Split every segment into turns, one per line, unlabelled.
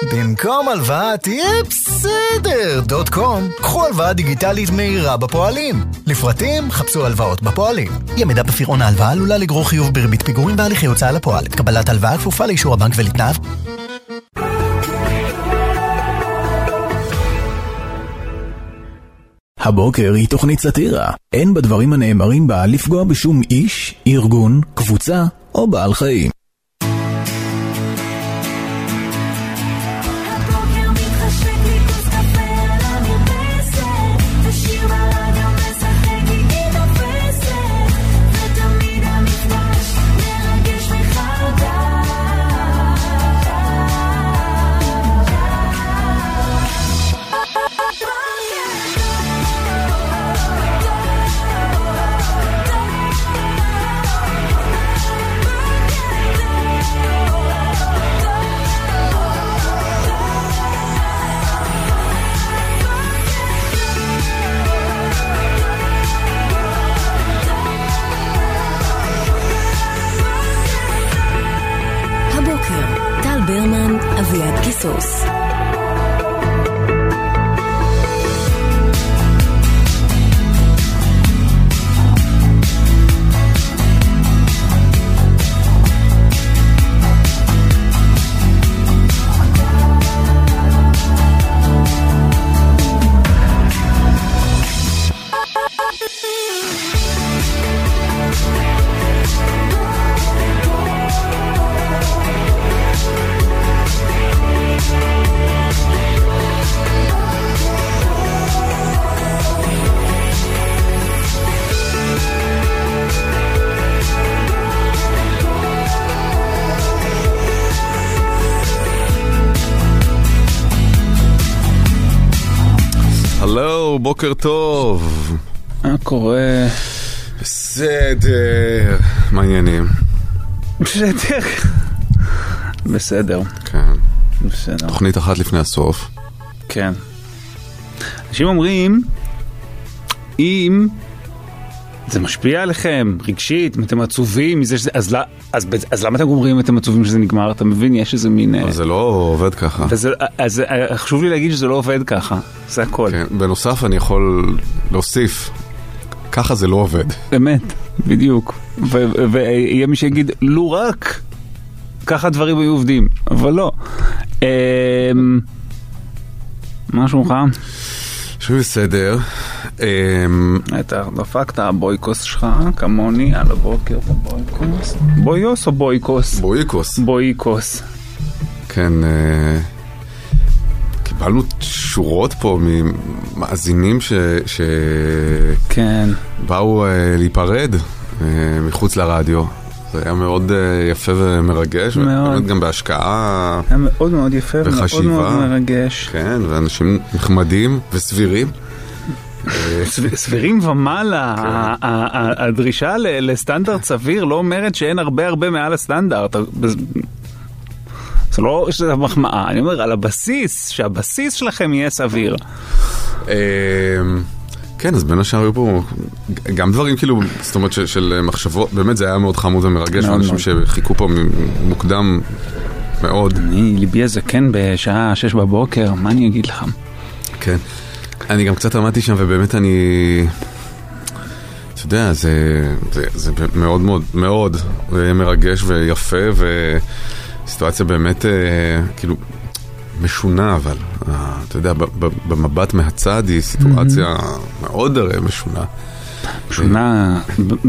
במקום הלוואה תהיה בסדר.com. קחו הלוואה דיגיטלית מהירה בפועלים. לפרטים חפשו הלוואות בפועלים. אי עמידה בפירעון ההלוואה עלולה לגרור חיוב בריבית פיגורים והליכי הוצאה לפועל. קבלת הלוואה כפופה לאישור הבנק ולתנאיו.
הבוקר היא תוכנית סאטירה. אין בדברים הנאמרים בה לפגוע בשום איש, ארגון, קבוצה או בעל חיים.
אביעד קיסוס.
הלו, בוקר טוב.
מה קורה?
בסדר. מה העניינים?
בסדר. בסדר.
כן.
בסדר.
תוכנית אחת לפני הסוף.
כן. אנשים אומרים, אם זה משפיע עליכם רגשית, אם אתם עצובים, אז למה אתם אומרים אם אתם עצובים שזה נגמר? אתה מבין? יש איזה מין...
זה לא עובד ככה.
אז חשוב לי להגיד שזה לא עובד ככה. זה הכל.
כן. בנוסף אני יכול להוסיף, ככה זה לא עובד.
באמת, בדיוק. ויהיה מי שיגיד, לא רק ככה דברים היו עובדים, אבל לא. מה שלומך?
שוב בסדר.
אתה דפקת הבויקוס שלך, כמוני, על הבוקר בבויקוס. בויוס או בויקוס?
בויקוס.
בויקוס.
כן, קיבלנו שורות פה ממאזינים
כן.
באו להיפרד מחוץ לרדיו. זה היה מאוד יפה ומרגש, ובאמת גם בהשקעה
היה מאוד מאוד יפה
וחשיבה.
ומאוד מאוד מרגש.
כן, ואנשים נחמדים וסבירים.
סבירים ומעלה. הדרישה לסטנדרט סביר לא אומרת שאין הרבה מעל הסטנדרט. זה לא שזה מחמאה, אני אומר על הבסיס, שהבסיס שלכם יהיה סביר.
כן, אז בין השאר היו פה גם דברים כאילו, זאת אומרת של מחשבות, באמת זה היה מאוד חמוד ומרגש, ואנשים שחיכו פה מוקדם מאוד.
ליבי הזה כן בשעה 6 בבוקר, מה אני אגיד לך?
כן, אני גם קצת עמדתי שם ובאמת אני, אתה יודע, זה מאוד מאוד מאוד מרגש ויפה, וסיטואציה באמת כאילו משונה, אבל אתה יודע, במבט מהצד היא סיטואציה מאוד משונה.
משונה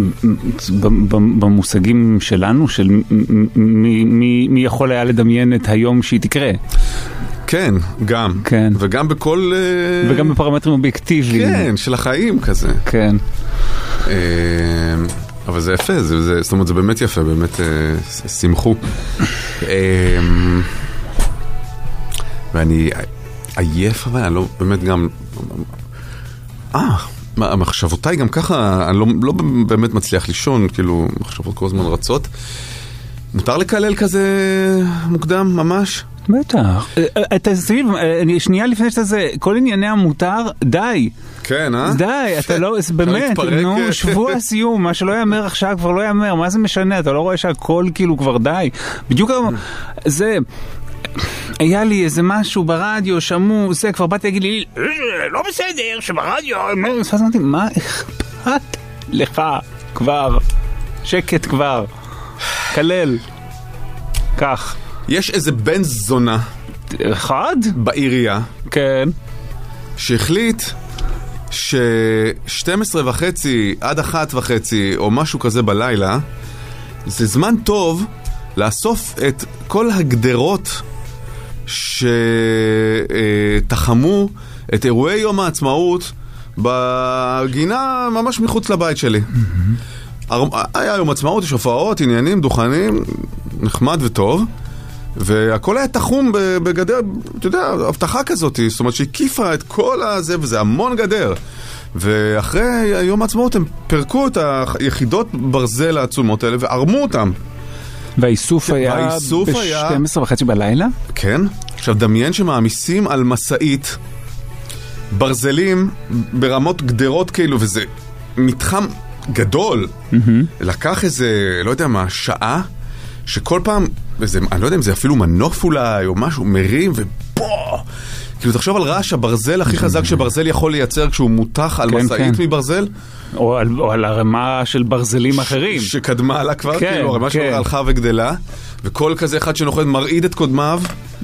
במושגים שלנו, של מי יכול היה לדמיין את היום שהיא תקרה.
כן, גם.
כן.
וגם בכל...
וגם בפרמטרים אובייקטיביים.
כן, של החיים כזה.
כן.
אבל זה יפה, זאת אומרת, זה באמת יפה, באמת שמחו. ואני עייף, אבל אני לא באמת גם... המחשבותיי גם ככה, אני לא באמת מצליח לישון, כאילו, מחשבות כל הזמן רצות. מותר לקלל כזה מוקדם, ממש?
בטח. תסביב, שנייה לפני שזה, כל ענייני המותר, די.
כן,
די, אתה לא, באמת, נו, שבוע הסיום, מה שלא יאמר עכשיו כבר לא יאמר, מה זה משנה? אתה לא רואה שהכל כאילו כבר די. בדיוק זה... היה לי איזה משהו ברדיו, שמעו, זה כבר באתי להגיד לי, לא בסדר, שברדיו, אז אמרתי, מה אכפת לך כבר? שקט כבר, כלל, כך.
יש איזה בן זונה.
אחד?
בעירייה.
כן.
שהחליט ש12:30 עד 1:30 או משהו כזה בלילה, זה זמן טוב לאסוף את כל הגדרות שתחמו את אירועי יום העצמאות בגינה ממש מחוץ לבית שלי. היה יום עצמאות, יש הופעות, עניינים, דוכנים, נחמד וטוב, והכל היה תחום בגדר, אתה יודע, הבטחה כזאת, זאת אומרת שהקיפה את כל הזה, וזה המון גדר. ואחרי יום העצמאות הם פרקו את היחידות ברזל העצומות האלה וערמו אותם.
והאיסוף היה ב-12:30 בלילה?
כן. עכשיו דמיין שמעמיסים על מסעית ברזלים ברמות גדרות כאילו, וזה מתחם גדול. לקח איזה, לא יודע מה, שעה, שכל פעם, אני לא יודע אם זה אפילו מנוף אולי או משהו, מרים ובוא! כאילו תחשוב על רעש הברזל הכי חזק שברזל יכול לייצר כשהוא מותח על מסעית מברזל.
או על הרמה של ברזלים אחרים.
שקדמה לה כבר, כאילו הרמה שלו הלכה וגדלה, וכל כזה אחד שנוחד מרעיד את קודמיו.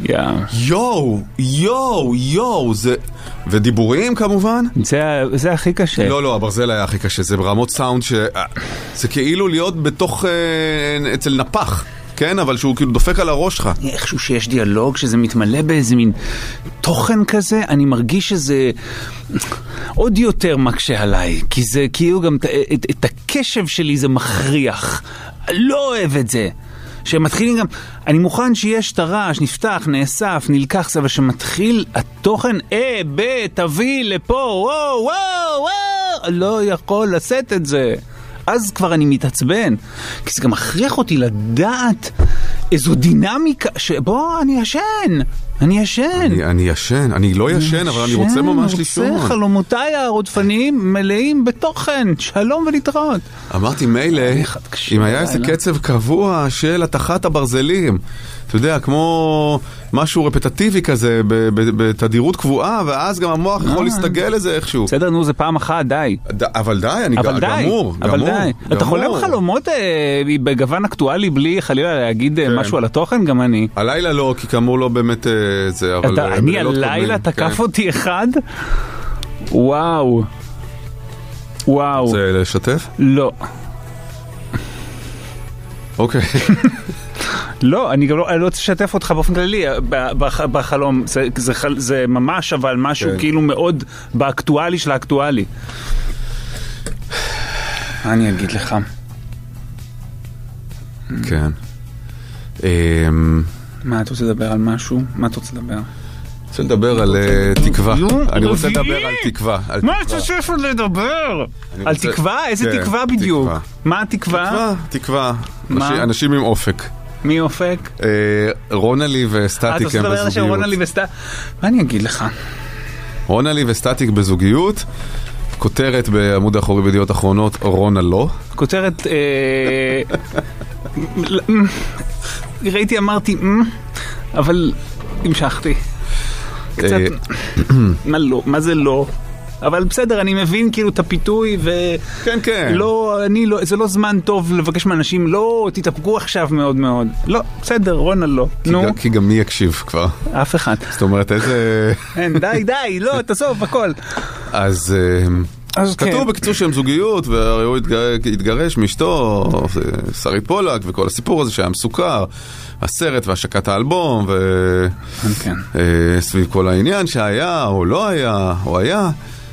יואו, זה... ודיבורים כמובן.
זה הכי קשה.
לא, הברזל היה הכי קשה, זה ברמות סאונד זה כאילו להיות בתוך... אצל נפח. כן, אבל שהוא כאילו דופק על הראש שלך.
איכשהו שיש דיאלוג, שזה מתמלא באיזה מין תוכן כזה, אני מרגיש שזה עוד יותר מקשה עליי, כי זה כאילו גם את הקשב שלי זה מכריח. לא אוהב את זה. שמתחילים גם, אני מוכן שיש את הרעש, נפתח, נאסף, נלקח סבא, שמתחיל התוכן, תביא לפה, וואו, לא יכול לשאת את זה. אז כבר אני מתעצבן, כי זה גם מכריח אותי לדעת איזו דינמיקה, אני ישן,
אני לא ישן, אבל אני רוצה ממש לישון.
חלומותיי הרודפניים מלאים בתוכן, שלום ולהתראות.
אמרתי מילא, אם היה איזה קצב קבוע של התחת הברזלים, אתה יודע, כמו משהו רפטטיבי כזה, בתדירות קבועה, ואז גם המוח יכול להסתגל לזה איכשהו.
בסדר, נו, זה פעם אחת, די.
אבל די, אני גמור.
אתה חולם חלומות בגוון אקטואלי בלי חלילה להגיד משהו על התוכן? גם אני.
הלילה לא, כי כאמור לא באמת זה, אבל...
אני הלילה תקף אותי אחד? וואו.
זה לשתף?
לא.
אוקיי.
לא, אני גם לא רוצה לשתף אותך באופן כללי בחלום, זה ממש אבל משהו כאילו מאוד באקטואלי של האקטואלי. אני אגיד לך.
כן.
מה, אתה רוצה לדבר על משהו? מה אתה רוצה לדבר?
רוצה לדבר על תקווה. אני רוצה לדבר על תקווה.
מה אתה שואף עוד לדבר? על תקווה? איזה תקווה בדיוק? מה התקווה?
תקווה. אנשים עם אופק.
מי אופק?
רונלי וסטטיק הם בזוגיות. אתה עושה דבר
רונלי וסטטיק? מה אני אגיד לך?
רונלי וסטטיק בזוגיות. כותרת בעמוד האחורי בידיעות אחרונות, רונה לא.
כותרת... ראיתי, אמרתי, אבל המשכתי. קצת... מה זה לא? אבל בסדר, אני מבין כאילו את הפיתוי
כן.
זה לא זמן טוב לבקש מאנשים, לא, תתאפקו עכשיו מאוד מאוד. לא, בסדר, רונה לא.
כי גם מי יקשיב כבר?
אף אחד.
זאת אומרת, איזה...
די, לא, תסוף, הכל.
אז כתוב בקיצור שהם זוגיות, והרי הוא התגרש מאשתו, שרית פולק, וכל הסיפור הזה שהיה מסוכר, הסרט והשקת האלבום, וסביב כל העניין שהיה, או לא היה, או היה,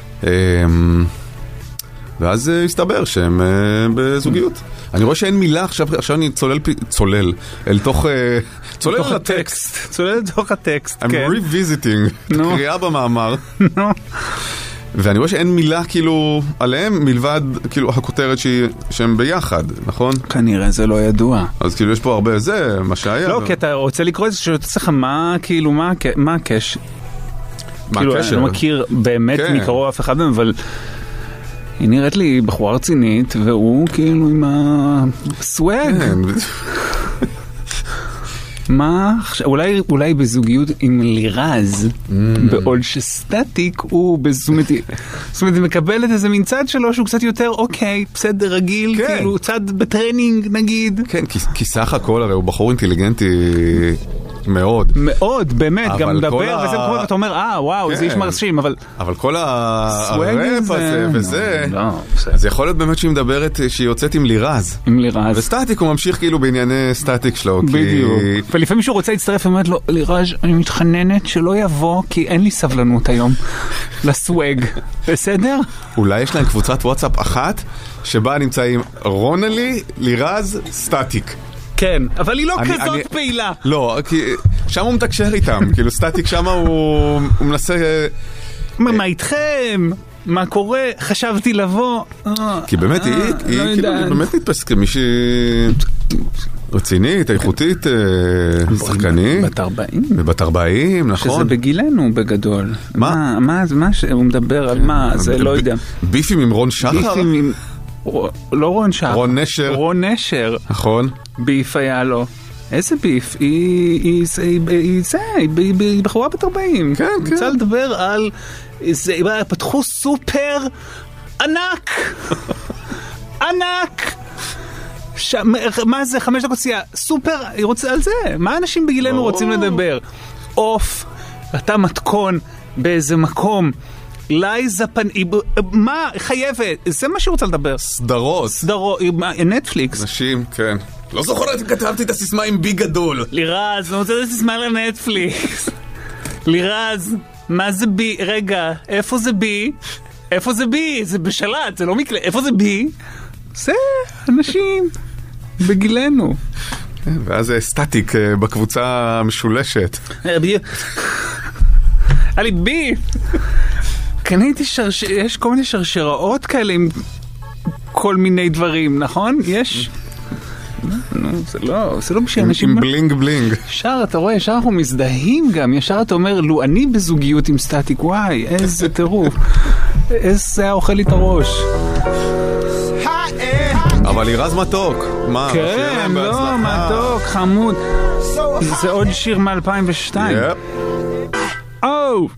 ואז הסתבר שהם בזוגיות. אני רואה שאין מילה, עכשיו אני צולל אל תוך
הטקסט. צולל לתוך הטקסט,
כן. I'm revisiting, קריאה במאמר. ואני רואה שאין מילה כאילו עליהם מלבד כאילו הכותרת שהם ביחד, נכון?
כנראה זה לא ידוע.
אז כאילו יש פה הרבה זה, מה שהיה.
לא, כי אתה רוצה לקרוא את זה שאתה צריך מה כאילו, מה הקשר?
מה
כאילו,
הקשר?
אני לא מכיר באמת מקרוב אף אחד מהם, אבל היא נראית לי בחורה רצינית, והוא כאילו עם הסוואג. מה עכשיו? אולי בזוגיות עם לירז, בעוד שסטטיק הוא זאת אומרת, מקבלת איזה מין צד שלו שהוא קצת יותר, אוקיי, בסדר, רגיל, כאילו צד בטרנינג נגיד.
כן, כי סך הכל הרי הוא בחור אינטליגנטי מאוד.
מאוד, באמת, גם מדבר וזה כמו, ואתה אומר, וואו, זה איש מרשים,
אבל כל הראפ הזה וזה, אז יכול להיות באמת שהיא מדברת, שהיא יוצאת עם לירז.
עם לירז.
וסטטיק הוא ממשיך כאילו בענייני סטטיק שלו.
בדיוק. ולפעמים שהוא רוצה להצטרף, אומרת לו, לירז, אני מתחננת שלא יבוא, כי אין לי סבלנות היום לסווג. בסדר?
אולי יש להם קבוצת וואטסאפ אחת, שבה נמצאים רונלי, לירז, סטטיק.
כן, אבל היא לא כזאת פעילה.
לא, כי שם הוא מתקשר איתם, כאילו סטטיק שם הוא מנסה...
מה איתכם? מה קורה? חשבתי לבוא.
כי באמת היא כאילו באמת נתפסת כמישהי רצינית, איכותית, שחקנית.
בת 40.
בבת 40, נכון.
שזה בגילנו בגדול. מה הוא מדבר על מה? זה לא יודע.
ביפים עם רון שחר?
ביפים עם... לא רון שחר.
רון נשר.
רון נשר.
נכון.
ביף היה לו. איזה ביף? היא בחורה בת 40.
כן, כן.
רוצה לדבר על... פתחו סופר ענק. ענק. מה זה? 5 דקות סיעה. סופר, היא רוצה על זה. מה אנשים בגילנו רוצים לדבר? אוף, אתה מתכון באיזה מקום. לייזה מה? חייבת. זה מה שהיא רוצה לדבר.
סדרות.
נטפליקס.
נשים, כן. לא זוכרת אם כתבתי את הסיסמה עם בי גדול.
לירז, אני רוצה את הסיסמה לנטפליקס. לירז, מה זה בי? רגע, איפה זה בי? איפה זה בי? זה בשלט, זה לא מקלה. איפה זה בי? זה אנשים בגילנו.
ואז סטטיק בקבוצה המשולשת.
היה לי בי. קניתי יש כל מיני שרשראות כאלה עם כל מיני דברים, נכון? יש... זה לא בשביל אנשים...
עם בלינג בלינג.
ישר, אתה רואה, ישר אנחנו מזדהים גם, ישר אתה אומר, לו אני בזוגיות עם סטטיק, וואי, איזה טירוף. איזה היה אוכל לי את הראש.
אבל לירז מתוק. מה?
כן, לא, מתוק, חמוד. זה עוד שיר מ-2002. או!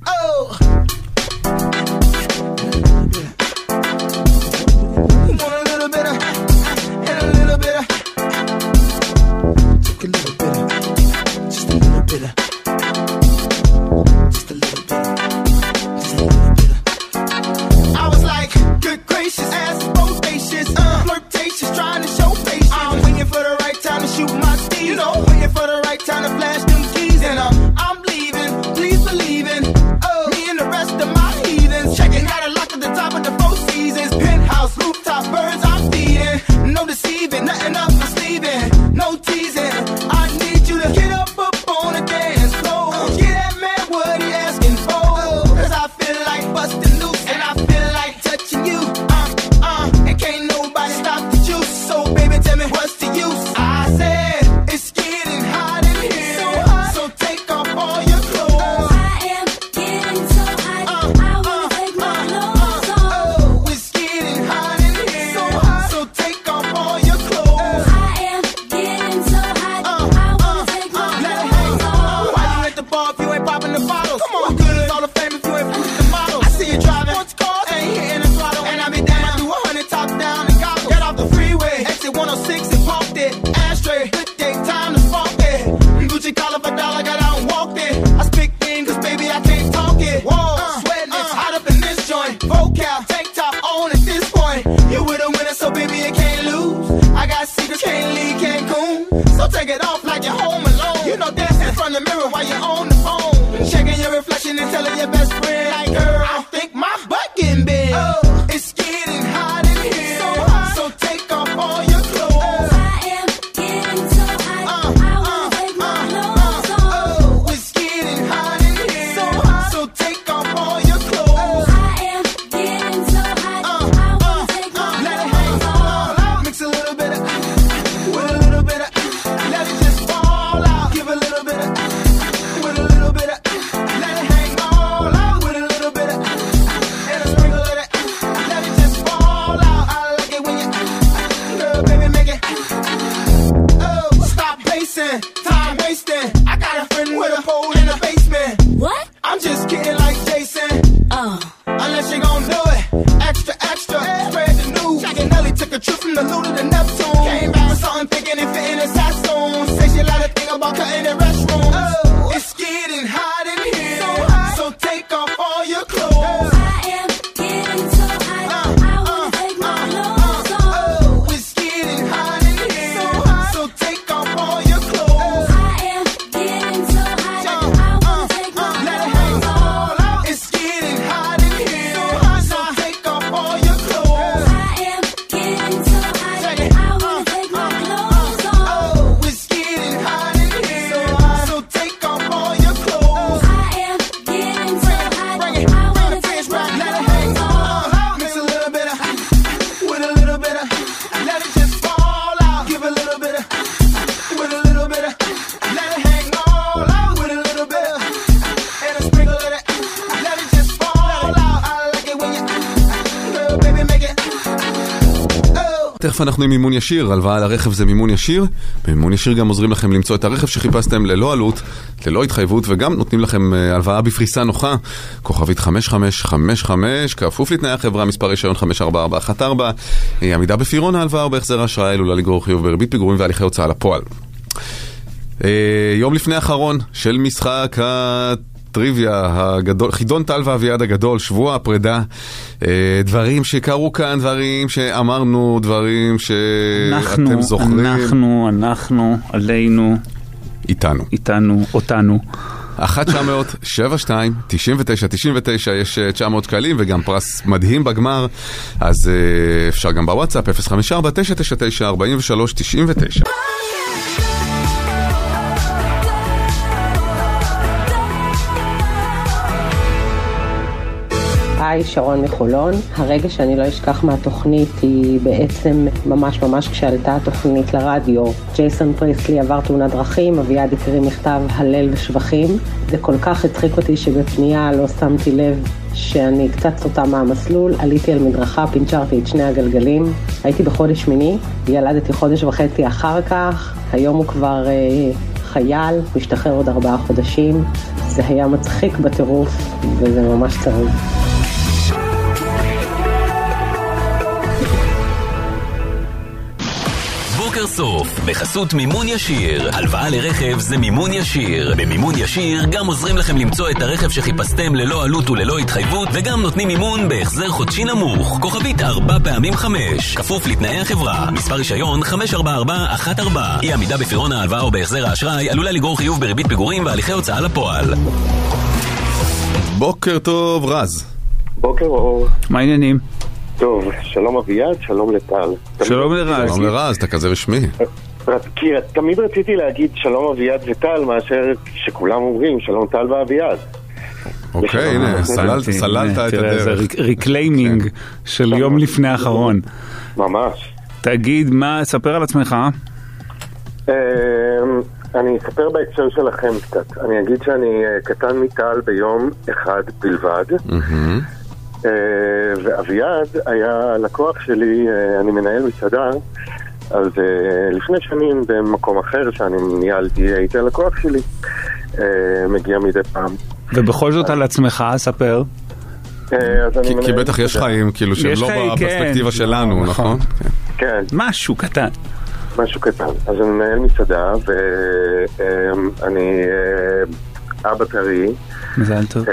All out. getting like Jason. Unless you gon' do it. Extra, extra, spread the news. Jack and Nelly took a trip from the Luna to Neptune. Came back with something thinking it fit in his Saxon. Say she like to think about cutting the restroom. It's getting hot in here, so take off all your clothes.
I am getting so hot, I wanna take my clothes off.
It's getting hot in here, so take off all your clothes.
I am getting so hot, I wanna take my clothes off.
It's getting hot in here, so take off all your clothes.
I am getting so hot, I wanna take my clothes off.
It's getting hot in here, so take off all your clothes.
I am getting so hot, I wanna take my clothes off.
Mix a little bit of with a little bit of, let it just fall out. Give a little bit of with a little bit of, let it hang all out. With a little bit of and a sprinkle of that, let it just fall out. I like it when you, little baby, make it.
תכף אנחנו עם מימון ישיר, הלוואה לרכב זה מימון ישיר. במימון ישיר גם עוזרים לכם למצוא את הרכב שחיפשתם ללא עלות, ללא התחייבות, וגם נותנים לכם הלוואה בפריסה נוחה. כוכבית 5555, כפוף לתנאי החברה, מספר רישיון 54414, עמידה בפירעון ההלוואה או בהחזר האשראי, עלולה לגרור חיוב בריבית פיגורים והליכי הוצאה לפועל. יום לפני האחרון של משחק טריוויה הגדול, חידון טל ואביעד הגדול, שבוע הפרידה, דברים שקרו כאן, דברים שאמרנו, דברים שאתם זוכרים.
אנחנו, עלינו, איתנו, אותנו.
1-900-72-99-99, יש 900 שקלים וגם פרס מדהים בגמר, אז אפשר גם בוואטסאפ 054-999-4399.
היי, שרון מחולון. הרגע שאני לא אשכח מהתוכנית היא בעצם ממש כשעלתה התוכנית לרדיו. ג'ייסון פריסלי עבר תאונת דרכים, אביעד הקריא מכתב הלל ושבחים. זה כל כך הצחיק אותי שבפנייה לא שמתי לב שאני קצת סוטה מהמסלול, עליתי על מדרכה, פינצ'רתי את שני הגלגלים. הייתי בחודש שמיני, ילדתי חודש וחצי אחר כך, היום הוא כבר חייל, משתחרר עוד 4 חודשים. זה היה מצחיק בטירוף וזה ממש צרוד.
בוקר סוף, בחסות מימון ישיר. הלוואה לרכב זה מימון ישיר. במימון ישיר גם עוזרים לכם למצוא את הרכב שחיפשתם ללא עלות וללא התחייבות, וגם נותנים מימון בהחזר חודשי נמוך. כוכבית 4x5, כפוף לתנאי החברה. מספר רישיון 54414. אי עמידה בפירעון ההלוואה או בהחזר האשראי עלולה לגרור חיוב בריבית פיגורים והליכי הוצאה לפועל.
בוקר טוב, רז.
בוקר אור.
מה העניינים?
טוב, שלום אביעד, שלום לטל.
שלום לרז.
שלום לרז, אתה כזה רשמי.
כי תמיד רציתי להגיד שלום אביעד וטל, מאשר שכולם אומרים שלום טל ואביעד.
אוקיי, הנה, סללת את הדרך.
זה ריקליימינג של יום לפני האחרון.
ממש.
תגיד, ספר על עצמך.
אני אספר בהקשר שלכם קצת. אני אגיד שאני קטן מטל ביום אחד בלבד. ואביעד היה לקוח שלי, אני מנהל מסעדה, אז לפני שנים במקום אחר שאני ניהלתי, הייתי הלקוח שלי, מגיע מדי פעם.
ובכל זאת על עצמך, ספר.
כי בטח יש חיים, כאילו שהם לא בפרספקטיבה שלנו, נכון?
כן.
משהו קטן.
אז אני מנהל מסעדה, ואני אבא טרי.
מזל טוב.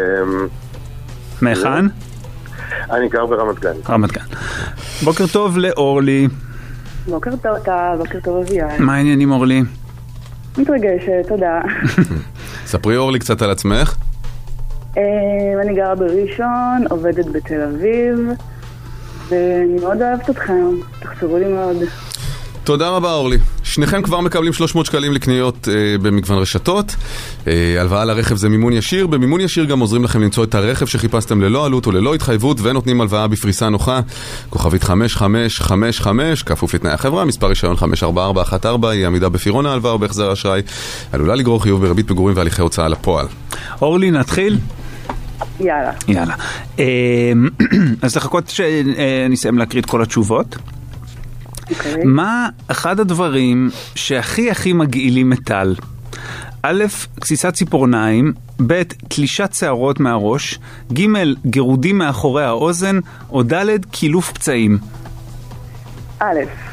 מהיכן?
אני גר ברמת גן.
בוקר טוב לאורלי.
בוקר טוב, בוקר טוב אביעד.
מה העניינים אורלי?
מתרגשת, תודה.
ספרי אורלי קצת על עצמך.
אני גרה בראשון, עובדת בתל אביב, ואני מאוד אוהבת אתכם, תחזרו לי מאוד.
תודה רבה אורלי. שניכם כבר מקבלים 300 שקלים לקניות במגוון רשתות. הלוואה לרכב זה מימון ישיר. במימון ישיר גם עוזרים לכם למצוא את הרכב שחיפשתם ללא עלות או ללא התחייבות, ונותנים הלוואה בפריסה נוחה. כוכבית 5555, כפוף לתנאי החברה, מספר רישיון 54414, היא עמידה בפירעון ההלוואה או בהחזר האשראי, עלולה לגרור חיוב בריבית פיגורים והליכי הוצאה לפועל.
אורלי, נתחיל?
יאללה.
אז לחכות שנסיים להקריא את כל התשובות. מה אחד הדברים שהכי מגעילים את טל? א', כסיסת ציפורניים, ב', תלישת שערות מהראש, ג', גירודים מאחורי האוזן, או ד', קילוף פצעים.
א'.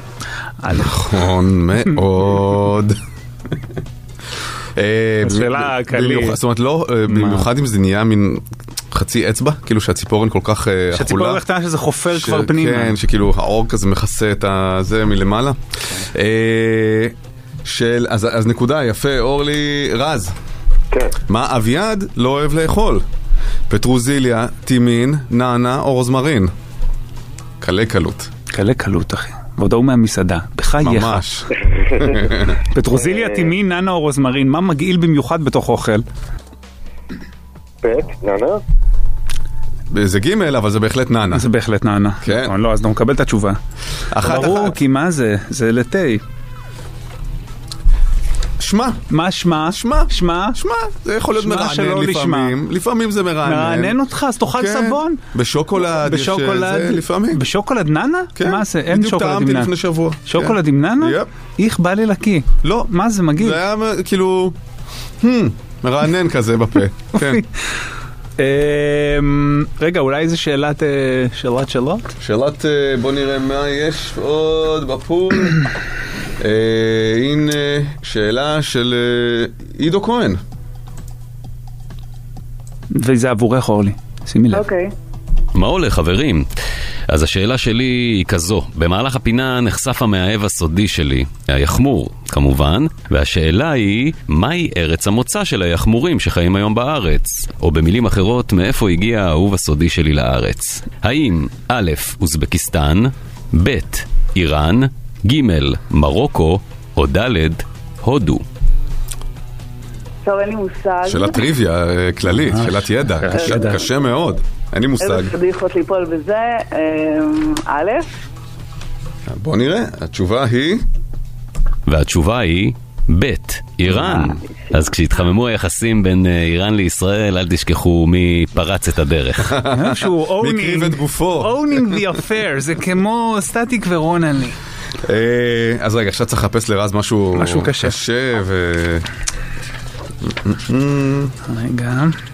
נכון מאוד.
שאלה קלית.
זאת אומרת, לא, במיוחד אם זה נהיה מין חצי אצבע, כאילו שהציפורן כל כך חולה.
שהציפורן קטנה שזה חופר כבר פנימה.
כן, שכאילו האור כזה מכסה את זה מלמעלה. אז נקודה, יפה, אורלי. רז.
כן.
מה אביעד לא אוהב לאכול? פטרוזיליה, טימין, נענה או רוזמרין? קלה קלות.
קלה קלות, אחי. ועוד הוא מהמסעדה. בחייך.
ממש.
פטרוזיליה, טימין, נענה או רוזמרין, מה מגעיל במיוחד בתוך אוכל?
נענה?
זה ג' אבל זה בהחלט נענה.
זה בהחלט נענה.
כן.
לא, אז לא מקבל את התשובה. ברור, כי מה זה? זה לתי.
שמה.
מה שמה?
שמה.
שמה?
שמה. זה יכול להיות מרענן לפעמים. לפעמים זה מרענן.
מרענן אותך, אז תאכל סבון.
בשוקולד יש זה לפעמים.
בשוקולד ננה?
כן.
מה זה? אין שוקולד עם ננה.
בדיוק טעמתי לפני שבוע.
שוקולד עם ננה? איך בא לי לקי.
לא.
מה זה מגעיל?
זה היה כאילו... מרענן כזה בפה. כן.
רגע, אולי איזה שאלת שאלות?
שאלת, בוא נראה מה יש עוד בפול. הנה שאלה של עידו כהן.
וזה עבורך אורלי, שימי לב.
אוקיי.
מה עולה חברים? אז השאלה שלי היא כזו, במהלך הפינה נחשף המאהב הסודי שלי, היחמור כמובן, והשאלה היא, מהי ארץ המוצא של היחמורים שחיים היום בארץ? או במילים אחרות, מאיפה הגיע האהוב הסודי שלי לארץ? האם א', אוזבקיסטן, ב', איראן, ג', מרוקו, או ד', הודו?
טוב, אין לי מושג.
שאלת טריוויה כללית, שאלת ידע, קשה מאוד. אין לי מושג.
איזה פדיחות ליפול בזה, א'.
בוא נראה, התשובה היא...
והתשובה היא ב', איראן. אז כשהתחממו היחסים בין איראן לישראל, אל תשכחו מי פרץ את הדרך.
מי קריב את גופו.
Owning the affair, זה כמו סטטיק ורונלי.
אז רגע, עכשיו צריך לחפש לרז משהו קשה ו...
רגע.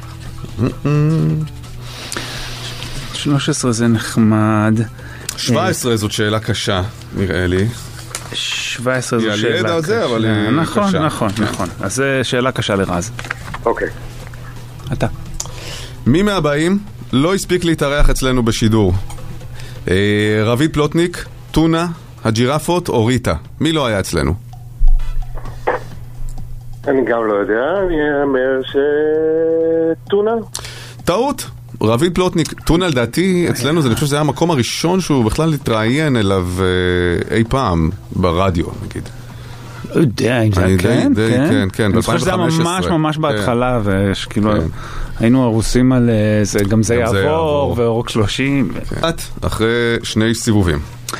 13 זה נחמד.
17 זאת שאלה קשה, נראה לי.
17 זו שאלה
קשה.
נכון. אז זו שאלה קשה לרז.
אוקיי.
אתה.
מי מהבאים לא הספיק להתארח אצלנו בשידור? רביד פלוטניק, טונה, הג'ירפות או ריטה? מי לא היה אצלנו?
אני גם לא יודע, אני אומר שטונה.
טעות. רביד פלוטניק, טונה לדעתי אצלנו, אני חושב שזה היה המקום הראשון שהוא בכלל התראיין אליו אי פעם ברדיו, נגיד.
לא יודע אם זה כן,
כן.
אני חושב שזה היה ממש בהתחלה, וכאילו היינו הרוסים על זה, גם זה יעבור, ורוק 30.
אחרי שני סיבובים.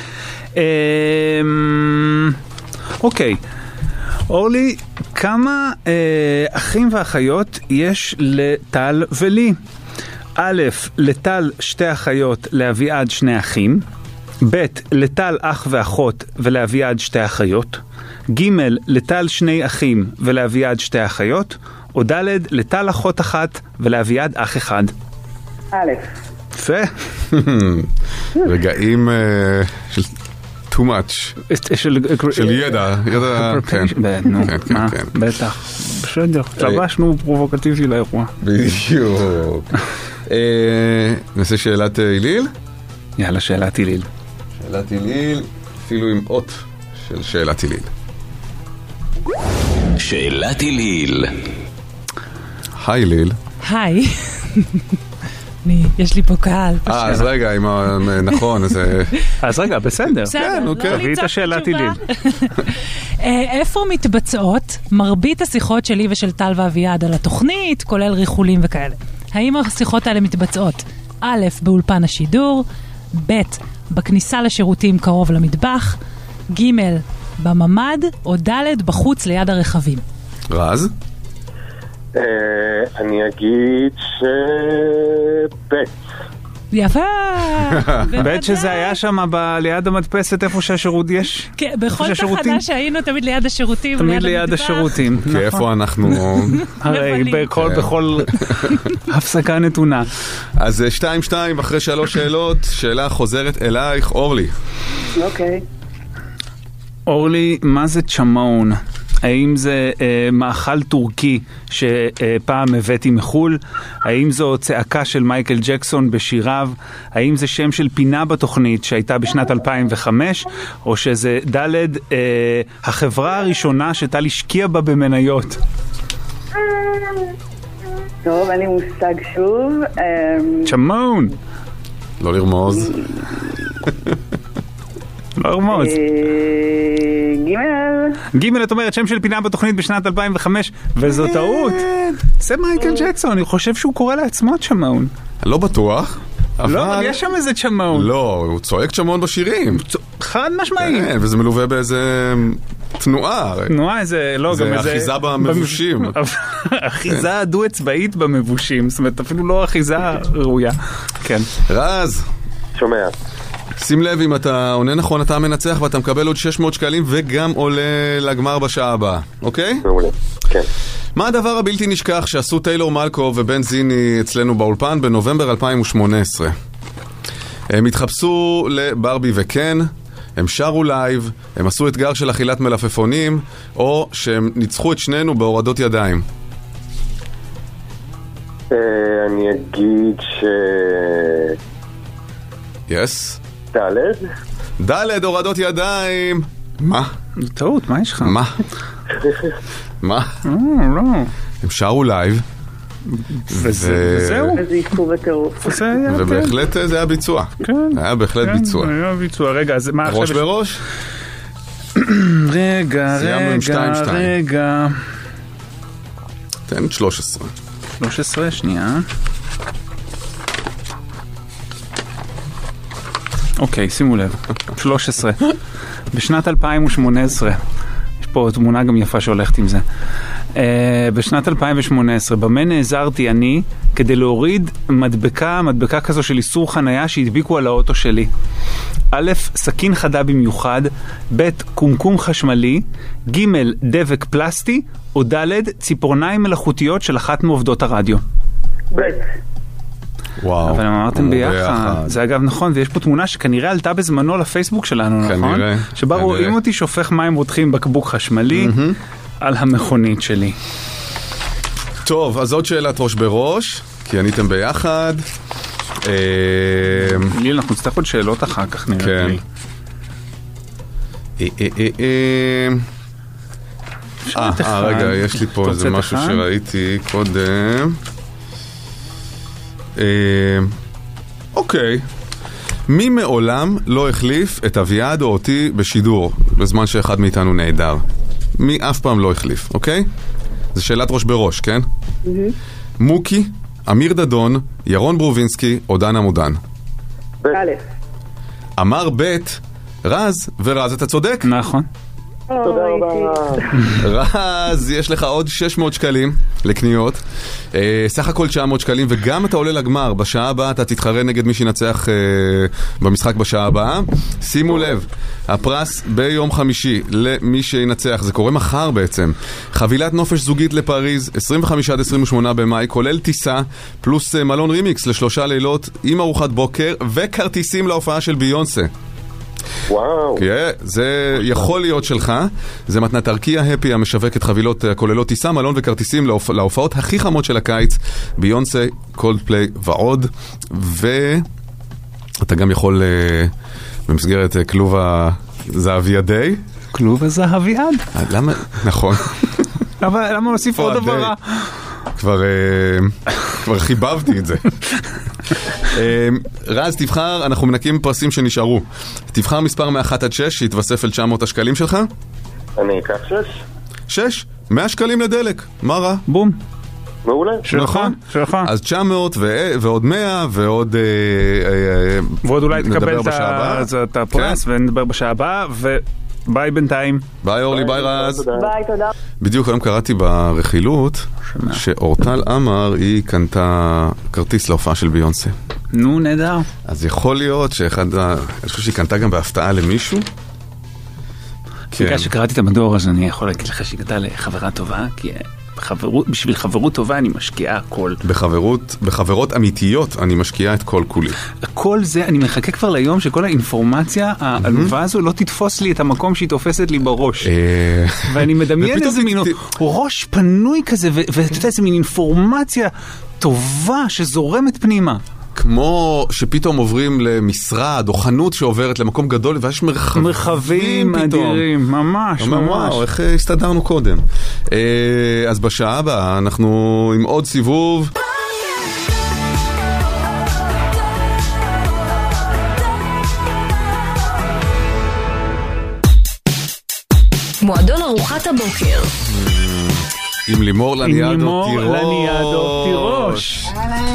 אוקיי. אורלי, כמה אחים ואחיות יש לטל ולי? א', לטל 2 אחיות, לאביעד 2 אחים. ב', לטל אח ואחות ולאביעד 2 אחיות. ג', לטל 2 אחים ולאביעד 2 אחיות. או ד', לטל אחות 1 ולאביעד אח 1.
א'.
יפה.
רגעים של too much. של ידע. כן.
בטח. בסדר. לבשנו פרובוקטיבי לאירוע.
בדיוק. נעשה שאלת איליל?
יאללה, שאלת איליל.
שאלת איליל, אפילו עם אות של שאלת איליל.
שאלת איליל.
היי ליל.
היי. יש לי פה קהל.
אז רגע, נכון,
אז רגע, בסדר.
בסדר, לא
תביא את השאלת איליל.
איפה מתבצעות מרבית השיחות שלי ושל טל ואביעד על התוכנית, כולל ריחולים וכאלה? האם השיחות האלה מתבצעות א', באולפן השידור, ב', בכניסה לשירותים קרוב למטבח, ג', בממד, או ד', בחוץ ליד הרכבים?
רז?
אני אגיד שב'.
יפה.
בעת שזה היה שם ליד המדפסת איפה שהשירות יש.
כן, בכל תחנה שהיינו תמיד ליד השירותים.
תמיד ליד השירותים.
כי איפה אנחנו...
הרי בכל הפסקה נתונה.
אז 2-2 אחרי 3 שאלות, שאלה חוזרת אלייך, אורלי.
אוקיי.
אורלי, מה זה צ'מון? האם זה מאכל טורקי שפעם הבאתי מחול? האם זו צעקה של מייקל ג'קסון בשיריו? האם זה שם של פינה בתוכנית שהייתה בשנת 2005? או שזה דלת החברה הראשונה שטל השקיע בה במניות?
טוב, אין לי מושג שוב.
צ'מון!
לא לרמוז.
לא לרמוז.
גימל.
את אומרת שם של פינה בתוכנית בשנת 2005, וזו טעות. זה מייקל ג'קסון, אני חושב שהוא קורא לעצמו צ'מון.
לא בטוח.
לא, אבל יש שם איזה צ'מון.
לא, הוא צועק צ'מון בשירים.
חד משמעי.
כן, וזה מלווה באיזה תנועה.
תנועה איזה, לא, גם איזה...
זה אחיזה במבושים.
אחיזה דו-אצבעית במבושים. זאת אומרת, אפילו לא אחיזה ראויה. כן.
רז.
שומע.
שים לב, אם אתה עונה נכון, אתה מנצח ואתה מקבל עוד 600 שקלים וגם עולה לגמר בשעה הבאה, אוקיי?
מעולה, כן.
מה הדבר הבלתי נשכח שעשו טיילור מלקוב ובן זיני אצלנו באולפן בנובמבר 2018? הם התחפשו לברבי וקן, הם שרו לייב, הם עשו אתגר של אכילת מלפפונים, או שהם ניצחו את שנינו בהורדות ידיים.
אני אגיד
יס? דלת, הורדות ידיים. מה?
טעות, מה יש לך?
מה? מה?
לא.
הם שרו לייב.
וזהו.
וזה עיכוב הטירוף.
ובהחלט זה היה ביצוע. היה בהחלט ביצוע.
היה ביצוע. רגע, אז מה עכשיו?
ראש בראש?
רגע.
תן 13.
13, שנייה. אוקיי, שימו לב. 13. בשנת 2018, יש פה תמונה גם יפה שהולכת עם זה. בשנת 2018, במה נעזרתי אני כדי להוריד מדבקה כזו של איסור חנייה שהדביקו על האוטו שלי? א', סכין חדה במיוחד, ב', קומקום חשמלי, ג', דבק פלסטי, או ד', ציפורניים מלאכותיות של אחת מעובדות הרדיו.
ב'.
וואו.
אבל אמרתם ביחד. זה אגב נכון, ויש פה תמונה שכנראה עלתה בזמנו לפייסבוק שלנו, נכון? שבה רואים אותי שופך מים רותחים בקבוק חשמלי על המכונית שלי.
טוב, אז עוד שאלת ראש בראש, כי עניתם ביחד.
ליל, אנחנו נצטרך עוד שאלות אחר כך, נראה לי.
רגע, יש לי פה איזה משהו שראיתי קודם. אוקיי. מי מעולם לא החליף את אביעד או אותי בשידור בזמן שאחד מאיתנו נהדר? מי אף פעם לא החליף, אוקיי? זו שאלת ראש בראש, כן? מוקי, אמיר דדון, ירון ברובינסקי או דן עמודן? אמר בית, רז, ורז אתה צודק.
נכון.
תודה רבה.
רז, יש לך עוד 600 שקלים לקניות, סך הכל 900 שקלים, וגם אתה עולה לגמר. בשעה הבאה אתה תתחרה נגד מי שינצח במשחק בשעה הבאה. שימו לב, הפרס ביום חמישי למי שינצח, זה קורה מחר בעצם, חבילת נופש זוגית לפריז 25-28 במאי, כולל טיסה פלוס מלון רימיקס ל3 לילות עם ארוחת בוקר וכרטיסים להופעה של ביונסה.
וואו.
זה יכול להיות שלך. זה מתנת ארקיע הפי המשווקת חבילות כוללות טיסה, מלון וכרטיסים להופעות הכי חמות של הקיץ, ביונסה, קולדפליי ועוד. ואתה גם יכול במסגרת כלוב הזהביאדי.
כלוב הזהביאד?
למה? נכון.
למה להוסיף עוד הברה?
כבר חיבבתי את זה. רז, תבחר, אנחנו מנקים פרסים שנשארו. תבחר מספר מ-1 עד 6 שיתווסף אל 900 השקלים שלך.
אני אקח
6? 100 שקלים לדלק, מה רע?
בום.
מעולה.
נכון? אז 900 ועוד 100 ועוד
אולי תקבל את הפרס ונדבר בשעה הבאה. ביי בינתיים.
ביי אורלי, ביי רז.
ביי, תודה.
בדיוק היום קראתי ברכילות שאורטל אמר היא קנתה כרטיס להופעה של ביונסה.
נו, נהדר.
אז יכול להיות שאחד, אני חושב שהיא קנתה גם בהפתעה למישהו.
בגלל שקראתי את המדור, אז אני יכול להגיד לך שהיא קנתה לחברה טובה, כי בשביל חברות טובה אני משקיעה הכל.
בחברות אמיתיות אני משקיעה את כל כולי.
כל זה, אני מחכה כבר ליום שכל האינפורמציה העלובה הזו לא תתפוס לי את המקום שהיא תופסת לי בראש. ואני מדמיין איזה מין ראש פנוי כזה, ואתה יודע, איזה מין אינפורמציה טובה שזורמת פנימה.
כמו שפתאום עוברים למשרד או חנות שעוברת למקום גדול ויש
מרחבים אדירים, ממש, ממש.
וואו, איך הסתדרנו קודם. אז בשעה הבאה אנחנו עם עוד סיבוב.
מועדון ארוחת הבוקר.
עם לימור לניאדו תירוש.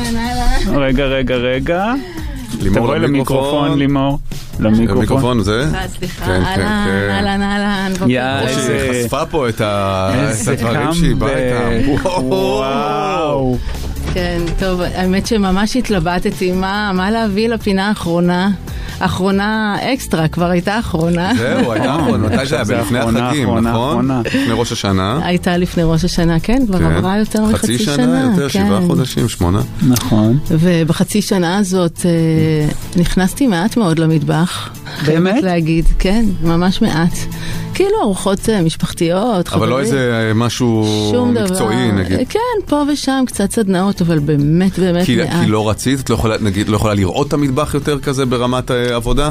רגע. תבואי למיקרופון, לימור.
למיקרופון זה?
סליחה, אהלן.
או שהיא חשפה פה את הדברים שהיא באה איתם.
וואו.
כן, טוב, האמת שממש התלבטתי מה להביא לפינה האחרונה. אחרונה אקסטרה, כבר הייתה אחרונה.
זהו, הייתה אחרונה. מתי זה היה? לפני החגים, נכון? לפני ראש השנה.
הייתה לפני ראש השנה, כן, כבר עברה יותר מחצי שנה.
חצי שנה, יותר 7 חודשים, 8.
נכון.
ובחצי שנה הזאת נכנסתי מעט מאוד למטבח.
באמת?
להגיד, כן, ממש מעט. כאילו ארוחות משפחתיות,
אבל לא איזה משהו מקצועי, נגיד.
כן, פה ושם קצת סדנאות, אבל באמת מעט.
כי לא רצית? את לא יכולה לראות את המטבח יותר כזה ברמת עבודה?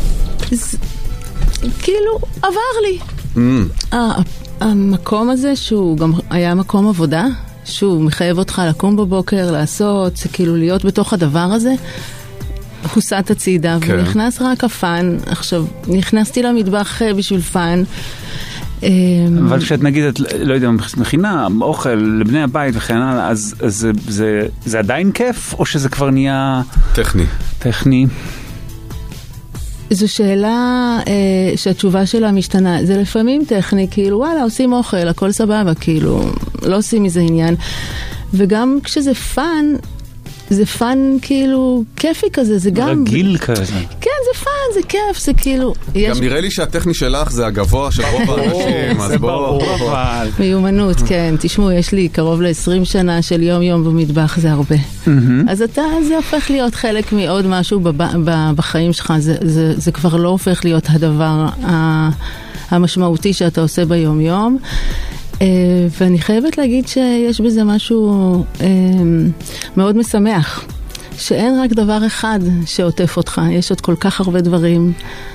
כאילו, עבר לי. המקום הזה שהוא גם היה מקום עבודה, שהוא מחייב אותך לקום בבוקר, לעשות, כאילו להיות בתוך הדבר הזה, הוסעת הצידה, ונכנס רק הפן. עכשיו, נכנסתי למטבח בשביל פן.
אבל כשאת נגיד, לא יודע, מכינה אוכל לבני הבית וכן הלאה, אז זה עדיין כיף, או שזה כבר נהיה... טכני.
זו שאלה שהתשובה שלה משתנה. זה לפעמים טכני, כאילו, וואלה, עושים אוכל, הכל סבבה, כאילו, לא עושים מזה עניין. וגם כשזה פן, זה פן כאילו כיפי כזה, זה גם...
רגיל כזה.
כן, זה פן, זה כיף, זה כאילו...
גם נראה לי שהטכני שלך זה הגבוה של רוב האנשים, אז בואו...
מיומנות, כן. תשמעו, יש לי קרוב ל-20 שנה של יום במטבח, זה הרבה. אז זה הופך להיות חלק מעוד משהו בחיים שלך, זה כבר לא הופך להיות הדבר המשמעותי שאתה עושה ביום-יום. ואני חייבת להגיד שיש בזה משהו מאוד משמח, שאין רק דבר אחד שעוטף אותך, יש עוד כל כך הרבה דברים,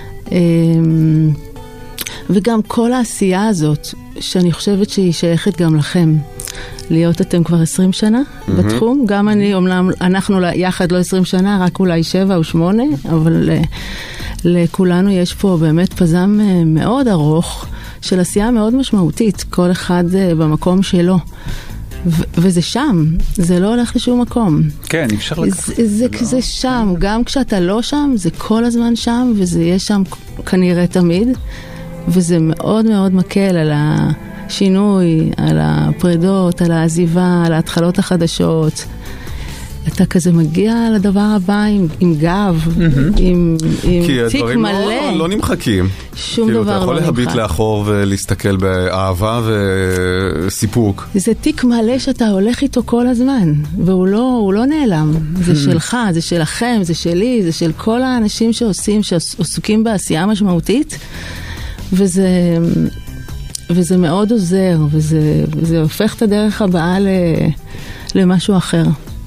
וגם כל העשייה הזאת, שאני חושבת שהיא שייכת גם לכם, להיות אתם כבר 20 שנה בתחום, גם אני, אומנם אנחנו יחד לא 20 שנה, רק אולי 7 או 8, אבל לכולנו יש פה באמת פזם מאוד ארוך, של עשייה מאוד משמעותית, כל אחד במקום שלו. וזה שם, זה לא הולך לשום מקום.
כן, אפשר לקחת.
זה שם, גם כשאתה לא שם, זה כל הזמן שם, וזה יהיה שם כנראה תמיד, וזה מאוד מאוד מקל על השינוי, על הפרידות, על העזיבה, על ההתחלות החדשות. אתה כזה מגיע לדבר הבא עם גב, עם תיק מלא.
כי הדברים לא נמחקים.
שום דבר לא נמחק.
אתה יכול להביט לאחור ולהסתכל באהבה וסיפוק.
זה תיק מלא שאתה הולך איתו כל הזמן, והוא לא נעלם. זה שלך, זה שלכם, זה שלי, זה של כל האנשים שעוסקים בעשייה משמעותית, וזה מאוד עוזר, וזה הופך את הדרך הבאה למשהו אחר.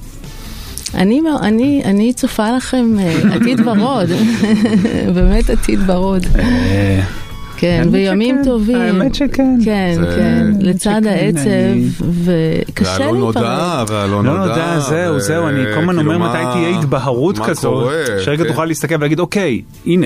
אני צופה לכם עתיד ורוד, באמת עתיד ורוד. כן, בימים טובים.
האמת שכן.
כן, לצד העצב, וקשה לי
והלא נודע, והלא נודע.
זהו, אני כל הזמן אומר מתי תהיה התבהרות כזאת, שרגע תוכל להסתכל ולהגיד, אוקיי, הנה.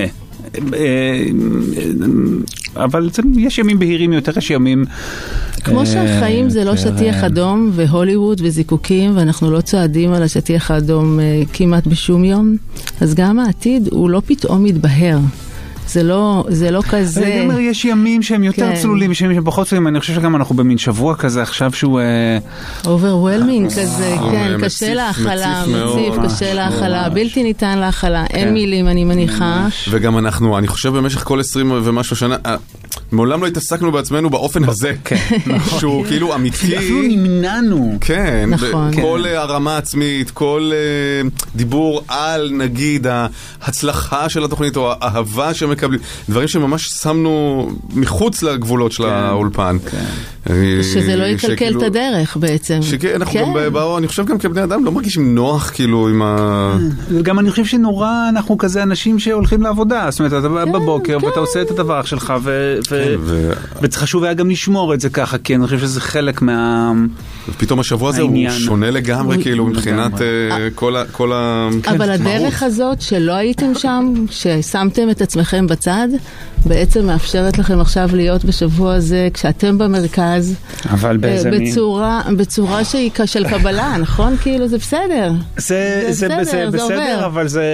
אבל יש ימים בהירים יותר, יש ימים...
כמו שהחיים זה לא שטיח אדום והוליווד וזיקוקים, ואנחנו לא צועדים על השטיח האדום כמעט בשום יום, אז גם העתיד הוא לא פתאום מתבהר. זה לא כזה...
אני אומר, יש ימים שהם יותר צלולים, יש ימים שפחות צלולים, אני חושב שגם אנחנו במין שבוע כזה עכשיו שהוא...
אוברווילמינג כזה, כן, קשה להאכלה, מציף, קשה להאכלה, בלתי ניתן להאכלה, אין מילים, אני מניחה.
וגם אנחנו, אני חושב במשך כל 20 ומשהו שנה, מעולם לא התעסקנו בעצמנו באופן הזה, שהוא כאילו אמיתי.
אפילו נמנענו.
כן, כל הרמה עצמית, כל דיבור על, נגיד, ההצלחה של התוכנית, או האהבה שמקבלים, דברים שממש שמנו מחוץ לגבולות של האולפן.
שזה לא יקלקל את הדרך בעצם.
אנחנו גם, אני חושב גם כבני אדם, לא מרגישים נוח כאילו עם ה...
גם אני חושב שנורא אנחנו כזה אנשים שהולכים לעבודה, זאת אומרת, אתה בא בבוקר ואתה עושה את הדבר שלך, וחשוב היה גם לשמור את זה ככה, כי אני חושב שזה חלק מה...
ופתאום השבוע הזה הוא שונה לגמרי, כאילו, מבחינת כל ה...
אבל הדרך הזאת שלא הייתם שם, ששמתם את עצמכם בצד, בעצם מאפשרת לכם עכשיו להיות בשבוע הזה, כשאתם במרכז,
אבל
בצורה שהיא של קבלה, נכון? כאילו, זה בסדר.
זה בסדר, אבל זה...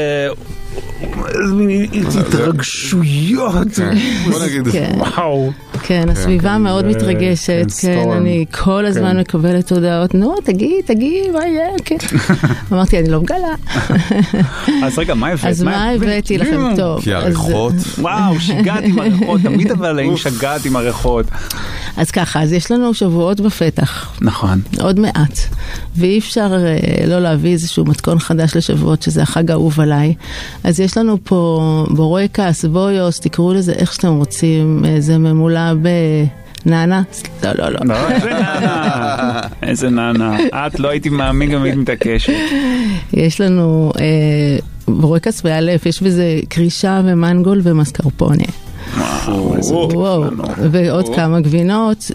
התרגשויות.
בוא נגיד.
וואו.
כן, הסביבה מאוד מתרגשת, כן, אני כל הזמן מקבלת הודעות, נו, תגיעי, מה יהיה? אמרתי, אני לא מגלה.
אז רגע, מה הבאת?
אז מה הבאתי לכם טוב?
כי הריחות.
וואו, שגעת עם הריחות, תמיד אבל האם שגעת עם הריחות.
אז ככה, אז יש לנו שבועות בפתח.
נכון.
עוד מעט. ואי אפשר לא להביא איזשהו מתכון חדש לשבועות, שזה החג האהוב עליי. אז יש לנו פה בורקס, בויוס, תקראו לזה איך שאתם רוצים, זה ממולא בנענה. לא.
איזה נענה. איזה נענה. את לא הייתי מאמין גם היית מתעקשת.
יש לנו בורקס באלף, יש בזה קרישה ומנגול ומסקרפונה. וואו, ועוד כמה גבינות,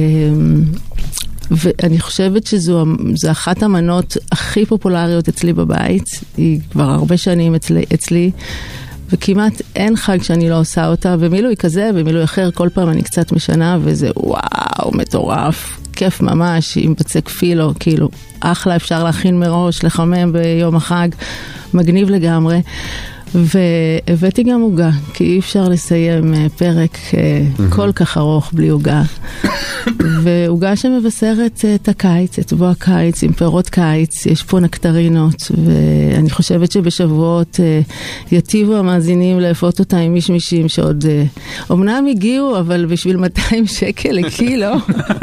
ואני חושבת שזו אחת המנות הכי פופולריות אצלי בבית, היא כבר הרבה שנים אצלי, וכמעט אין חג שאני לא עושה אותה, במילוי כזה, במילוי אחר, כל פעם אני קצת משנה, וזה וואו, מטורף, כיף ממש, עם בצק פילו, כאילו, אחלה, אפשר להכין מראש, לחמם ביום החג, מגניב לגמרי. והבאתי גם עוגה, כי אי אפשר לסיים פרק כל כך ארוך בלי עוגה. ועוגה שמבשרת את הקיץ, את בוא הקיץ, עם פירות קיץ, יש פה נקטרינות, ואני חושבת שבשבועות יטיבו המאזינים לאפות אותה עם מישמישים שעוד אומנם הגיעו, אבל בשביל 200 שקל לקילו.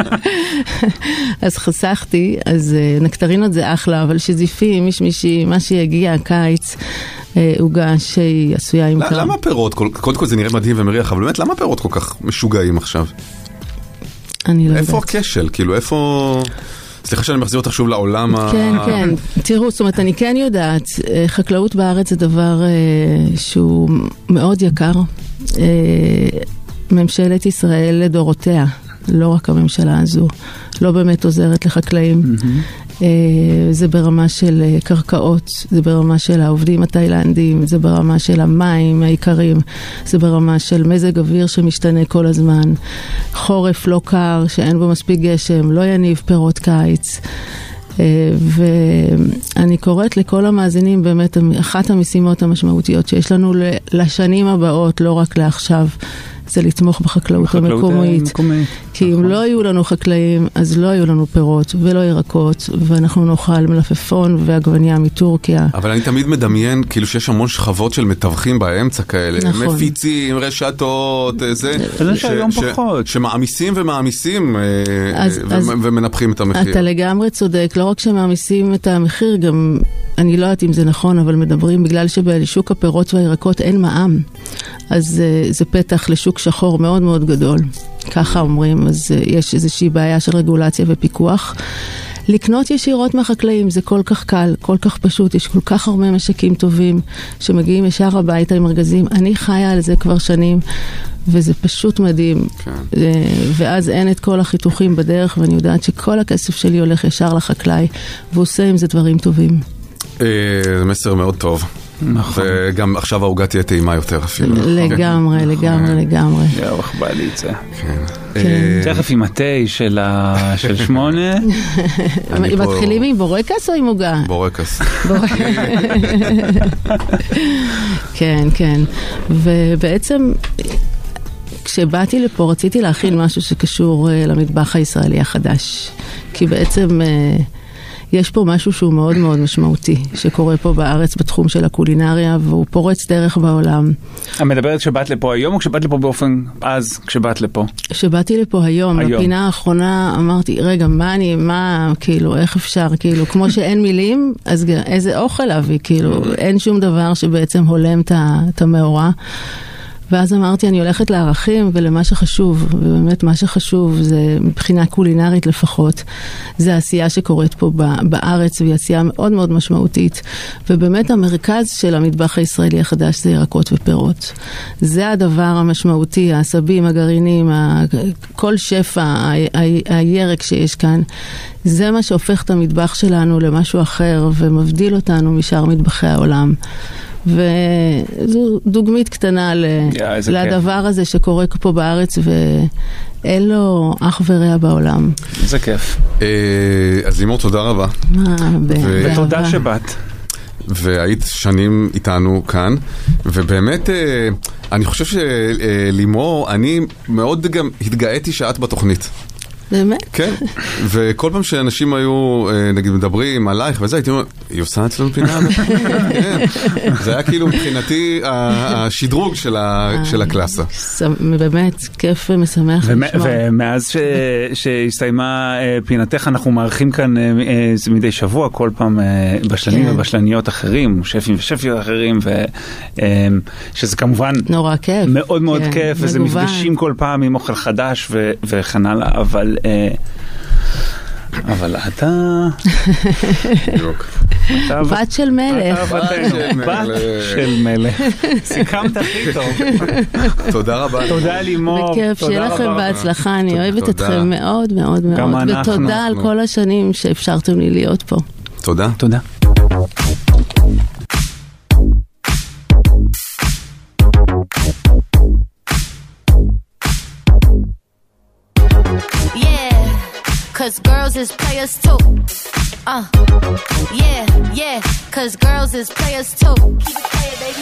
אז חסכתי, אז נקטרינות זה אחלה, אבל שזיפים, מישמישים, מה שיגיע הקיץ, עוגה שהיא עשויה עם קרם.
למה פירות? קודם כל זה נראה מדהים ומריח, אבל באמת למה פירות כל כך משוגעים עכשיו?
אני לא יודעת.
איפה הכשל? כאילו איפה... סליחה שאני מחזיר אותך שוב לעולם
כן. תראו, זאת אומרת, אני כן יודעת, חקלאות בארץ זה דבר שהוא מאוד יקר. ממשלת ישראל לדורותיה, לא רק הממשלה הזו, לא באמת עוזרת לחקלאים. זה ברמה של קרקעות, זה ברמה של העובדים התאילנדים, זה ברמה של המים העיקרים, זה ברמה של מזג אוויר שמשתנה כל הזמן, חורף לא קר, שאין בו מספיק גשם, לא יניב פירות קיץ. ואני קוראת לכל המאזינים, באמת אחת המשימות המשמעותיות שיש לנו לשנים הבאות, לא רק לעכשיו, זה לתמוך בחקלאות המקומית. כי אם לא היו לנו חקלאים, אז לא היו לנו פירות ולא ירקות, ואנחנו נאכל מלפפון ועגבניה מטורקיה.
אבל אני תמיד מדמיין, כאילו שיש המון שכבות של מתווכים באמצע כאלה, נכון. מפיצים, רשתות, זה
שהיום פחות.
שמעמיסים ומעמיסים ומנפחים את המחיר.
אתה לגמרי צודק, לא רק שמעמיסים את המחיר, גם אני לא יודעת אם זה נכון, אבל מדברים בגלל שבשוק הפירות והירקות אין מע"מ. אז זה פתח לשוק שחור מאוד מאוד גדול. ככה אומרים, אז יש איזושהי בעיה של רגולציה ופיקוח. לקנות ישירות מהחקלאים זה כל כך קל, כל כך פשוט, יש כל כך הרבה משקים טובים שמגיעים ישר הביתה עם ארגזים. אני חיה על זה כבר שנים, וזה פשוט מדהים. כן. ואז אין את כל החיתוכים בדרך, ואני יודעת שכל הכסף שלי הולך ישר לחקלאי, ועושה עם זה דברים טובים.
זה מסר מאוד טוב.
נכון.
וגם עכשיו העוגה תהיה טעימה יותר אפילו.
לגמרי, לגמרי, לגמרי.
יאו, איך בא לי את זה.
כן.
תכף עם התה של 8.
מתחילים עם בורקס או עם עוגה?
בורקס.
כן, כן. ובעצם כשבאתי לפה רציתי להכין משהו שקשור למטבח הישראלי החדש. כי בעצם יש פה משהו שהוא מאוד מאוד משמעותי, שקורה פה בארץ בתחום של הקולינריה, והוא פורץ דרך בעולם.
את מדברת שבאת לפה היום, או כשבאת לפה באופן אז, כשבאת לפה?
שבאתי לפה היום. בפינה האחרונה אמרתי, רגע, כאילו, איך אפשר, כאילו, כמו שאין מילים, אז איזה אוכל להביא, כאילו, אין שום דבר שבעצם הולם את המאורע. ואז אמרתי, אני הולכת לערכים ולמה שחשוב, ובאמת מה שחשוב זה מבחינה קולינרית לפחות, זה העשייה שקורית פה בארץ, והיא עשייה מאוד מאוד משמעותית. ובאמת המרכז של המטבח הישראלי החדש זה ירקות ופירות. זה הדבר המשמעותי, העשבים, הגרעינים, כל שפע, הירק שיש כאן. זה מה שהופך את המטבח שלנו למשהו אחר, ומבדיל אותנו משאר מטבחי העולם. וזו דוגמית קטנה לדבר הזה שקורה פה בארץ ואין לו אח ורע בעולם.
זה כיף.
אז לימור, תודה רבה.
ותודה שבאת.
והיית שנים איתנו כאן, ובאמת אני חושב שלימור, אני מאוד גם התגאיתי שאת בתוכנית.
באמת?
כן, וכל פעם שאנשים היו, נגיד, מדברים עלייך וזה, הייתי אומר, היא עושה אצלנו פינה? כן, זה היה כאילו מבחינתי השדרוג של הקלאסה.
באמת, כיף ומשמח לשמוע.
ומאז שהסתיימה פינתך, אנחנו מארחים כאן מדי שבוע, כל פעם בשלנים ובשלניות אחרים, שפים ושפיות אחרים, שזה כמובן
נורא כיף.
מאוד מאוד כיף, וזה מפגשים כל פעם עם אוכל חדש וכן הלאה, אבל אתה...
בת של מלך.
בת של מלך. סיכמת הכי טוב.
תודה רבה.
תודה לימור.
בכיף, שיהיה לכם בהצלחה, אני אוהבת אתכם מאוד מאוד מאוד. ותודה על כל השנים שאפשרתם לי להיות פה.
תודה.
תודה.
Cause girls is players too. Yeah, cause girls is players too. Keep it playing, baby.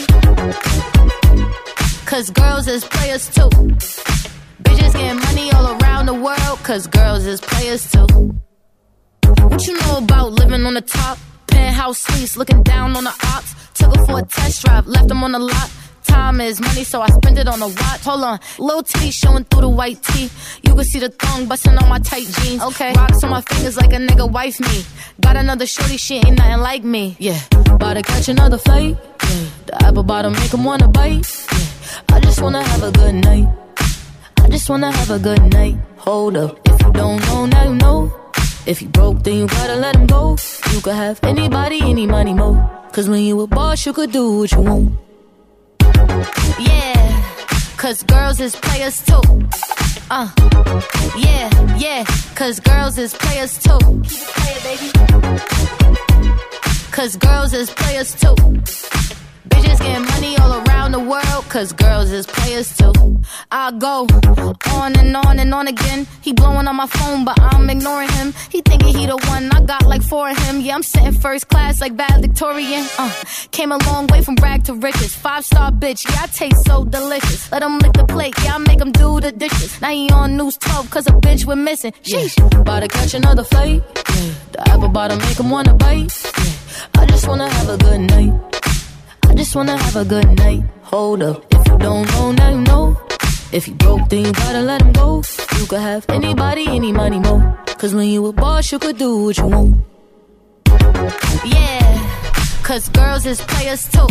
Cause girls is players too. Bitches getting money all around the world, cause girls is players too. What you know about living on the top? Penthouse suites, looking down on the ops. Took her for a test drive, left them on the lot. Time is money, so I spend it on a watch. Hold on, little titty showing through the white tee. You can see the thong busting on my tight jeans. Okay, rocks on my fingers like a nigga wife me. Got another shorty, she ain't nothing like me. Yeah, about to catch another flight. Yeah, the apple bottom make 'em wanna bite. Yeah, I just wanna have a good night. I just wanna have a good night. Hold up, if you don't know, now you know. If you broke, then you gotta let him go. You could have anybody, any money, mo. Cause when you a boss, you could do what you want. Yeah, cause girls is players too. Yeah, cause girls is players too. Keep it playing, baby. Cause girls is players too. Bitches getting money all around the world, cause girls is players too. I go on and on again. He blowing on my phone, but I'm ignoring him. He thinking he the one, I got like 4 of him. Yeah, I'm sitting first class like valedictorian. Came a long way from rag to riches. 5-star bitch, yeah, I taste so delicious. Let him lick the plate, yeah, I make him do the dishes. Now he on news 12, cause a bitch we're missing. Sheesh, about to catch another flight. Yeah, the apple bottom make him wanna bite. Yeah, I just wanna have a good night. I just wanna have a good night. Hold up, if you don't know, now you know. If you broke, then you gotta let him go. You could have anybody, any money, mo. Cause when you a boss, you could do what you want. Yeah, cause girls is players too.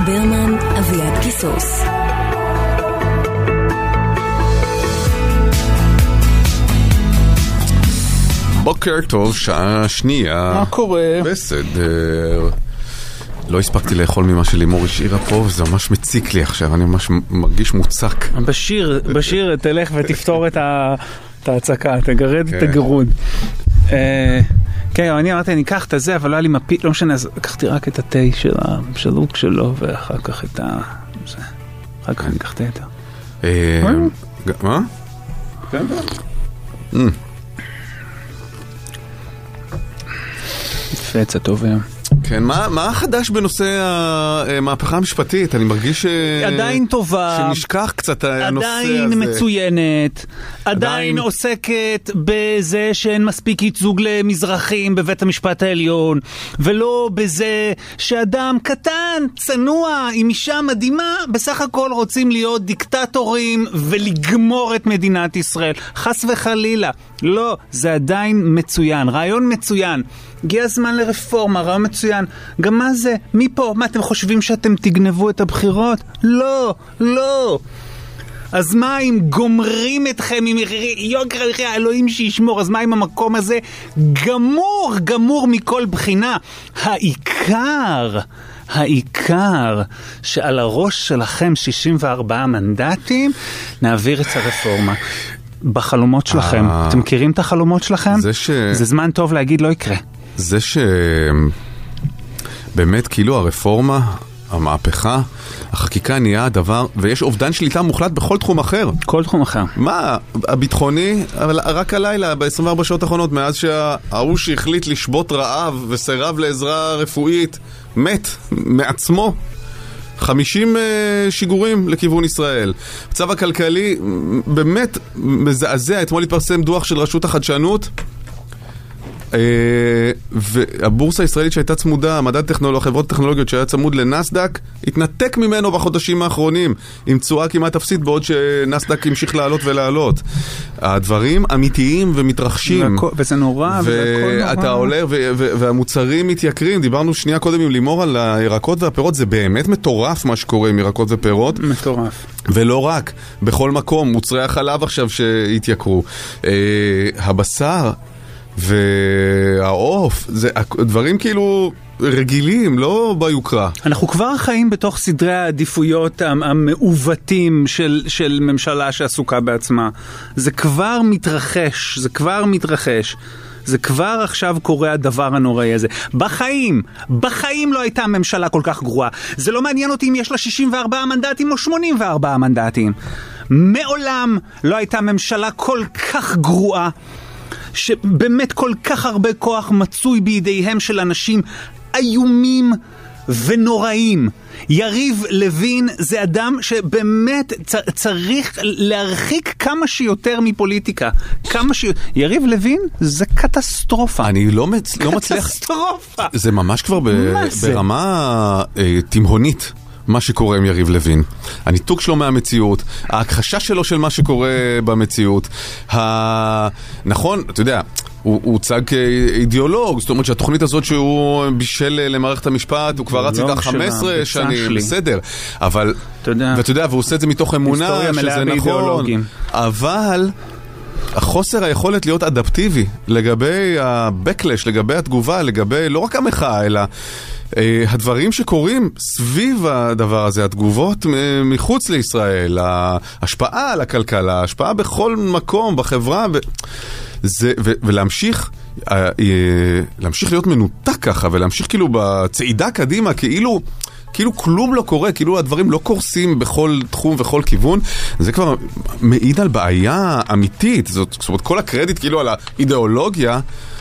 ברמן, אביעד קיסוס.
בוקר טוב, שעה שנייה.
מה קורה?
בסדר. לא הספקתי לאכול ממה שלימור השאירה פה, וזה ממש מציק לי עכשיו, אני ממש מרגיש מוצק.
בשיר, תלך ותפתור את ההצקה, תגרד את הגרוד. כן, אני אמרתי, אני אקח את זה, אבל לא היה לי מפית, לא משנה, אז לקחתי רק את התה של השלוק שלו, ואחר כך את זה. אחר כך אני אקח את היתר.
מה?
כן. פצע טוב היום.
כן, מה החדש בנושא המהפכה המשפטית? אני מרגיש
עדיין טובה,
שנשכח קצת הנושא הזה.
עדיין מצוינת, עדיין עוסקת בזה שאין מספיק ייצוג למזרחים בבית המשפט העליון, ולא בזה שאדם קטן, צנוע, עם אישה מדהימה, בסך הכל רוצים להיות דיקטטורים ולגמור את מדינת ישראל. חס וחלילה. לא, זה עדיין מצוין, רעיון מצוין. הגיע הזמן לרפורמה, רעיון מצוין. גם מה זה? מפה? מה, אתם חושבים שאתם תגנבו את הבחירות? לא, לא. אז מה אם גומרים אתכם עם יוקר המחיה, אלוהים שישמור, אז מה אם המקום הזה גמור מכל בחינה? העיקר שעל הראש שלכם 64 מנדטים, נעביר את הרפורמה. בחלומות שלכם. אתם מכירים את החלומות שלכם? זה זמן טוב להגיד לא יקרה.
זה שבאמת כאילו הרפורמה, המהפכה, החקיקה נהיה הדבר, ויש אובדן שליטה מוחלט בכל תחום אחר.
כל תחום אחר.
מה? הביטחוני, אבל רק הלילה, ב-24 שעות האחרונות, מאז שההוא שהחליט לשבות רעב וסירב לעזרה רפואית, מת מעצמו. 50 שיגורים לכיוון ישראל. הצו הכלכלי באמת מזעזע. אתמול התפרסם דוח של רשות החדשנות, והבורסה הישראלית שהייתה צמודה, חברות טכנולוגיות שהיה צמוד לנסדק, התנתק ממנו בחודשים האחרונים, עם תשואה כמעט אפסית, בעוד שנסדק המשיך לעלות ולעלות. הדברים אמיתיים ומתרחשים.
וזה נורא,
ואתה עולה, והמוצרים מתייקרים. דיברנו שנייה קודם עם לימור על הירקות והפירות, זה באמת מטורף מה שקורה עם ירקות ופירות.
מטורף.
ולא רק, בכל מקום, מוצרי החלב עכשיו שהתייקרו. הבשר והעוף, זה דברים כאילו רגילים, לא ביוקרה.
אנחנו כבר חיים בתוך סדרי העדיפויות המעוותים של ממשלה שעסוקה בעצמה. זה כבר מתרחש, זה כבר עכשיו קורה הדבר הנוראי הזה. בחיים לא הייתה ממשלה כל כך גרועה. זה לא מעניין אותי אם יש לה 64 מנדטים או 84 מנדטים. מעולם לא הייתה ממשלה כל כך גרועה, שבאמת כל כך הרבה כוח מצוי בידיהם של אנשים איומים ונוראים. יריב לוין זה אדם שבאמת צריך להרחיק כמה שיותר מפוליטיקה. יריב לוין זה קטסטרופה.
אני לא מצליח.
קטסטרופה.
זה ממש כבר ברמה תימהונית. מה שקורה עם יריב לוין. הניתוק שלו מהמציאות, ההכחשה שלו של מה שקורה במציאות. נכון, אתה יודע, הוא הוצג כאידיאולוג, זאת אומרת שהתוכנית הזאת שהוא בישל למערכת המשפט, הוא כבר רץ איתה 15 שנים, בסדר. אבל, ואתה יודע, והוא עושה את זה מתוך אמונה שזה נכון. אבל החוסר היכולת להיות אדפטיבי לגבי הבקלש, לגבי התגובה, לגבי לא רק המחאה, אלא הדברים שקורים סביב הדבר הזה, התגובות מחוץ לישראל, ההשפעה על הכלכלה, ההשפעה בכל מקום, בחברה, ולהמשיך להיות מנותק ככה, ולהמשיך כאילו בצעידה קדימה, כאילו כלום לא קורה, כאילו הדברים לא קורסים בכל תחום וכל כיוון. זה כבר מעיד על בעיה אמיתית. זאת אומרת, כל הקרדיט כאילו על האידיאולוגיה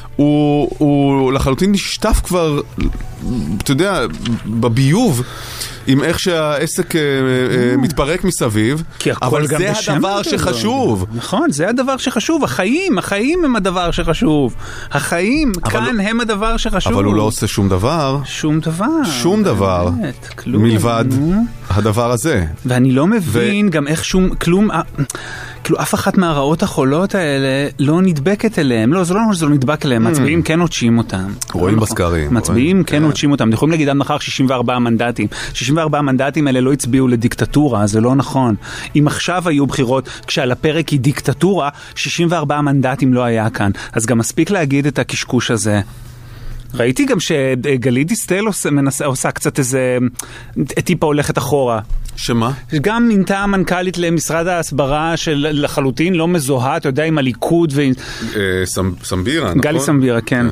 הוא לחלוטין נשטף כבר, אתה יודע, בביוב, עם איך שהעסק מתפרק מסביב, אבל זה הדבר שחשוב.
נכון, זה הדבר שחשוב. החיים הם הדבר שחשוב. החיים כאן הם הדבר שחשוב.
אבל הוא לא עושה שום דבר. שום דבר. מלבד הדבר הזה.
ואני לא מבין גם איך כלום... כאילו אף אחת מהרעות החולות האלה לא נדבקת אליהם. לא, זה לא שזה לא נדבק אליהם, מצביעים כן נוטשים אותם.
רואים בסקרים.
מצביעים כן נוטשים אותם. יכולים להגיד עד מחר 64 מנדטים. 64 מנדטים האלה לא הצביעו לדיקטטורה, זה לא נכון. אם עכשיו היו בחירות, כשעל הפרק היא דיקטטורה, 64 מנדטים לא היה כאן. אז גם מספיק להגיד את הקשקוש הזה. ראיתי גם שגלית דיסטל עושה קצת איזה טיפה הולכת אחורה.
שמה?
גם מינתה המנכ"לית למשרד ההסברה של לחלוטין לא מזוהה, אתה יודע, עם הליכוד
סמבירה, נכון?
גלי סמבירה, כן.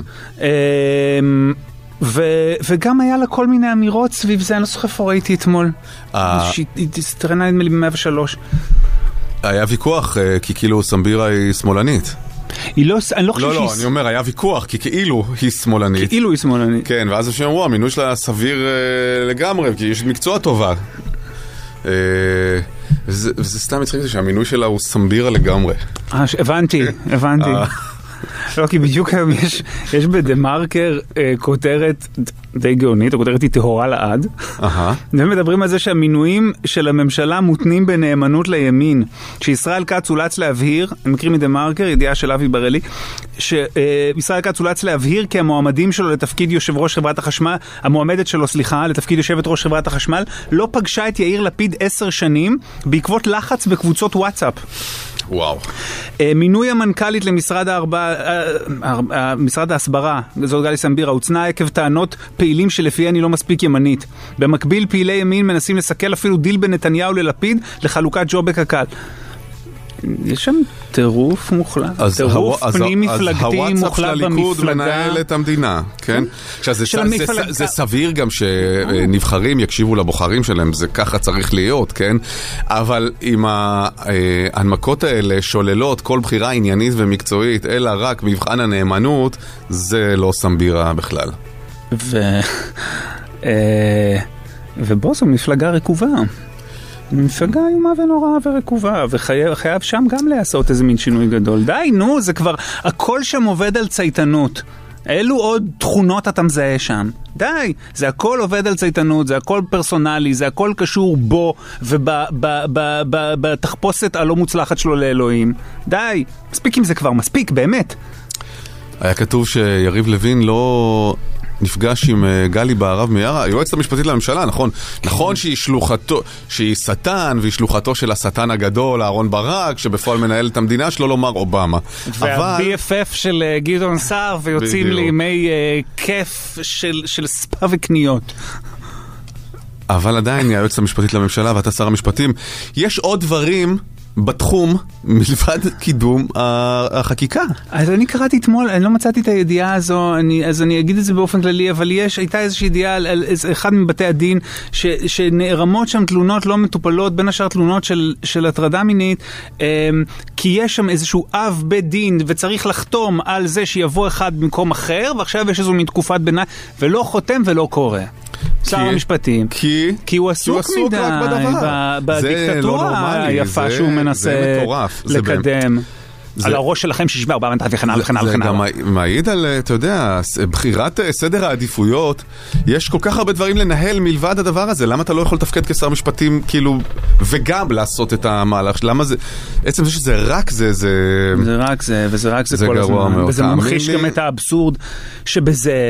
וגם היה לה כל מיני אמירות סביב זה, אני לא זוכר איפה ראיתי אתמול. היא תסתרנה נדמה לי ב-103.
היה ויכוח, כי כאילו סמבירה היא שמאלנית.
אני לא חושב שהיא...
לא, אני אומר, היה ויכוח, כי כאילו היא שמאלנית.
כאילו היא שמאלנית.
כן, ואז אפשר אמרו, המינוי שלה סביר לגמרי, כי יש מקצוע טובה. וזה סתם מצחיק שהמינוי שלה הוא סמבירה לגמרי.
הבנתי. לא, כי בדיוק היום יש בדה-מרקר כותרת די גאונית, הכותרת היא טהורה לעד. והם מדברים על זה שהמינויים של הממשלה מותנים בנאמנות לימין. שישראל כץ אולץ להבהיר, אני מקריא מדה-מרקר, ידיעה של אבי ברלי, שישראל כץ אולץ להבהיר כי המועמדים שלו לתפקיד יושב ראש חברת החשמל, המועמדת שלו, לתפקיד יושבת ראש חברת החשמל, לא פגשה את יאיר לפיד 10 שנים בעקבות לחץ בקבוצות וואטסאפ.
וואו.
מינוי המנכ"לית למשרד משרד ההסברה, זאת גלי סמבירה, הוצנע עקב טענות פעילים שלפיהן היא לא מספיק ימנית. במקביל, פעילי ימין מנסים לסכל אפילו דיל בין נתניהו ללפיד לחלוקת ג'וב בקק"ל. יש שם טירוף מוחלט, טירוף פנים מפלגתי מוחלט במפלגה.
הוואטסאפ של הליכוד מנהל את המדינה, כן? זה סביר גם שנבחרים יקשיבו לבוחרים שלהם, זה ככה צריך להיות, כן? אבל אם ההנמקות האלה שוללות כל בחירה עניינית ומקצועית, אלא רק מבחן הנאמנות, זה לא סמבירה בכלל.
ובו זו מפלגה רקובה. מפלגה איומה ונוראה ורקובה, וחייב שם גם לעשות איזה מין שינוי גדול. די, נו, זה כבר, הכל שם עובד על צייתנות. אילו עוד תכונות אתה מזהה שם? די, זה הכל עובד על צייתנות, זה הכל פרסונלי, זה הכל קשור בו ובתחפושת הלא מוצלחת שלו לאלוהים. די, מספיק עם זה כבר, מספיק, באמת.
היה כתוב שיריב לוין לא... נפגש עם גלי בערב מיארה, היועצת המשפטית לממשלה, נכון? נכון שהיא שלוחתו, שהיא שטן, והיא שלוחתו של השטן הגדול, אהרון ברק, שבפועל מנהל את המדינה שלו לומר אובמה.
וה-BFF של גדעון סער, ויוצאים לימי כיף של ספה וקניות.
אבל עדיין, היועצת המשפטית לממשלה, ואתה שר המשפטים, יש עוד דברים... בתחום, מלבד קידום החקיקה.
אז אני קראתי אתמול, אני לא מצאתי את הידיעה הזו, אז אני אגיד את זה באופן כללי, אבל הייתה איזושהי ידיעה על אחד מבתי הדין, שנערמות שם תלונות לא מטופלות, בין השאר תלונות של הטרדה מינית, כי יש שם איזשהו אב בית דין, וצריך לחתום על זה שיבוא אחד במקום אחר, ועכשיו יש איזו מין תקופת ביניים, ולא חותם ולא קורא. שר המשפטים. כי הוא עסוק מדי בדיקטטורה היפה שהוא מנסה לקדם. על הראש שלכם 64 מנדט וכן הלאה וכן הלאה.
זה גם מעיד על, אתה יודע, בחירת סדר העדיפויות. יש כל כך הרבה דברים לנהל מלבד הדבר הזה. למה אתה לא יכול לתפקד כשר משפטים, כאילו, וגם לעשות את המהלך? למה זה, עצם זה שזה רק זה,
זה רק זה, וזה רק זה כל הזמן. וזה ממחיש גם את האבסורד שבזה.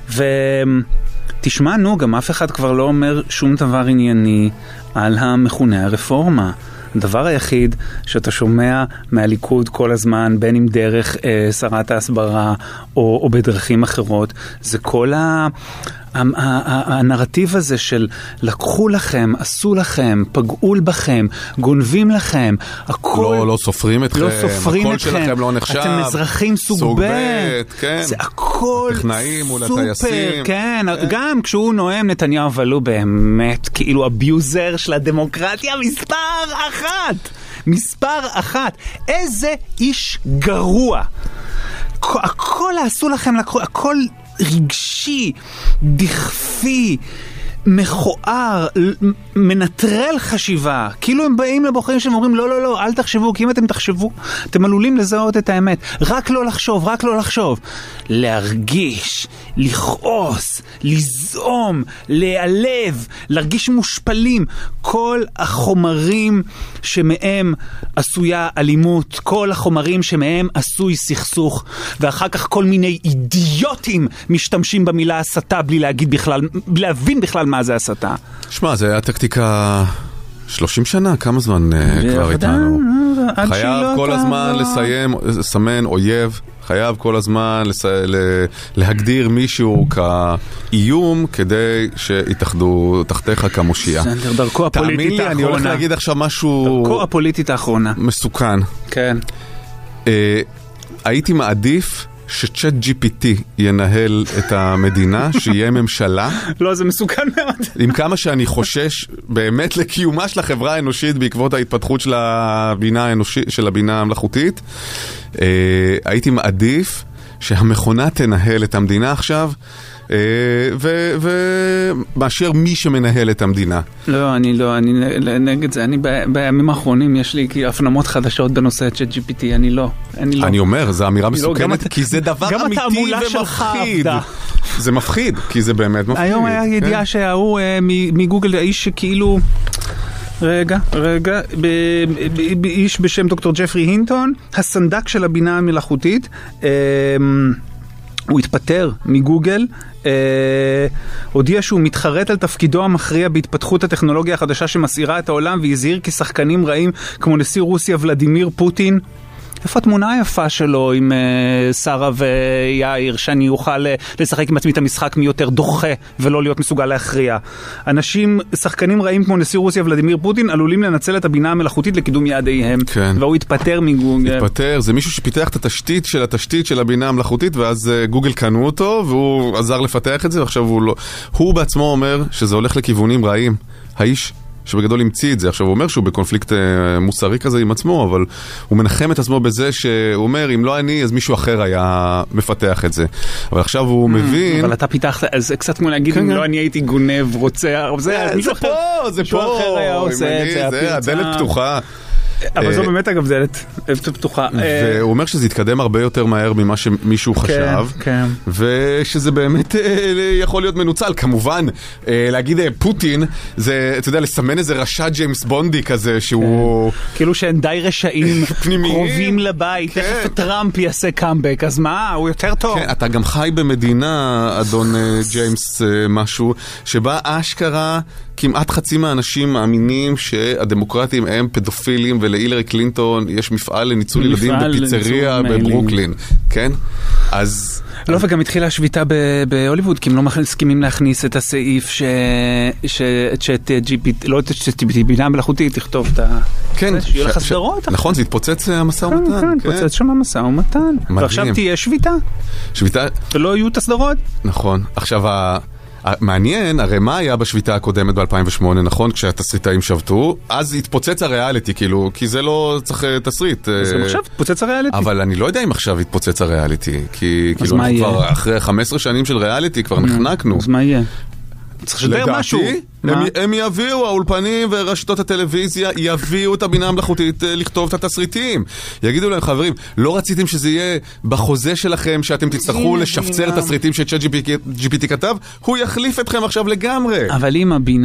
תשמע, נו, גם אף אחד כבר לא אומר שום דבר ענייני על המכונה הרפורמה. הדבר היחיד שאתה שומע מהליכוד כל הזמן, בין אם דרך שרת ההסברה או בדרכים אחרות, זה כל הנרטיב הזה של לקחו לכם, עשו לכם, פגעו בכם, גונבים לכם, הכל...
לא סופרים אתכם,
הקול
שלכם לא נחשב.
אתם אזרחים סוג ב',
כן.
זה הכל
סופר,
כן. גם כשהוא נואם נתניהו, אבל הוא באמת כאילו אביוזר של הדמוקרטיה מספר אחת. איזה איש גרוע. הכל עשו לכם, הכל רגשי, דכפי, מכוער, מנטרל חשיבה. כאילו הם באים לבוחרים שהם אומרים, לא, לא, לא, אל תחשבו, כי אם אתם תחשבו, אתם עלולים לזהות את האמת. רק לא לחשוב, רק לא לחשוב. להרגיש, לכעוס, לזעום, להיעלב, להרגיש מושפלים. כל החומרים שמהם עשויה אלימות, כל החומרים שמהם עשוי סכסוך, ואחר כך כל מיני אידיוטים משתמשים במילה הסתה בלי להבין בכלל מה זה הסתה.
שמע, זה היה טקטיקה 30 שנה, כמה זמן כבר איתנו? חייב כל הזמן לסמן אויב, חייב כל הזמן להגדיר מישהו כאיום כדי שיתאחדו תחתיך כמושיע.
דרכו הפוליטית האחרונה.
תאמין לי, אני הולך להגיד עכשיו משהו...
דרכו הפוליטית האחרונה.
מסוכן.
כן.
הייתי מעדיף שצ'אט GPT ינהל את המדינה, שיהיה ממשלה.
לא, זה מסוכן מאוד.
עם כמה שאני חושש באמת לקיומה של החברה האנושית בעקבות ההתפתחות של הבינה המלאכותית, הייתי מעדיף שהמכונה תנהל את המדינה עכשיו, ומאשר מי שמנהל את המדינה.
לא, אני נגד זה. בימים האחרונים יש לי הפנמות חדשות בנושא צ'אט GPT, אני לא.
אני אומר, זו אמירה מסוכנת, כי זה דבר אמיתי ומפחיד. זה מפחיד, כי זה באמת מפחיד.
היום היה ידיעה שההוא מגוגל, האיש שכאילו... רגע, איש בשם דוקטור ג'פרי הינטון, הסנדק של הבינה המלאכותית, הוא התפטר מגוגל, הודיע שהוא מתחרט על תפקידו המכריע בהתפתחות הטכנולוגיה החדשה שמסעירה את העולם, והזהיר כי שחקנים רעים כמו נשיא רוסיה ולדימיר פוטין. איפה התמונה היפה שלו עם שרה ויאיר, שאני אוכל לשחק עם עצמי את המשחק מי יותר דוחה ולא להיות מסוגל להכריע. שחקנים רעים כמו נשיא רוסיה ולדימיר פוטין עלולים לנצל את הבינה המלאכותית לקידום יעדיהם.
כן.
והוא התפטר מגוגל.
התפטר, זה מישהו שפיתח את התשתית של הבינה המלאכותית, ואז גוגל קנו אותו והוא עזר לפתח את זה, ועכשיו הוא בעצמו אומר שזה הולך לכיוונים רעים. האיש שבגדול המציא את זה. עכשיו הוא אומר שהוא בקונפליקט מוסרי כזה עם עצמו, אבל הוא מנחם את עצמו בזה שהוא אומר, אם לא אני, אז מישהו אחר היה מפתח את זה. אבל עכשיו הוא מבין...
אבל אתה פיתחת, אז זה קצת כמו להגיד, אם לא אני הייתי גונב, רוצח,
זה פה,
מישהו אחר היה עושה את זה.
זה הדלת פתוחה.
אבל זו באמת אגב דלת פתוחה.
והוא אומר שזה יתקדם הרבה יותר מהר ממה שמישהו חשב, ושזה באמת יכול להיות מנוצל. כמובן, להגיד פוטין, זה, אתה יודע, לסמן איזה רשע ג'יימס בונדי כזה, שהוא...
כאילו שהם די רשעים, קרובים לבית, תכף טראמפ יעשה קאמבק, אז מה? הוא יותר טוב.
כן, אתה גם חי במדינה, אדון ג'יימס משהו, שבה אשכרה כמעט חצי מהאנשים מאמינים שהדמוקרטים הם פדופילים, ולהילרי קלינטון יש מפעל לניצול ילדים בפיצריה בברוקלין, כן? אז...
לא, וגם התחילה השביתה בהוליווד, כי הם לא מסכימים להכניס את הסעיף שצ'אט GPT, לא את צ'אט GPT, בינה מלאכותית, תכתוב את ה...
כן.
שיהיה לך סדרות.
נכון, זה התפוצץ המשא ומתן.
כן, התפוצץ שם המשא ומתן. ועכשיו תהיה שביתה.
שביתה.
ולא יהיו את הסדרות.
נכון. עכשיו, מעניין, הרי מה היה בשביתה הקודמת ב-2008, נכון? כשהתסריטאים שבתו, אז התפוצץ הריאליטי, כאילו, כי זה לא צריך תסריט.
אז גם עכשיו התפוצץ הריאליטי.
אבל אני לא יודע אם עכשיו התפוצץ הריאליטי, כי כאילו אנחנו כבר אחרי 15 שנים של ריאליטי כבר נחנקנו.
אז מה יהיה? צריך לשדר משהו.
הם יביאו, האולפנים ורשתות הטלוויזיה יביאו את הבינה המלאכותית לכתוב את התסריטים. יגידו להם, חברים, לא רציתם שזה יהיה בחוזה שלכם שאתם תצטרכו לשפצר תסריטים שצ'אט GPT כתב? הוא יחליף אתכם עכשיו לגמרי.
אבל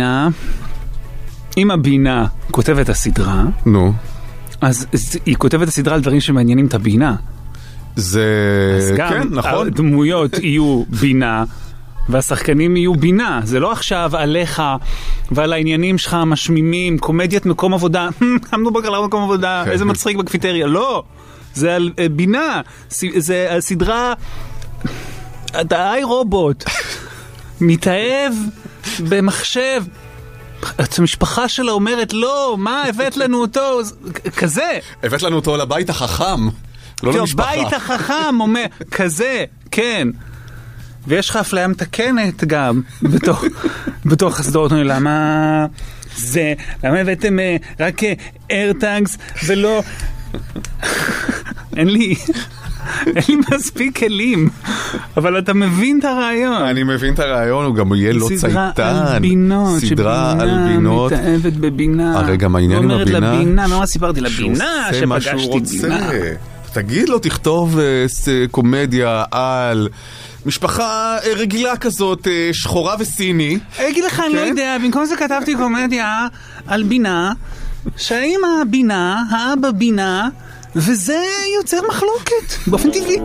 אם הבינה כותבת את הסדרה, אז היא כותבת את הסדרה על דברים שמעניינים את הבינה.
זה...
אז גם הדמויות יהיו בינה, והשחקנים יהיו בינה. זה לא עכשיו עליך ועל העניינים שלך משמימים, קומדיית מקום עבודה, עמדו בקרלר מקום עבודה, איזה מצחיק בקפיטריה. לא, זה על בינה. זה על סדרה, האי רובוט מתאהב במחשב, המשפחה שלה אומרת, לא, מה, הבאת לנו אותו, כזה.
הבאת לנו אותו לבית החכם, לא למשפחה.
בית החכם, אומר, כזה, כן. ויש לך אפליה מתקנת גם בתוך הסדרות. למה הבאתם רק AirTags ולא... אין לי... אין לי מספיק כלים, אבל אתה מבין את הרעיון.
אני מבין את הרעיון, הוא גם יהיה לא צייתן.
סדרה על בינות,
סדרה על בינות.
מתאהבת בבינה.
הרי גם העניין עם הבינה.
אומרת לבינה, מה סיפרתי לבינה שפגשתי בינה.
תגיד לו, תכתוב קומדיה על משפחה רגילה כזאת, שחורה וסיני.
אגיד לך, אני לא יודע, במקום זה כתבתי קומדיה על בינה, שהאמא בינה, האבא בינה, וזה יוצר מחלוקת, באופן טבעי.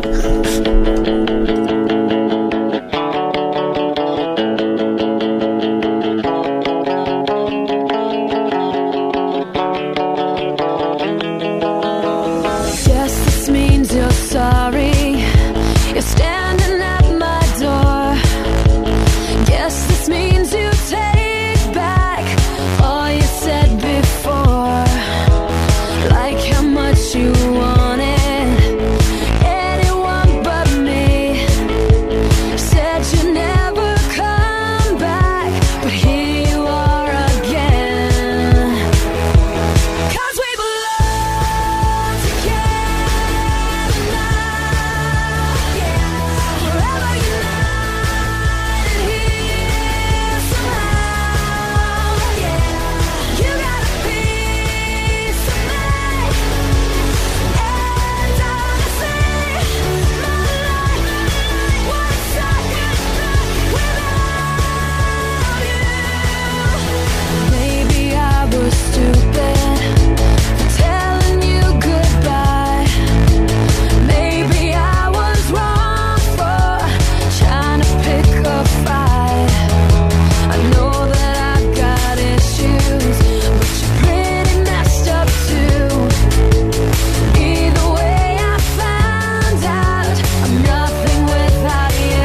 Yes, this means you're sorry. You're standing at my door. Yes, this means you take back all you said before. Like how much you wanted anyone but me. Said you never come back, but here you are again. 'Cause we belong together now, yeah. Forever united here somehow, yeah. You got a piece of me, and honestly, my life was sucking without you. Maybe I was stupid for telling you goodbye. Maybe I was wrong for trying to pick a fight. I know that I got issues, but you're pretty messed up too. Either way, I found out I'm nothing without you.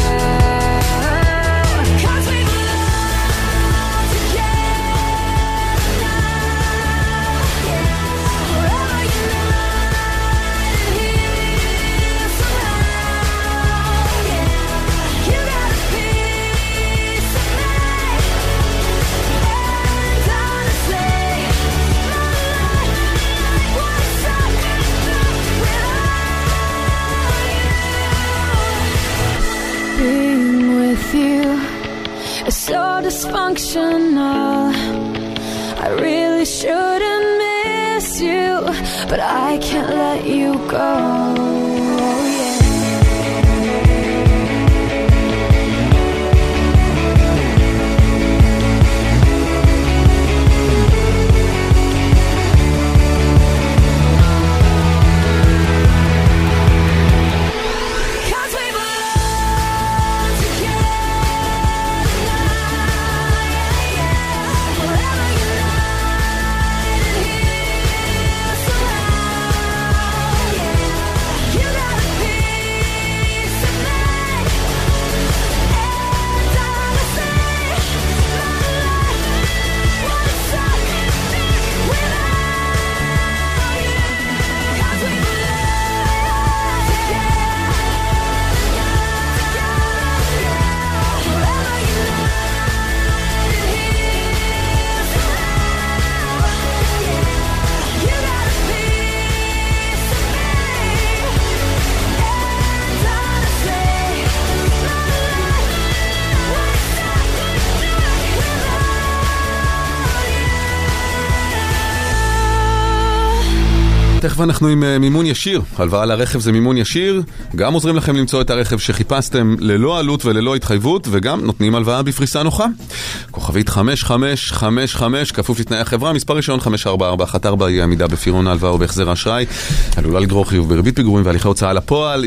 'Cause we belong together now, yeah. Forever united here somehow, yeah. You got a piece of me, and honestly, my life was sucking without you. Being with you is so dysfunctional. I really shouldn't miss you, but I can't let you go. Yeah.
תכף אנחנו עם מימון ישיר. הלוואה לרכב זה מימון ישיר. גם עוזרים לכם למצוא את הרכב שחיפשתם ללא עלות וללא התחייבות, וגם נותנים הלוואה בפריסה נוחה. כוכבית 5555, כפוף לתנאי החברה, מספר ראשון 5441, יהיה עמידה בפירעון ההלוואה או בהחזר האשראי. עלולה לגרור חיוב בריבית פיגורים והליכי הוצאה לפועל.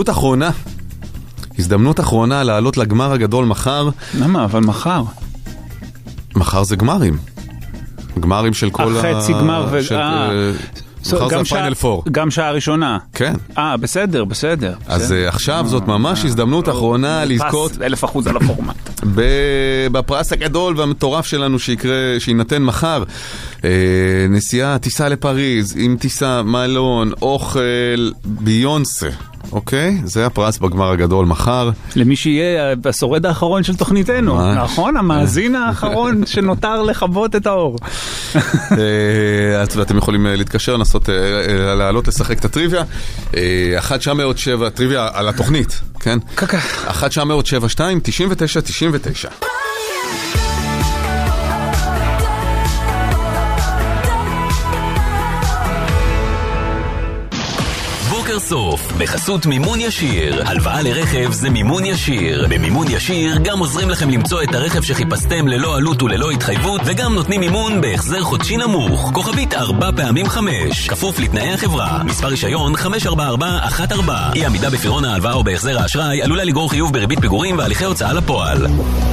הזדמנות אחרונה לעלות לגמר הגדול מחר.
למה? אבל מחר.
מחר זה גמרים. גמרים של כל
החצי גמר
מחר זה הפיינל 4.
גם שעה ראשונה.
כן.
בסדר.
אז עכשיו זאת ממש הזדמנות אחרונה לזכות
1000% על הפורמט.
בפרס הגדול והמטורף שלנו שינתן מחר. נסיעה, טיסה לפריז, עם טיסה, מלון, אוכל, ביונסה. אוקיי? זה הפרס בגמר הגדול מחר.
למי שיהיה השורד האחרון של תוכניתנו, נכון? המאזין האחרון שנותר לכבות את האור.
ואתם יכולים להתקשר, לנסות לעלות, לשחק את הטריוויה. 1-907, טריוויה על התוכנית, כן? 1-907-2-99-99.
סוף, בחסות מימון ישיר. הלוואה לרכב זה מימון ישיר. במימון ישיר גם עוזרים לכם למצוא את הרכב שחיפשתם ללא עלות וללא התחייבות, וגם נותנים מימון בהחזר חודשי נמוך. כוכבית 4x5. כפוף לתנאי החברה. מספר רישיון 54414. אי עמידה בפירעון ההלוואה או בהחזר האשראי עלולה לגרור חיוב בריבית פיגורים והליכי הוצאה לפועל.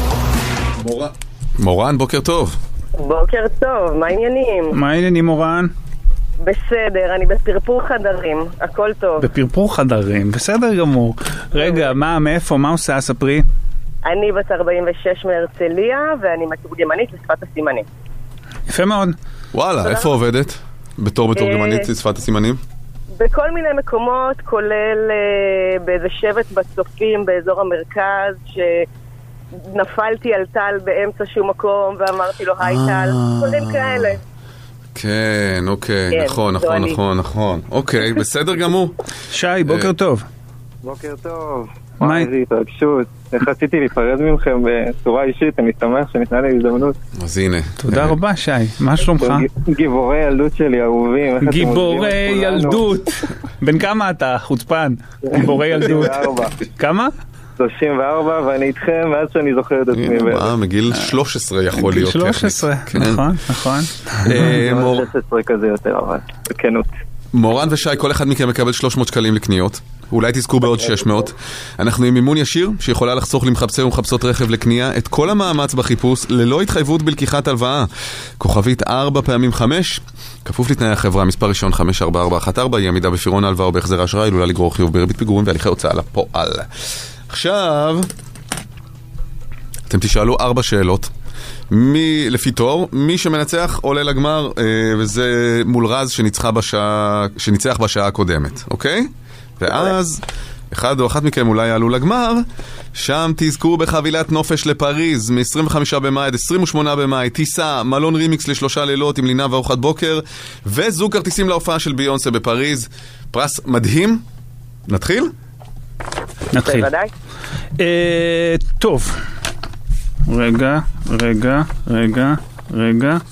מורן, בוקר טוב.
בוקר טוב, מה העניינים?
מה העניינים, מורן?
בסדר, אני בפרפור חדרים, הכל טוב.
בפרפור חדרים, בסדר גמור. רגע, מאיפה, מה עושה? ספרי.
אני בת 46 מהרצליה, ואני מתורגמנית לשפת הסימנים.
יפה מאוד. וואלה, איפה עובדת? בתור מתורגמנית לשפת הסימנים?
בכל מיני מקומות, כולל באיזה שבט בצופים באזור המרכז, שנפלתי על טל באמצע שום מקום, ואמרתי לו, היי טל, דברים כאלה.
כן, אוקיי, נכון. אוקיי, בסדר גמור.
שי, בוקר טוב.
בוקר טוב. מה איזה התרגשות. איך רציתי להיפרד ממכם בצורה אישית, אני שמח שניתנה לי הזדמנות.
אז הנה.
תודה רבה, שי. מה שלומך?
גיבורי ילדות שלי, אהובים.
גיבורי ילדות. בן כמה אתה, חוצפן? גיבורי ילדות.
34.
כמה?
34, ואני איתכם מאז שאני זוכר את עצמי.
מגיל 13 יכול להיות.
13, נכון.
16 כזה יותר, אבל בכנות.
מורן ושי, כל אחד מכם מקבל 300 שקלים לקניות. אולי תזכו בעוד 600. אנחנו עם מימון ישיר, שיכולה לחסוך למחפשי ומחפשות רכב לקנייה את כל המאמץ בחיפוש, ללא התחייבות בלקיחת הלוואה. כוכבית 4x5, כפוף לתנאי החברה, מספר ראשון 54414, היא עמידה בפירעון ההלוואה או בהחזר האשראי, עלולה לגרור חיוב בריבית פיגורים והליכי הוצאה לפועל. עכשיו, אתם תשאלו 4 שאלות. לפי תור, מי שמנצח עולה לגמר, וזה מול רז שניצח בשעה הקודמת, אוקיי? ואז אחד או אחת מכם אולי יעלו לגמר, שם תזכו בחבילת נופש לפריז, מ-25 במאי עד 28 במאי, טיסה, מלון רימיקס ל3 לילות עם לינה וארוחת בוקר, וזוג כרטיסים להופעה של ביונסה בפריז. פרס מדהים. נתחיל?
נתחיל. טוב. רגע.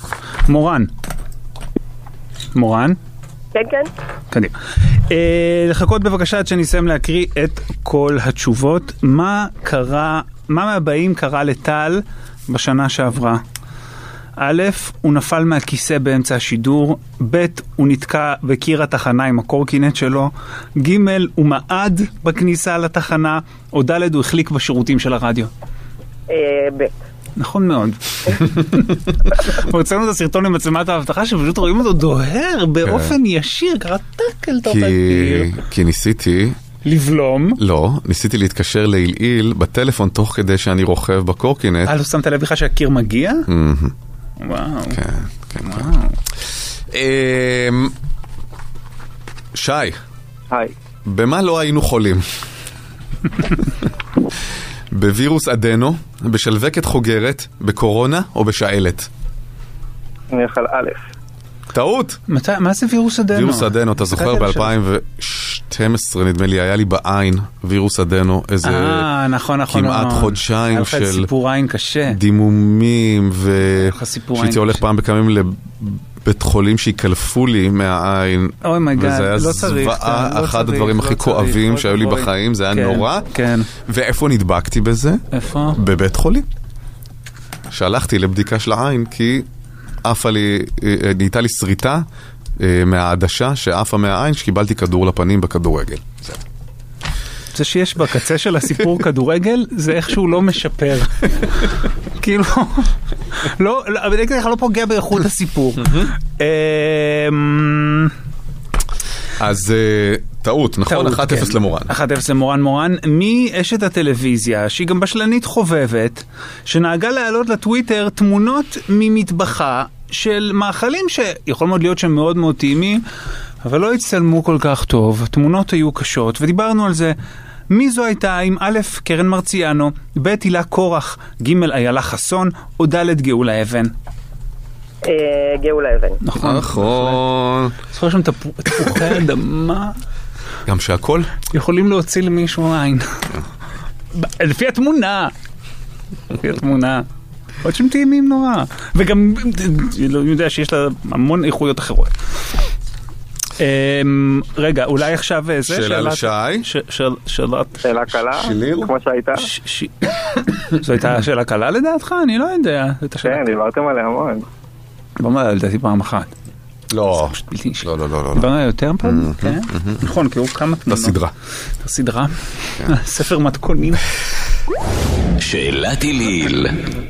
מורן?
כן.
קדימה. לחכות בבקשה עד שנסיים להקריא את כל התשובות. מה מהבאים קרה לטל בשנה שעברה? א', הוא נפל מהכיסא באמצע השידור, ב', הוא נתקע בקיר התחנה עם הקורקינט שלו, ג', הוא מעד בכניסה לתחנה, או ד', הוא החליק בשירותים של הרדיו.
ב'.
נכון מאוד. הוצאנו את הסרטון עם מצלמת האבטחה שפשוט רואים אותו דוהר באופן ישיר, קרא טקל תוך הקיר.
כי ניסיתי
לבלום.
לא, ניסיתי להתקשר להילעיל בטלפון תוך כדי שאני רוכב בקורקינט.
לא שמת לב לך שהקיר מגיע? וואו.
כן. שי.
היי.
במה לא היינו חולים? בווירוס אדנו, בשלווקת חוגרת, בקורונה או בשאלת?
אני יכול א'.
טעות.
מה זה וירוס אדנו?
וירוס אדנו, אתה זוכר ב-2012 נדמה לי, היה לי בעין וירוס אדנו איזה כמעט חודשיים של
סיפור עין קשה,
דימומים, שהייתי הולך פעם בכמה בית חולים שיקלפו לי מהעין, וזה היה זוועה, אחד הדברים הכי כואבים שהיו לי בחיים, זה היה נורא. ואיפה נדבקתי בזה?
איפה?
בבית חולים. שהלכתי לבדיקה של העין, כי נהייתה לי שריטה מהעדשה שעפה מהעין, שקיבלתי כדור לפנים בכדורגל.
זה שיש בקצה של הסיפור כדורגל, זה איכשהו לא משפר. כאילו, בדרך כלל לא פוגע באיכות הסיפור.
אז טעות, נכון? 1-0 למורן.
1-0 למורן. מורן, מי אשת הטלוויזיה, שהיא גם בשלנית חובבת, שנהגה להעלות לטוויטר תמונות ממטבחה של מאכלים שיכול מאוד להיות שהם מאוד מאוד טעימים, אבל לא הצטלמו כל כך טוב, התמונות היו קשות, ודיברנו על זה. מי זו הייתה עם א' קרן מרציאנו, ב' הילה קורח, ג' איילה חסון, או ד' גאולה אבן?
גאולה אבן.
נכון. זוכר שם תפוחי אדמה.
גם שהכל?
יכולים להוציא למישהו עין. לפי התמונה. עוד שהם טעימים נורא. וגם, לא יודע שיש לה המון איכויות אחרות. רגע, אולי עכשיו זה
שאלה לשי.
שאלה קלה, כמו שהייתה.
זו הייתה שאלה קלה לדעתך? אני לא יודע.
כן, דיברתם עליה המון.
דיברנו עליה לדעתי פעם אחת.
לא.
דיברנו עליה יותר פעם? כן. נכון, כי הוא כמה תמונות. לסדרה. ספר מתכונים.
שאלת איליל.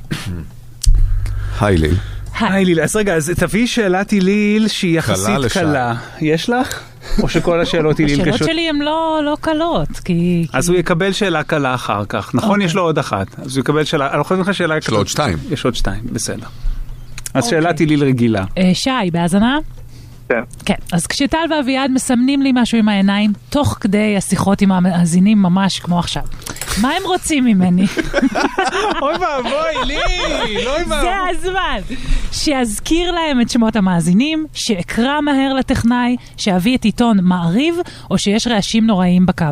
היי ליל.
היי ליל, אז רגע, אז תביא שאלת איליל שהיא יחסית קלה. יש לך? או שכל השאלות איליל קשות?
השאלות שלי הן לא קלות, כי...
אז הוא יקבל שאלה קלה אחר כך. נכון, יש לו עוד אחת. אז הוא יקבל שאלה... אני חושב לך שאלה...
יש לו עוד 2.
יש עוד 2, בסדר. אז שאלת איליל רגילה.
שי, בהאזנה?
כן.
כן, אז כשטל ואביעד מסמנים לי משהו עם העיניים, תוך כדי השיחות עם המאזינים ממש כמו עכשיו. מה הם רוצים ממני?
אוי ואבוי, לי!
זה הזמן. שאזכיר להם את שמות המאזינים, שאקרא מהר לטכנאי, שאביא את עיתון מעריב, או שיש רעשים נוראים בקו.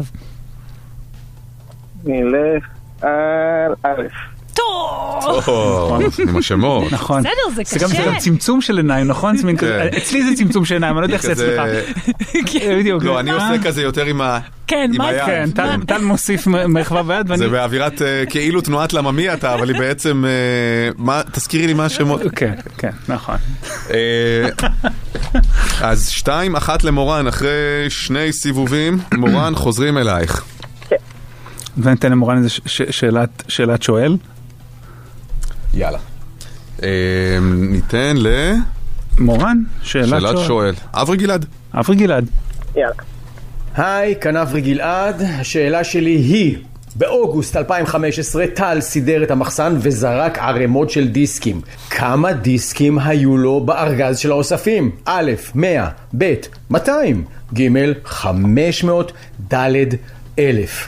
נלך על א'.
טוב!
עם השמות.
נכון.
בסדר, זה קשה.
זה גם צמצום של עיניים, נכון? אצלי זה צמצום של עיניים, אני לא יודע איך זה אצלך.
לא, אני עושה כזה יותר עם היד.
כן,
טל מוסיף מחווה ביד.
זה באווירת כאילו תנועת לממי אתה, אבל היא בעצם... תזכירי לי מה השמות.
כן, כן, נכון.
אז 2-1 למורן, אחרי 2 סיבובים, מורן חוזרים אלייך.
וניתן למורן איזה שאלת שואל.
יאללה. ניתן
מורן, שאלת שואל.
אברי גלעד.
יאללה.
היי, כאן אברי גלעד. השאלה שלי היא, באוגוסט 2015 טל סידר את המחסן וזרק ערימות של דיסקים. כמה דיסקים היו לו בארגז של האוספים? א', 100, ב', 200, ג', 500, ד', 1000.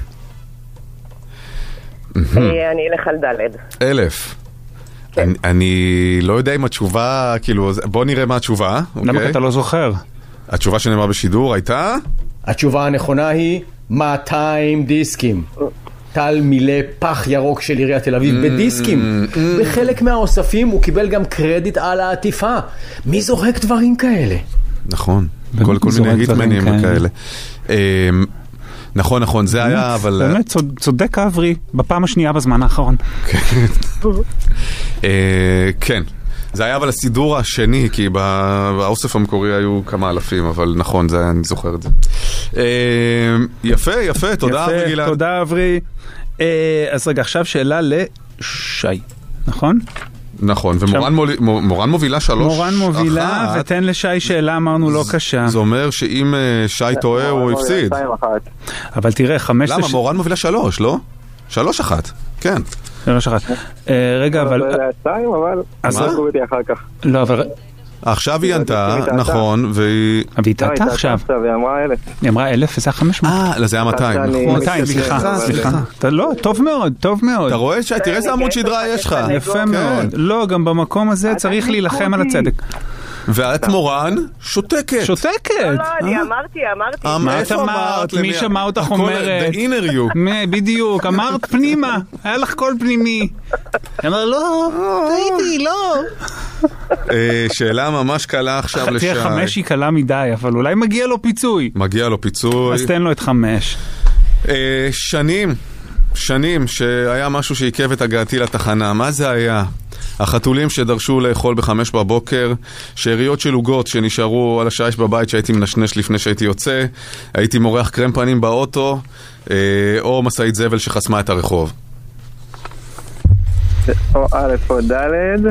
אני אלך על ד'.
1000. אני לא יודע אם התשובה, כאילו, בוא נראה מה התשובה.
למה אתה לא זוכר?
התשובה שנאמרה בשידור הייתה?
התשובה הנכונה היא 200 דיסקים. טל מילא פח ירוק של עיריית תל אביב בדיסקים. בחלק מהאוספים הוא קיבל גם קרדיט על העטיפה. מי זורק דברים כאלה?
נכון, כל מיני היטמנים כאלה. נכון, זה היה, אבל...
באמת, צודק אברי, בפעם השנייה בזמן האחרון.
כן, זה היה אבל הסידור השני, כי באוסף המקורי היו כמה אלפים, אבל נכון, אני זוכר את זה. יפה, תודה אברי גלעד.
תודה אברי. אז רגע, עכשיו שאלה לשי, נכון?
נכון, ומורן מובילה 3-1.
מורן מובילה, ותן לשי שאלה, אמרנו לא קשה.
זה אומר שאם שי טועה הוא הפסיד.
אבל תראה, 5...
למה? מורן מובילה 3, לא? 3-1, כן.
3-1. רגע, אבל...
אז לא קוביתי אחר כך.
לא, אבל...
עכשיו היא ענתה, נכון, והיא...
אבל היא טעתה עכשיו.
היא אמרה 1,000.
היא אמרה 1,000 וזה 500.
זה היה 200.
200, סליחה. לא, טוב מאוד.
אתה רואה תראה איזה עמוד שדרה יש לך.
יפה מאוד. לא, גם במקום הזה צריך להילחם על הצדק.
ואת מורן שותקת.
לא, אני אמרתי.
מה את אמרת? מי שמע אותך אומרת?
The inner you.
בדיוק, אמרת פנימה. היה לך קול פנימי. אמר, לא, טעיתי, לא.
שאלה ממש קלה עכשיו לשעה.
תראה, 5 היא קלה מדי, אבל אולי מגיע לו פיצוי. אז תן לו את 5.
שנים שהיה משהו שעיכב את הגעתי לתחנה. מה זה היה? החתולים שדרשו לאכול ב5 בבוקר, שאריות של עוגות שנשארו על השייש בבית שהייתי מנשנש לפני שהייתי יוצא, הייתי מורח קרם פנים באוטו, או מסעית זבל שחסמה את הרחוב.
או א' או ד'.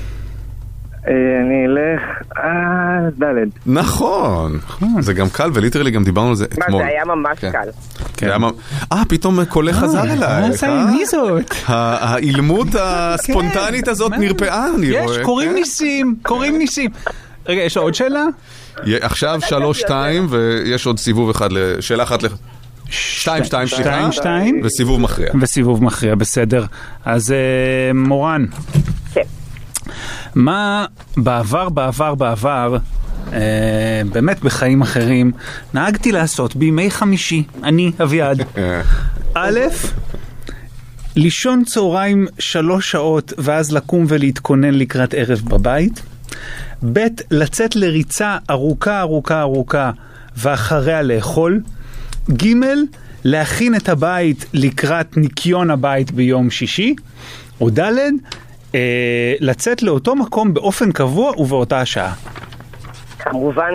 אני אלך ד'.
נכון, זה גם קל, וליטרלי גם דיברנו על זה אתמול.
זה היה ממש קל.
פתאום קולך חזר אליי.
מי זאת?
האילמות הספונטנית הזאת נרפאה, אני רואה.
יש, קוראים ניסים. רגע, יש עוד שאלה?
עכשיו 3-2 ויש עוד סיבוב אחד, שאלה אחת 2-2, סליחה, וסיבוב מכריע.
וסיבוב מכריע, בסדר. אז מורן.
כן.
מה בעבר, באמת בחיים אחרים, נהגתי לעשות בימי חמישי, אני אביעד. א', לישון צהריים 3 שעות ואז לקום ולהתכונן לקראת ערב בבית. ב', לצאת לריצה ארוכה ואחריה לאכול. ג', להכין את הבית לקראת ניקיון הבית ביום שישי. או ד', לצאת לאותו מקום באופן קבוע ובאותה השעה.
כמובן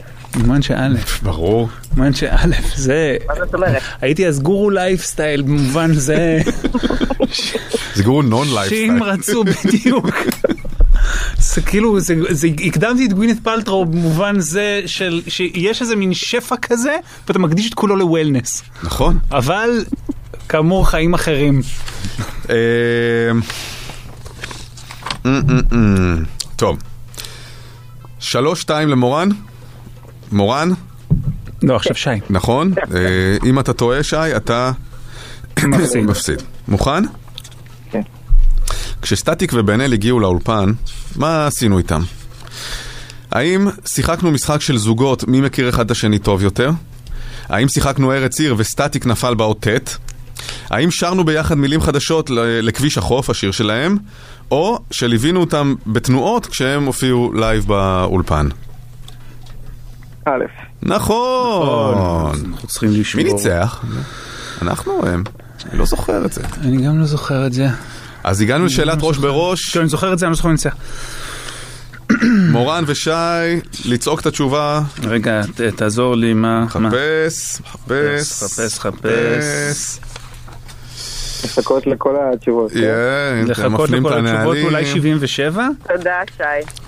ברור.
כמובן שאלף, זה...
מה זאת אומרת?
הייתי אז גורו לייפסטייל, במובן זה...
זה גורו נון לייפסטייל.
שאם רצו בדיוק. זה כאילו, הקדמתי את גווינית פלטרו במובן זה שיש איזה מין שפע כזה, ואתה מקדיש את כולו לוולנס.
נכון.
אבל, כאמור, חיים אחרים.
טוב. 3-2 למורן. מורן?
לא, עכשיו שי.
נכון. אם אתה טועה, שי, אתה מפסיד. מוכן?
כן.
כשסטטיק ובן-אל הגיעו לאולפן, מה עשינו איתם? האם שיחקנו משחק של זוגות, מי מכיר אחד את השני טוב יותר? האם שיחקנו ארץ עיר וסטטיק נפל באות ט'? האם שרנו ביחד מילים חדשות לכביש החוף, השיר שלהם? או שליווינו אותם בתנועות כשהם הופיעו לייב באולפן?
א'.
נכון.
אנחנו צריכים לשמור.
מי ניצח? אנחנו או הם? אני לא זוכר את זה.
אני גם לא זוכר את זה.
אז הגענו לשאלת ראש בראש.
אני זוכר את זה, אני לא זוכר ניצח.
מורן ושי, לצעוק את התשובה.
רגע, תעזור לי מה...
חפש.
לחכות לכל התשובות.
לחכות לכל התשובות, אולי 77?
תודה, שי.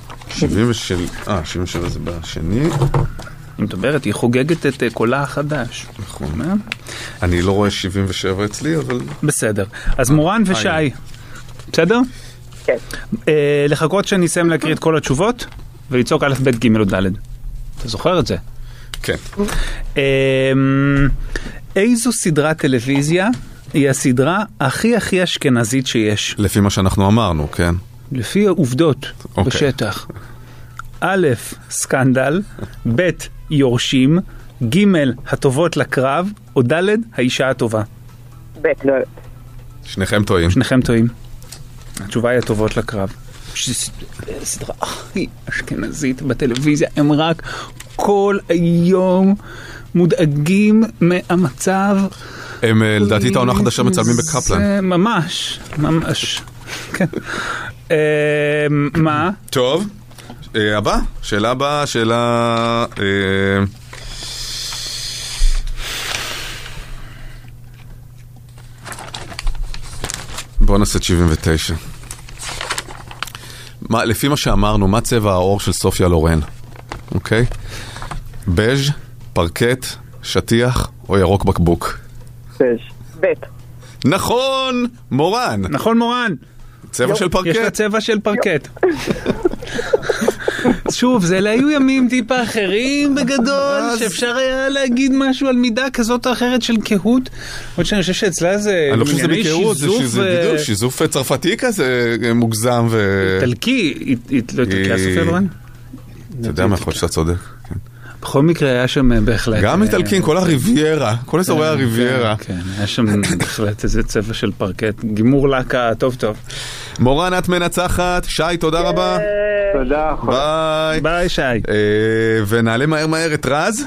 77 זה בשני.
היא מדברת, היא חוגגת את קולה החדש.
נכון. אני לא רואה 77 אצלי, אבל...
בסדר. אז מורן ושי, בסדר?
כן.
לחכות שאני אסיים להקריא את כל התשובות, ולצעוק א', ב', ג' או ד'. אתה זוכר את זה?
כן.
איזו סדרת טלוויזיה היא הסדרה הכי אשכנזית שיש?
לפי מה שאנחנו אמרנו, כן.
לפי העובדות בשטח. א', סקנדל, ב', יורשים, ג', הטובות לקרב, או ד', האישה הטובה.
ב'.
שניכם טועים.
שניכם טועים. התשובה היא הטובות לקרב. הסדרה הכי אשכנזית בטלוויזיה, הם רק כל היום מודאגים מהמצב.
הם לדעתי את העונה חדשה מצלמים בקפלן.
ממש. כן. מה?
טוב. הבא, שאלה הבאה, שאלה... בואו נעשה 79. לפי מה שאמרנו, מה צבע האור של סופיה לורן? אוקיי? בז', פרקט, שטיח או ירוק בקבוק?
בז'.
ב'.
נכון, מורן.
נכון, מורן.
צבע של פרקט.
יש לה צבע של פרקט. שוב, זה היו ימים טיפה אחרים בגדול, שאפשר היה להגיד משהו על מידה כזאת או אחרת של קהות. עוד שאני חושב שאצלה זה...
אני לא חושב שזה בקהות, זה שיזוף צרפתי כזה מוגזם ו...
איטלקי, לא איטלקי, הסופיה לורן?
אתה יודע מה, יכול להיות שאתה צודק.
בכל מקרה היה שם בהחלט...
גם איטלקים, כל הריביירה, כל אזורי הריביירה.
כן, היה שם בהחלט איזה צבע של פרקט, גימור לקה, טוב.
מורן, את מנצחת, שי, תודה רבה.
תודה.
ביי.
ביי, שי.
ונעלה מהר את רז.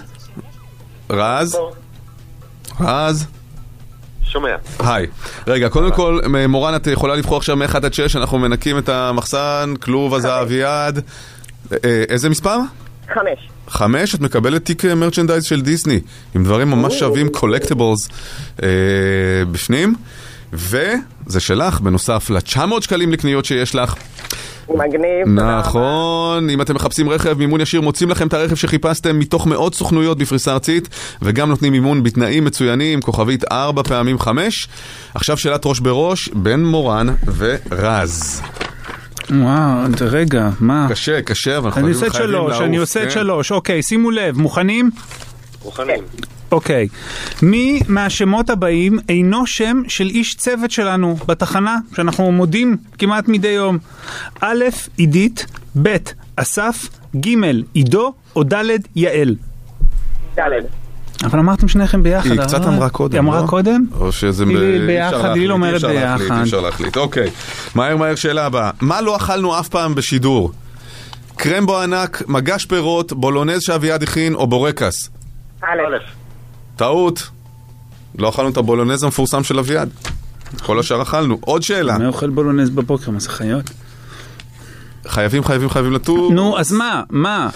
רז.
שומע.
היי. רגע, קודם כל, מורן, את יכולה לבחור עכשיו מ-1 עד 6, אנחנו מנקים את המחסן, כלוב, הזהב יד. איזה מספר? 5, את מקבלת תיק מרצ'נדייז של דיסני, עם דברים ממש שווים, קולקטיבלס בפנים, וזה שלך, בנוסף ל-900 שקלים לקניות שיש לך.
מגניב.
נכון, אם אתם מחפשים רכב, מימון ישיר מוצאים לכם את הרכב שחיפשתם מתוך מאות סוכנויות בפריסה ארצית, וגם נותנים מימון בתנאים מצוינים, כוכבית 4x5. עכשיו שאלת ראש בראש, בין מורן ורז.
וואו, רגע, מה?
קשה, אבל
אני עושה את 3, אני עושה את 3. אוקיי, שימו לב, מוכנים?
מוכנים.
אוקיי. מי מהשמות הבאים אינו שם של איש צוות שלנו בתחנה, שאנחנו מודים כמעט מדי יום? א', עידית, ב', אסף, ג', עידו, או ד', יעל?
ד'.
אבל אמרתם שניכם ביחד.
היא קצת אמרה קודם,
היא אמרה קודם?
או שזה
ביחד, היא לא אומרת ביחד.
אי אפשר להחליט, אוקיי. מהר, שאלה הבאה. מה לא אכלנו אף פעם בשידור? קרמבו ענק, מגש פירות, בולונז שאביעד הכין, או בורקס?
א'.
טעות. לא אכלנו את הבולונז המפורסם של אביעד. כל השאר אכלנו. עוד שאלה.
מי אוכל בולונז בבוקר? מה זה חיות?
חייבים לטור.
נו, אז מה?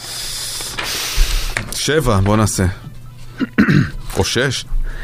7, בוא נעשה. או 6.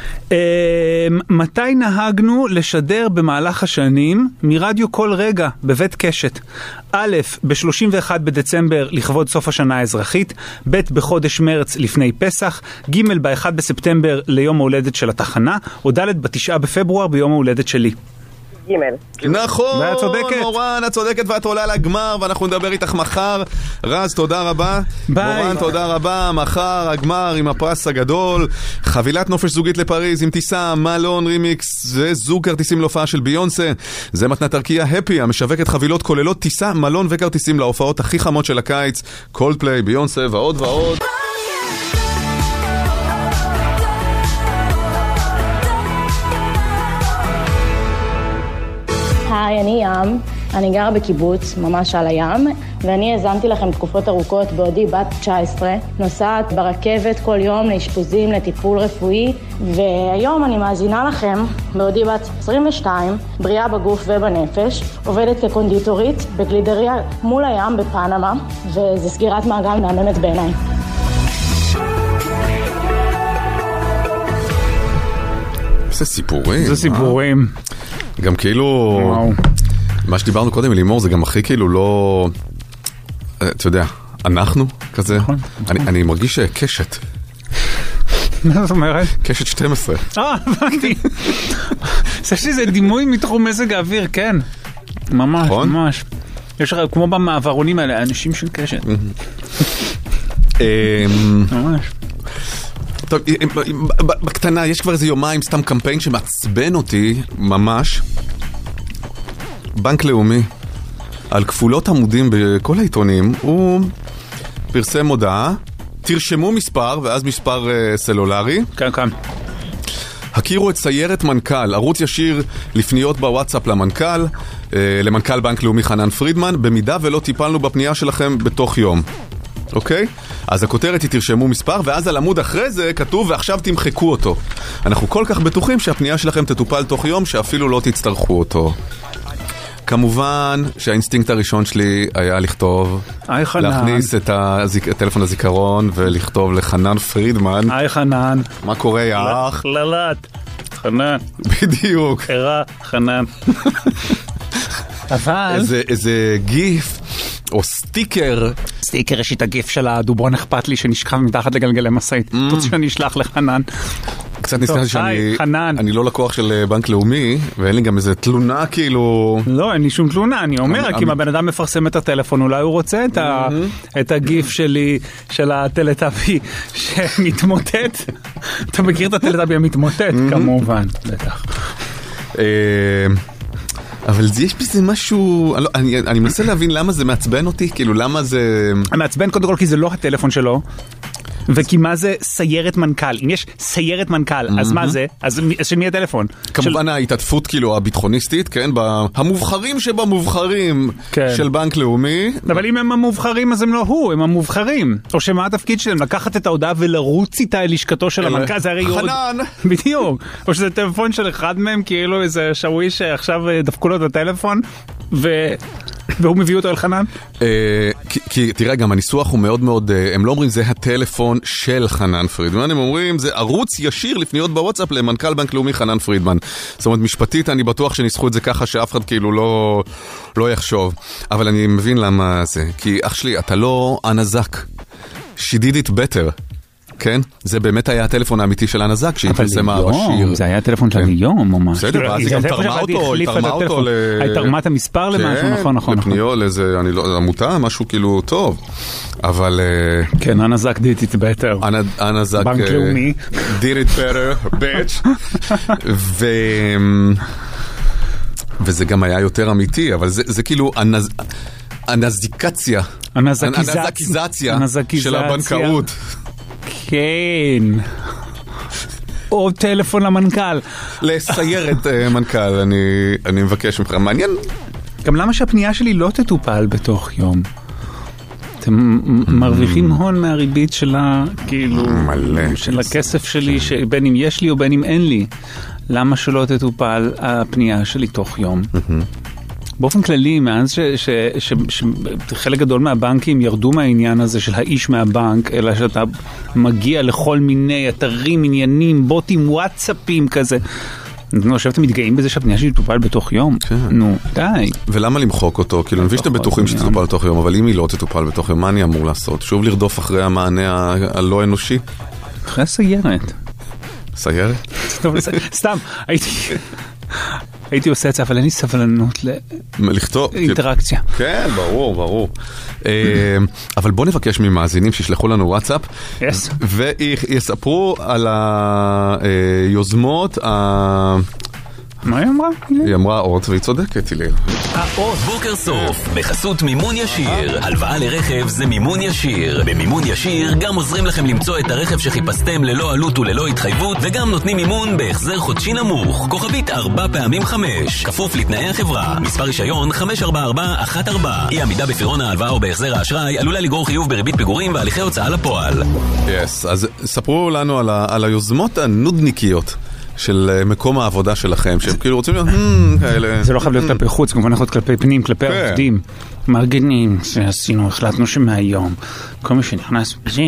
מתי נהגנו לשדר במהלך השנים מרדיו כל רגע בבית קשת? א', ב-31 בדצמבר לכבוד סוף השנה האזרחית, ב', בחודש מרץ לפני פסח, ג', ב-1 בספטמבר ליום ההולדת של התחנה, או ד', ב-9 בפברואר ביום ההולדת שלי.
ג'.
נכון,
ואת צודקת.
מורן, את צודקת ואת עולה לגמר, ואנחנו נדבר איתך מחר. רז, תודה רבה.
ביי.
מורן, תודה רבה. מחר הגמר עם הפרס הגדול, חבילת נופש זוגית לפריז עם טיסה, מלון רימיקס וזוג כרטיסים להופעה של ביונסה. זה מתנת ארקיע הפי, המשווקת חבילות כוללות טיסה, מלון וכרטיסים להופעות הכי חמות של הקיץ, קולדפליי, ביונסה ועוד ועוד.
היי, אני ים, אני גרה בקיבוץ, ממש על הים, ואני הזנתי לכם תקופות ארוכות בעודי בת 19, נוסעת ברכבת כל יום לאשפוזים, לטיפול רפואי, והיום אני מאזינה לכם בעודי בת 22, בריאה בגוף ובנפש, עובדת כקונדיטורית בגלידריה מול הים בפנמה, וזה סגירת מעגל מהממת בעיניי.
זה סיפורים.
זה סיפורים.
גם כאילו, מה שדיברנו קודם לימור זה גם הכי כאילו לא, אתה יודע, אנחנו כזה, אני מרגיש קשת.
מה זאת אומרת?
קשת 12.
הבנתי. זה שזה דימוי מתחום מזג האוויר, כן. ממש, ממש. יש כמו במעברונים האלה, אנשים של קשת. ממש.
טוב, בקטנה, יש כבר איזה יומיים סתם קמפיין שמעצבן אותי ממש. בנק לאומי, על כפולות עמודים בכל העיתונים, הוא פרסם הודעה, תרשמו מספר, ואז מספר סלולרי.
כן, כן.
הכירו את סיירת מנכ"ל, ערוץ ישיר לפניות בוואטסאפ למנכ"ל, למנכ"ל בנק לאומי חנן פרידמן, במידה ולא טיפלנו בפנייה שלכם בתוך יום. אוקיי? אז הכותרת היא תרשמו מספר, ואז על עמוד אחרי זה כתוב ועכשיו תמחקו אותו. אנחנו כל כך בטוחים שהפנייה שלכם תטופל תוך יום שאפילו לא תצטרכו אותו. כמובן שהאינסטינקט הראשון שלי היה לכתוב, להכניס את הטלפון הזיכרון ולכתוב לחנן פרידמן.
היי חנן.
מה קורה יא אח?
ללת. חנן.
בדיוק.
ערה, חנן. אבל...
איזה גיף או סטיקר.
סטיקר, יש את הגיף של הדובון אכפת לי שנשכב מתחת לגלגלי מסעית. אתה רוצה שאני אשלח לחנן?
קצת נסתכל שאני לא לקוח של בנק לאומי, ואין לי גם איזה תלונה כאילו...
לא, אין לי שום תלונה, אני אומר, כי אם הבן אדם מפרסם את הטלפון, אולי הוא רוצה את הגיף שלי, של הטלטאבי שמתמוטט. אתה מכיר את הטלטאבי המתמוטט, כמובן, בטח.
אבל יש בזה משהו, אני מנסה להבין למה זה מעצבן אותי, כאילו למה זה...
מעצבן קודם כל כי זה לא הטלפון שלו, וכי מה זה סיירת מנכ"ל? אם יש סיירת מנכ"ל, אז מה זה? אז של מי הטלפון?
כמובן ההתעטפות כאילו הביטחוניסטית, כן? המובחרים שבמובחרים של בנק לאומי.
אבל אם הם המובחרים אז הם לא הוא, הם המובחרים. או שמה התפקיד שלהם? לקחת את ההודעה ולרוץ איתה אל לשכתו של המנכ"ל, זה הרי יורד...
חנן!
בדיוק. או שזה טלפון של אחד מהם, כאילו איזה שואי שעכשיו דפקו לו את הטלפון, והוא מביא אותו אל חנן?
כי תראה, גם הניסוח הוא מאוד מאוד, הם לא אומרים זה הטלפון של חנן פרידמן, הם אומרים זה ערוץ ישיר לפניות בוואטסאפ למנכ"ל בנק לאומי חנן פרידמן. זאת אומרת, משפטית אני בטוח שניסחו את זה ככה שאף אחד כאילו לא יחשוב. אבל אני מבין למה זה. כי אח שלי, אתה לא אנזק. She did it better. כן, זה באמת היה הטלפון האמיתי של הנזק, שהיא פרסמה בשיר.
זה היה הטלפון שלה ליום ממש.
בסדר, ואז היא גם תרמה אותו,
היא תרמה את המספר למשהו, נכון, נכון.
לפניות לאיזה, אני לא, עמותה, משהו כאילו טוב, אבל...
כן, הנזק did it better.
הנזק...
בנק לאומי.
did it better, bitch. וזה גם היה יותר אמיתי, אבל זה כאילו הנזקציה. הנזקיזציה של הבנקאות.
כן. או טלפון למנכ"ל.
לסיירת מנכ"ל, אני מבקש ממך. מעניין.
גם למה שהפנייה שלי לא תטופל בתוך יום? אתם מרוויחים הון מהריבית שלה, כאילו, של הכסף שלי, בין אם יש לי או בין אם אין לי. למה שלא תטופל הפנייה שלי תוך יום? באופן כללי, מאז שחלק גדול מהבנקים ירדו מהעניין הזה של האיש מהבנק, אלא שאתה מגיע לכל מיני אתרים, עניינים, בוטים, וואטסאפים כזה. אני חושב שאתם מתגאים בזה שהפנייה שלי תטופל בתוך יום. נו, די.
ולמה למחוק אותו? כאילו, אני מבין שאתם בטוחים שתטופל בתוך יום, אבל אם היא לא תטופל בתוך יום, מה אני אמור לעשות? שוב לרדוף אחרי המענה הלא אנושי?
אחרי הסיירת.
סיירת?
סתם, הייתי עושה את זה, אבל אין לי סבלנות לאינטראקציה.
כן, ברור, ברור. אבל בוא נבקש ממאזינים שישלחו לנו וואטסאפ, ויספרו על היוזמות
מה היא אמרה?
היא אמרה אורט, והיא צודקת, הלל.
בוקר סוף, בחסות מימון ישיר. הלוואה לרכב זה מימון ישיר. במימון ישיר גם עוזרים לכם למצוא את הרכב שחיפשתם ללא עלות וללא התחייבות, וגם נותנים מימון בהחזר חודשי נמוך. כוכבית 4x5, כפוף לתנאי החברה. מספר רישיון 54414. אי עמידה בפירעון ההלוואה או בהחזר האשראי עלולה לגרור חיוב בריבית פיגורים והליכי הוצאה לפועל.
אז ספרו לנו על היוזמות הנודניקיות של מקום העבודה שלכם, שהם כאילו רוצים להיות כאלה.
זה לא חייב להיות כלפי חוץ, כמובן יכול להיות כלפי פנים, כלפי העובדים. מארגנים שעשינו, החלטנו שמהיום, כל מי שנכנס בזה,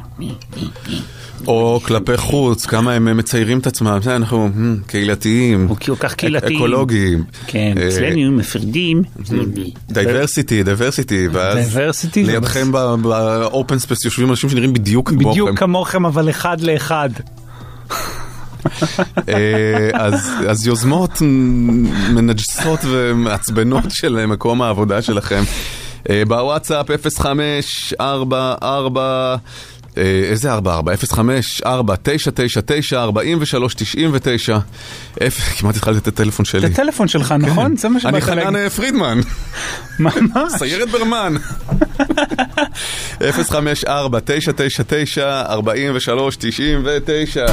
או כלפי חוץ, כמה הם מציירים את עצמם, אנחנו קהילתיים, אקולוגיים.
כן, אצלנו מפרדים.
דייברסיטי, ואז לידכם באופן ספייס יושבים אנשים שנראים בדיוק כמוכם.
בדיוק כמוכם, אבל אחד לאחד.
אז יוזמות מנג'סות ומעצבנות של מקום העבודה שלכם בוואטסאפ 0544 איזה 44? 0544-999-4399. כמעט התחלתי את הטלפון שלי.
את הטלפון שלך, נכון?
אני חנן פרידמן.
ממש.
סיירת ברמן. 0544-999-4399.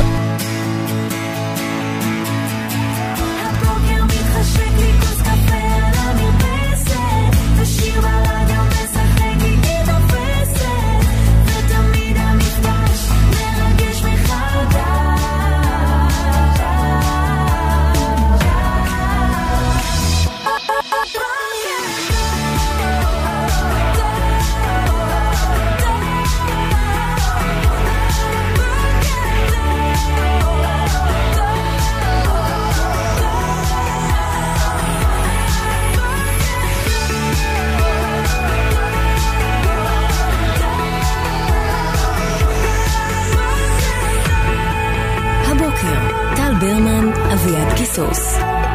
ברמן, אביעד קיסוס.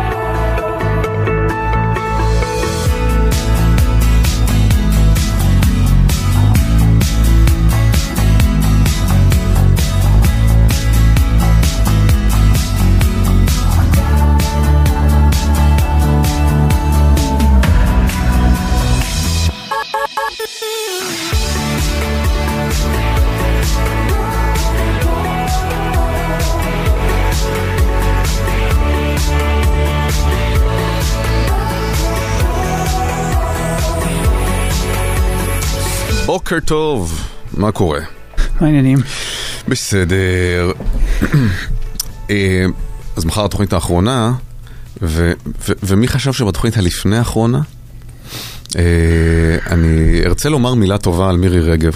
בוקר טוב, מה קורה?
מה העניינים?
בסדר. אז מחר התוכנית האחרונה, ומי חשב שבתוכנית הלפני האחרונה? אני ארצה לומר מילה טובה על מירי רגב.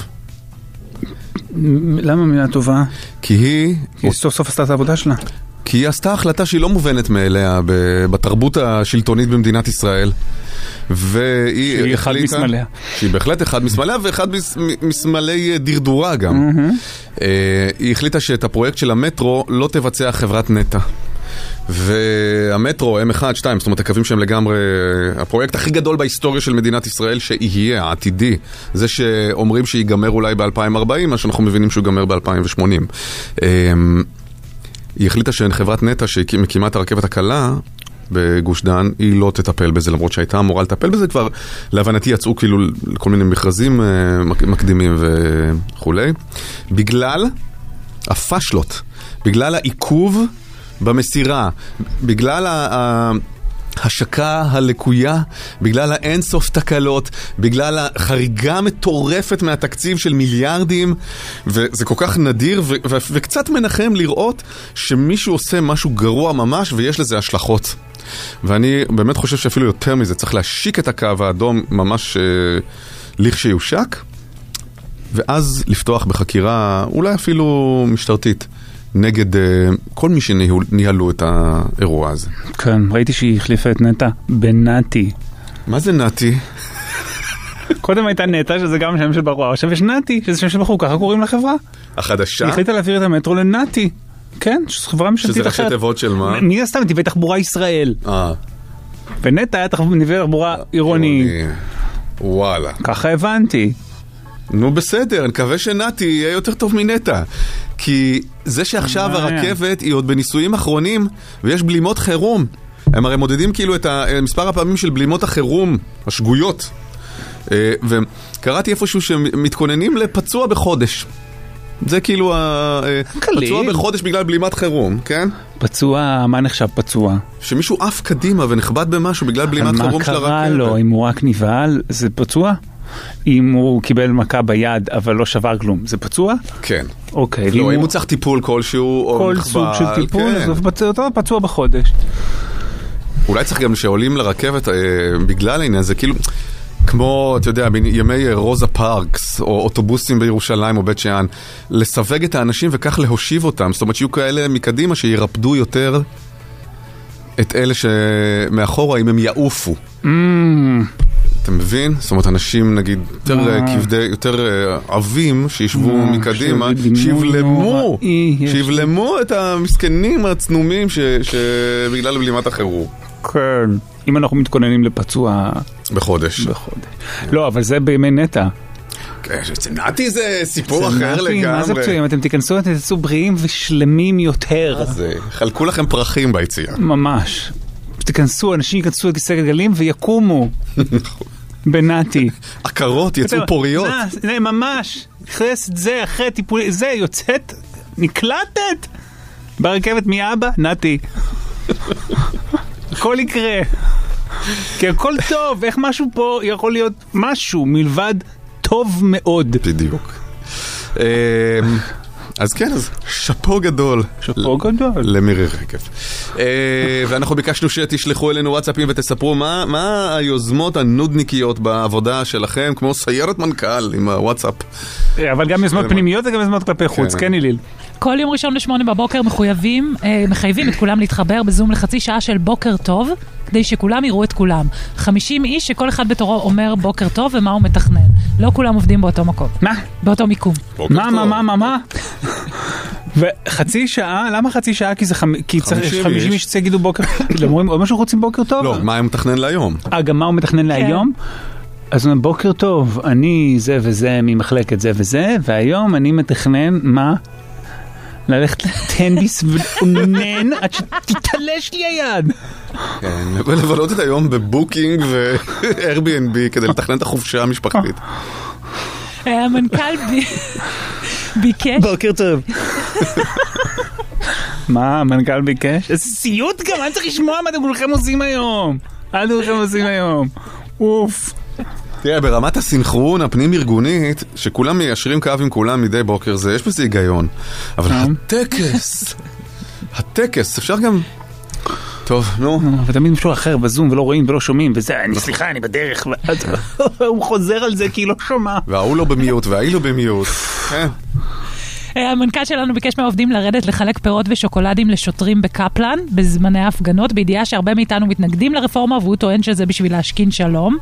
למה מילה טובה?
כי היא
סוף סוף עשתה את העבודה שלה.
כי היא עשתה החלטה שהיא לא מובנת מאליה בתרבות השלטונית במדינת ישראל. והיא החליטה... שהיא בהחלט אחד מסמליה, ואחד מסמלי דרדורה גם. היא החליטה שאת הפרויקט של המטרו לא תבצע חברת נטה. והמטרו, M1, 2, זאת אומרת, הקווים שהם לגמרי הפרויקט הכי גדול בהיסטוריה של מדינת ישראל שיהיה, העתידי. זה שאומרים שיגמר אולי ב-2040, מה שאנחנו מבינים שהוא יגמר ב-2080. היא החליטה שחברת נטה שמקימה את הרכבת הקלה בגוש דן, היא לא תטפל בזה, למרות שהייתה אמורה לטפל בזה כבר. להבנתי יצאו כאילו כל מיני מכרזים מקדימים וכולי. בגלל הפשלות, בגלל העיכוב במסירה, בגלל ההשקה הלקויה, בגלל האינסוף תקלות, בגלל החריגה מטורפת מהתקציב של מיליארדים, וזה כל כך נדיר וקצת מנחם לראות שמישהו עושה משהו גרוע ממש ויש לזה השלכות. ואני באמת חושב שאפילו יותר מזה צריך להשיק את הקו האדום ממש לכשיושק, ואז לפתוח בחקירה אולי אפילו משטרתית נגד כל מי שניהלו את האירוע הזה.
כן, ראיתי שהיא החליפה את נטה בנתי.
מה זה נתי?
קודם הייתה נטה, שזה גם שם של בחורה, עכשיו יש נתי, שזה שם של בחור, ככה קוראים לחברה.
החדשה?
היא החליטה להעביר את המטרו לנתי. כן, שזו חברה ממשלתית אחרת.
שזה ראשי תיבות של מה?
מי הסתם, נתיבי תחבורה ישראל. ונטה היה נתיבי תחבורה עירוני.
וואלה.
ככה הבנתי.
נו בסדר, אני מקווה שנתי יהיה יותר טוב מנטה. כי זה שעכשיו הרכבת היא עוד בניסויים אחרונים ויש בלימות חירום. הם הרי מודדים כאילו את מספר הפעמים של בלימות החירום, השגויות. וקראתי איפשהו שמתכוננים לפצוע בחודש. זה כאילו פצוע בחודש בגלל בלימת חירום, כן?
פצוע, מה נחשב פצוע?
שמישהו עף קדימה ונחבט במשהו בגלל בלימת חירום של הרכבת.
מה קרה לו? אם הוא רק נבהל, זה פצוע? אם הוא קיבל מכה ביד אבל לא שבר כלום, זה פצוע?
כן.
אוקיי.
לא, אם הוא צריך טיפול כלשהו או
כל סוג של טיפול, זה פצוע בחודש.
אולי צריך גם שעולים לרכבת בגלל העניין, זה כאילו כמו, אתה יודע, ימי רוזה פארקס או אוטובוסים בירושלים או בית שאן, לסווג את האנשים וכך להושיב אותם, זאת אומרת שיהיו כאלה מקדימה שירפדו יותר את אלה שמאחורה אם הם יעופו. אתה מבין? זאת אומרת, אנשים, נגיד, יותר עבים שישבו מקדימה, שיבלמו את המסכנים הצנומים שבגלל בלימת החירום.
כן. אם אנחנו מתכוננים לפצוע...
בחודש.
לא, אבל זה בימי נטה.
נתי זה סיפור אחר לגמרי.
מה זה פצועים? אתם תיכנסו, אתם תצאו בריאים ושלמים יותר.
חלקו לכם פרחים ביציאה.
ממש. תיכנסו, אנשים ייכנסו לכיסא גלגלים ויקומו. בנתי.
עקרות, יצאו פוריות.
ממש. אחרי טיפול, זה יוצאת, נקלטת. ברכבת מאבא, נתי. הכל יקרה. כי הכל טוב, איך משהו פה יכול להיות משהו מלבד טוב מאוד.
בדיוק. אז כן, אז שפו גדול.
שפו גדול.
למירי רגב. ואנחנו ביקשנו שתשלחו אלינו וואטסאפים ותספרו מה היוזמות הנודניקיות בעבודה שלכם, כמו סיירת מנכ"ל עם הוואטסאפ.
אבל גם יוזמות פנימיות וגם יוזמות כלפי חוץ, כן איליל.
כל יום ראשון ל8 בבוקר מחייבים את כולם להתחבר בזום לחצי שעה של בוקר טוב, כדי שכולם יראו את כולם. 50 איש שכל אחד בתורו אומר בוקר טוב ומה הוא מתכנן. לא כולם עובדים באותו מקום.
מה?
באותו מיקום.
מה? וחצי שעה? למה חצי שעה? כי צריך 50 איש שיגידו בוקר. אומרים עוד משהו רוצים בוקר טוב?
לא, מה הוא מתכנן להיום?
גם מה הוא מתכנן להיום? אז בוקר טוב, אני זה וזה ממחלקת זה וזה, והיום אני מתכנן מה? ללכת לטניס ולאונן עד שתתלש לי היד.
כן, ולבלות את היום בבוקינג ו-Airbnb כדי לתכנן את החופשה המשפחתית.
המנכ"ל ביקש.
בוקר טוב. מה, המנכ"ל ביקש? איזה סיוט גם, אני צריך לשמוע מה אתם כולכם עושים היום. אוף.
תראה, ברמת הסינכרון הפנים-ארגונית, שכולם מיישרים קו עם כולם מדי בוקר, יש בזה היגיון. אבל הטקס, אפשר גם... טוב, נו.
ותמיד משהו אחר בזום ולא רואים ולא שומעים, וזה, סליחה, אני בדרך. הוא חוזר על זה כי לא שומע.
והוא לא במיוט, והיא לא במיוט.
המנכ"ל שלנו ביקש מהעובדים לרדת לחלק פירות ושוקולדים לשוטרים בקפלן בזמני ההפגנות, בידיעה שהרבה מאיתנו מתנגדים לרפורמה, והוא טוען שזה בשביל להשכין שלום.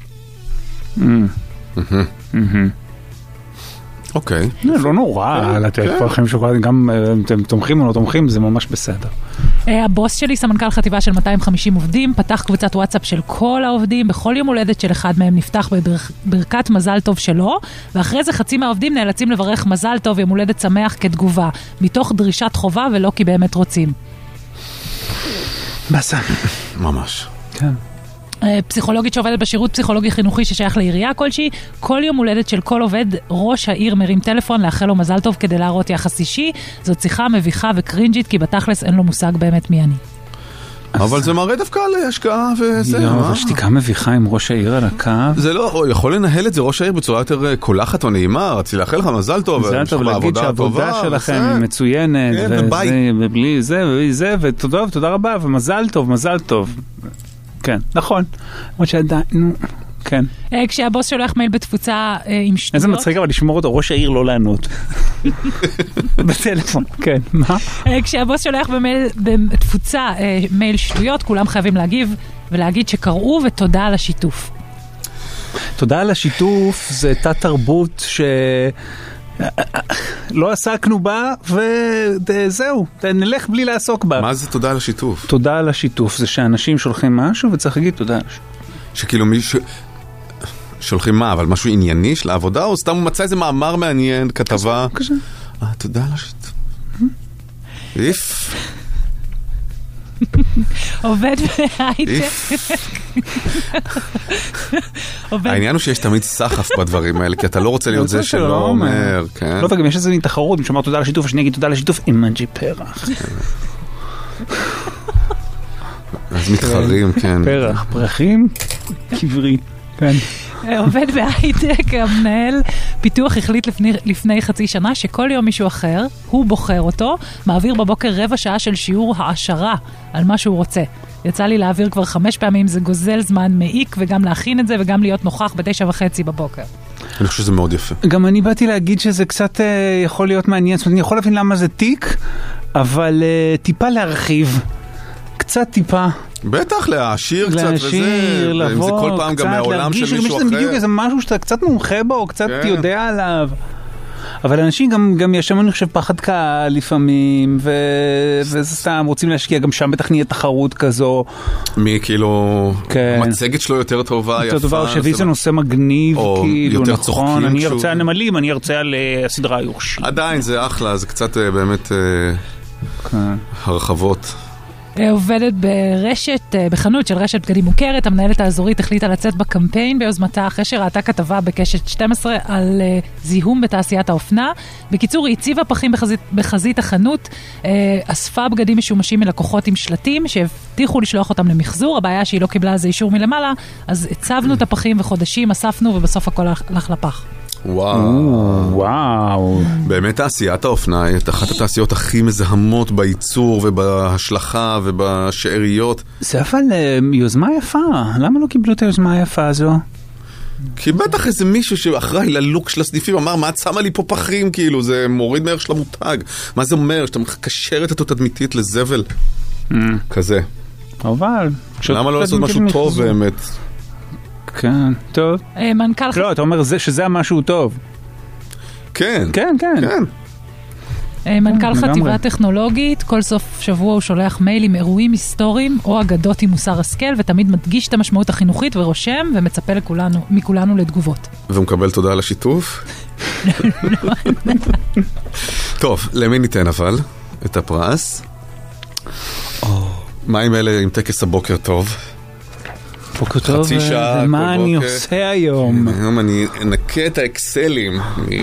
אוקיי.
לא נורא, לתת פרחים שוקולדים, גם אתם תומכים או לא תומכים, זה ממש בסדר.
הבוס שלי, סמנכ"ל חטיבה של 250 עובדים, פתח קבוצת וואטסאפ של כל העובדים, בכל יום הולדת של אחד מהם נפתח בברכת מזל טוב שלו, ואחרי זה חצי מהעובדים נאלצים לברך מזל טוב יום הולדת שמח כתגובה, מתוך דרישת חובה ולא כי באמת רוצים.
בסדר.
ממש.
כן.
פסיכולוגית שעובדת בשירות פסיכולוגי חינוכי ששייך לעירייה כלשהי, כל יום הולדת של כל עובד, ראש העיר מרים טלפון לאחל לו מזל טוב כדי להראות יחס אישי. זאת שיחה מביכה וקרינג'ית, כי בתכלס אין לו מושג באמת מי אני.
אבל זה מראה דווקא על השקעה וזה.
אבל שתיקה מביכה עם ראש העיר על הקו.
זה לא, יכול לנהל את זה ראש העיר בצורה יותר קולחת או נעימה, רציתי לאחל לך מזל טוב.
מזל טוב, להגיד שהעבודה שלכם היא מצוינת, ובלי זה ובלי זה, ותודה רבה, ומזל טוב, מזל טוב. כן, נכון. עוד שעדיין, כן.
כשהבוס שולח מייל בתפוצה עם שטויות.
איזה מצחיק אבל לשמור אותו, ראש העיר לא לענות. בטלפון, כן. מה?
כשהבוס שולח בתפוצה מייל שטויות, כולם חייבים להגיב ולהגיד שקראו ותודה על השיתוף.
תודה על השיתוף, זה תת תרבות לא עסקנו בה, וזהו, נלך בלי לעסוק בה.
מה זה תודה על השיתוף?
תודה על השיתוף, זה שאנשים שולחים משהו וצריך להגיד תודה על השיתוף.
שכאילו מישהו שולחים מה, אבל משהו ענייני של העבודה, או סתם הוא מצא איזה מאמר מעניין, כתבה?
כזה.
תודה על השיתוף. איף.
עובד בהייטק.
העניין הוא שיש תמיד סחף בדברים האלה, כי אתה לא רוצה להיות זה שלא אומר.
לא, וגם יש איזה תחרות, מי שאומר תודה על השיתוף, השני יגיד תודה על השיתוף עם מנג'י פרח.
אז מתחרים, כן.
פרח, פרחים, קברי, כן.
עובד בהייטק, המנהל פיתוח החליט לפני חצי שנה שכל יום מישהו אחר, הוא בוחר אותו, מעביר בבוקר רבע שעה של שיעור העשרה על מה שהוא רוצה. יצא לי להעביר כבר 5 פעמים, זה גוזל זמן מעיק, וגם להכין את זה, וגם להיות נוכח 9:30 בבוקר.
אני חושב שזה מאוד יפה.
גם אני באתי להגיד שזה קצת יכול להיות מעניין, זאת אומרת, אני יכול להבין למה זה תיק, אבל טיפה להרחיב. קצת טיפה.
בטח, להשאיר קצת וזה,
לבוא,
זה כל פעם גם מהעולם של מישהו אחר.
זה בדיוק איזה משהו שאתה קצת מומחה בו, או קצת יודע עליו. אבל אנשים גם יש שם, אני חושב, פחד קהל לפעמים, וזה סתם, רוצים להשקיע, גם שם בטח נהיה תחרות כזו.
מי כאילו, המצגת שלו יותר טובה, יפה.
יותר טובה, שבי זה נושא מגניב, כאילו, נכון, אני ארצה על נמלים, אני ארצה על הסדרה היורשית.
עדיין זה אחלה, זה קצת באמת הרחבות.
עובדת ברשת, בחנות של רשת בגדים מוכרת, המנהלת האזורית החליטה לצאת בקמפיין ביוזמתה אחרי שראתה כתבה בקשת 12 על זיהום בתעשיית האופנה. בקיצור, היא הציבה פחים בחזית החנות, אספה בגדים משומשים מלקוחות עם שלטים שהבטיחו לשלוח אותם למחזור. הבעיה שהיא לא קיבלה איזה אישור מלמעלה, אז הצבנו את הפחים וחודשים, אספנו ובסוף הכל הלך לפח.
וואו.
באמת תעשיית האופנה היא אחת התעשיות הכי מזהמות בייצור ובהשלכה ובשאריות.
זה אבל יוזמה יפה. למה לא קיבלו את היוזמה היפה הזו?
כי בטח איזה מישהו שאחראי ללוק של הסניפים אמר, מה את שמה לי פה פחים? כאילו, זה מוריד מערך של המותג. מה זה אומר? שאתה מקשר את התדמיתית לזבל כזה.
אבל
למה לא לעשות משהו טוב באמת?
כן, טוב.
מנכ"ל...
לא, אתה אומר שזה המשהו טוב.
כן.
כן, כן.
מנכ"ל חטיבה טכנולוגית, כל סוף שבוע הוא שולח מייל עם אירועים היסטוריים או אגדות עם מוסר השכל, ותמיד מדגיש את המשמעות החינוכית ורושם ומצפה מכולנו לתגובות.
והוא מקבל תודה על השיתוף? טוב, למי ניתן אבל את הפרס? מה עם אלה עם טקס הבוקר טוב?
בוקר טוב, ומה אני עושה היום?
היום אני אנקה את האקסלים.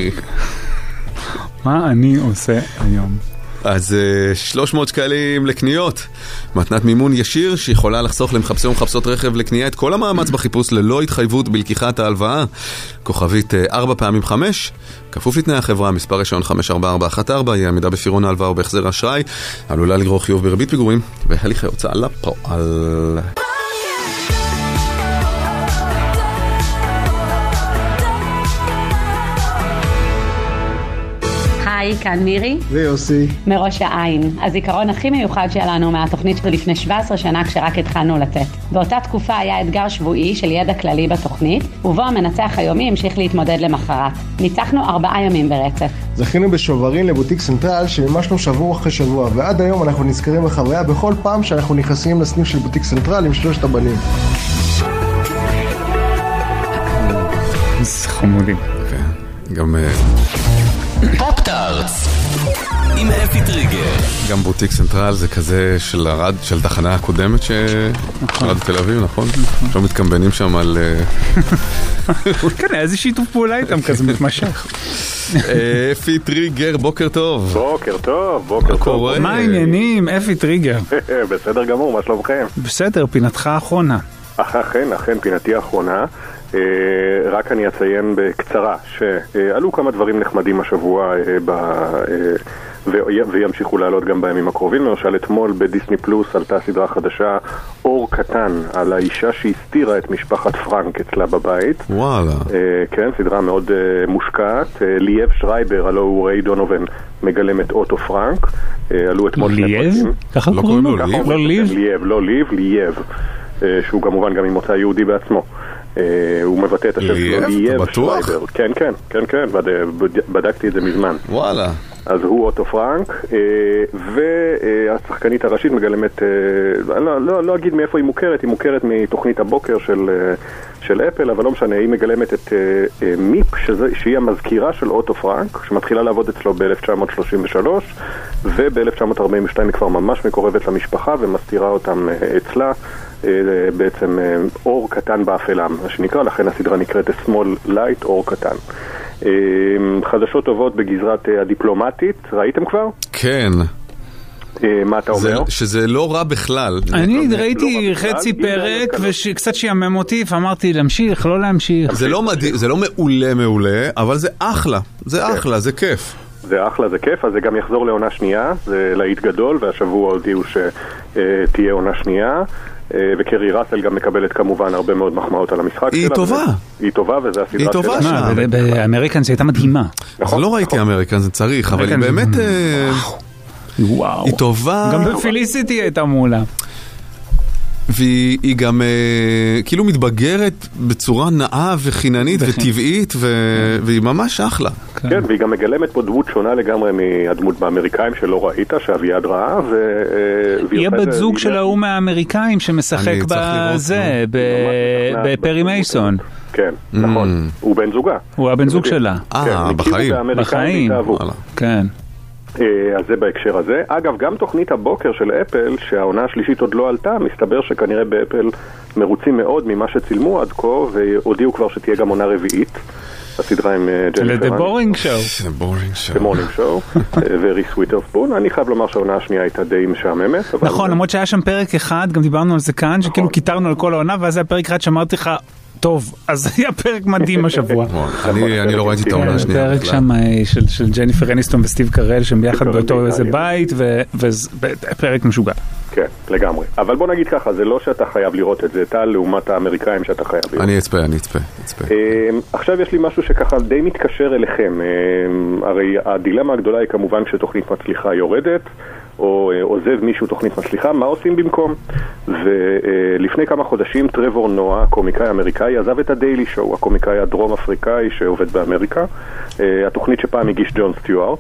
מה אני עושה היום?
אז 300 שקלים לקניות. מתנת מימון ישיר שיכולה לחסוך למחפשי ומחפשות רכב לקנייה את כל המאמץ בחיפוש ללא התחייבות בלקיחת ההלוואה. כוכבית 4x5, כפוף לתנאי החברה, מספר רישיון 54414, היא עמידה בפירעון ההלוואה ובהחזר אשראי, עלולה לגרור חיוב בריבית פיגורים והליכי הוצאה לפועל.
היי, כאן מירי.
ויוסי.
מראש העין. הזיכרון הכי מיוחד שלנו מהתוכנית של לפני 17 שנה כשרק התחלנו לתת. באותה תקופה היה אתגר שבועי של ידע כללי בתוכנית, ובו המנצח היומי המשיך להתמודד למחרת. ניצחנו 4 ימים ברצף.
זכינו בשוברים לבוטיק סנטרל שמימשנו שבוע אחרי שבוע, ועד היום אנחנו נזכרים בחוויה בכל פעם שאנחנו נכנסים לסניף של בוטיק סנטרל עם 3 הבנים.
זה חמודים.
גם
פופ-טארטס עם אפי טריגר.
גם בוטיק סנטרל זה כזה של תחנה הקודמת של רדיו תל אביב, נכון? לא מתקמבנים שם על...
כן, איזה שיתוף פעולה איתם כזה מתמשך.
אפי טריגר, בוקר טוב.
בוקר טוב, בוקר טוב.
מה העניינים, אפי טריגר?
בסדר גמור, מה שלומכם?
בסדר, פינתך האחרונה.
אכן, פינתי האחרונה. רק אני אציין בקצרה שעלו כמה דברים נחמדים השבוע וימשיכו לעלות גם בימים הקרובים. למשל אתמול בדיסני פלוס עלתה סדרה חדשה, אור קטן, על האישה שהסתירה את משפחת פרנק אצלה בבית.
וואלה.
כן, סדרה מאוד מושקעת. ליאב שרייבר, הלוא הוא ריי דונובן, מגלם את אוטו פרנק. עלו אתמול שני פרקים.
ככה קוראים לו? לא ליב?
לא ליב, ליאב, שהוא כמובן גם ממוצא יהודי בעצמו. הוא מבטא את השם שלו, ליאב שרייבר. כן, בדקתי את זה מזמן.
וואלה.
אז הוא אוטו פרנק, והשחקנית הראשית מגלמת, לא אגיד מאיפה היא מוכרת מתוכנית הבוקר של אפל, אבל לא משנה, היא מגלמת את מיפ, שהיא המזכירה של אוטו פרנק, שמתחילה לעבוד אצלו ב-1933, וב-1942 היא כבר ממש מקורבת למשפחה ומסתירה אותם אצלה, בעצם אור קטן באפלה, מה שנקרא, לכן הסדרה נקראת Small Light, אור קטן. חדשות טובות בגזרת הדיפלומטית, ראיתם כבר?
כן.
מה אתה אומר?
שזה לא רע בכלל.
אני ראיתי חצי פרק וקצת שיאמם אותי ואמרתי להמשיך, לא להמשיך.
זה לא מעולה, אבל זה אחלה, זה כיף.
זה אחלה, זה כיף, אז זה גם יחזור לעונה שנייה, זה להיט גדול, והשבוע הודיעו שתהיה עונה שנייה. וקרי ראסל גם מקבלת כמובן הרבה מאוד מחמאות על המשחק שלה. היא טובה וזה הסדרה שלה.
היא טובה שלה.
באמריקאנס הייתה מדהימה.
אז לא ראיתי אמריקאנס, זה צריך, אבל היא באמת...
וואו.
היא טובה.
גם בפיליסיטי הייתה מעולה.
והיא גם כאילו מתבגרת בצורה נאה וחיננית וטבעית, והיא ממש אחלה.
כן, והיא גם מגלמת פה דמות שונה לגמרי מהדמות באמריקאים שלא ראית, שאביעד ראה.
היא הבת זוג של ההוא מהאמריקאים שמשחק בזה, בפרי מייסון.
כן, נכון. הוא בן זוגה.
הוא הבן זוג שלה.
בחיים.
כן.
אז זה בהקשר הזה. אגב, גם תוכנית הבוקר של אפל, שהעונה השלישית עוד לא עלתה, מסתבר שכנראה באפל מרוצים מאוד ממה שצילמו עד כה, והודיעו כבר שתהיה גם עונה רביעית. הסדרה עם ג'ניפר.
The Boring Show.
The Morning Show. וריס ווית'רספון. אני חייב לומר שהעונה השנייה הייתה די משעממת.
נכון, למרות שהיה שם פרק אחד, גם דיברנו על זה כאן, שכאילו קיטרנו על כל העונה, ואז היה פרק אחד שאמרתי לך, טוב, אז היה פרק מדהים השבוע.
אני לא ראיתי את העונה השנייה.
פרק שם של ג'ניפר אניסטון וסטיב קרל, שהם ביחד באותו איזה בית, ופרק משוגע.
כן, לגמרי. אבל בוא נגיד ככה, זה לא שאתה חייב לראות את זה, אתה לעומת האמריקאים שאתה חייב לראות.
אני אצפה.
עכשיו יש לי משהו שככה די מתקשר אליכם. הרי הדילמה הגדולה היא כמובן כשתוכנית מצליחה יורדת, או עוזב מישהו תוכנית מצליחה, מה עושים במקום? ולפני כמה חודשים טרוור נואה, הקומיקאי האמריקאי, עזב את הדיילי שואו, הקומיקאי הדרום אפריקאי שעובד באמריקה, התוכנית שפעם הגיש ג'ון סטיוארט,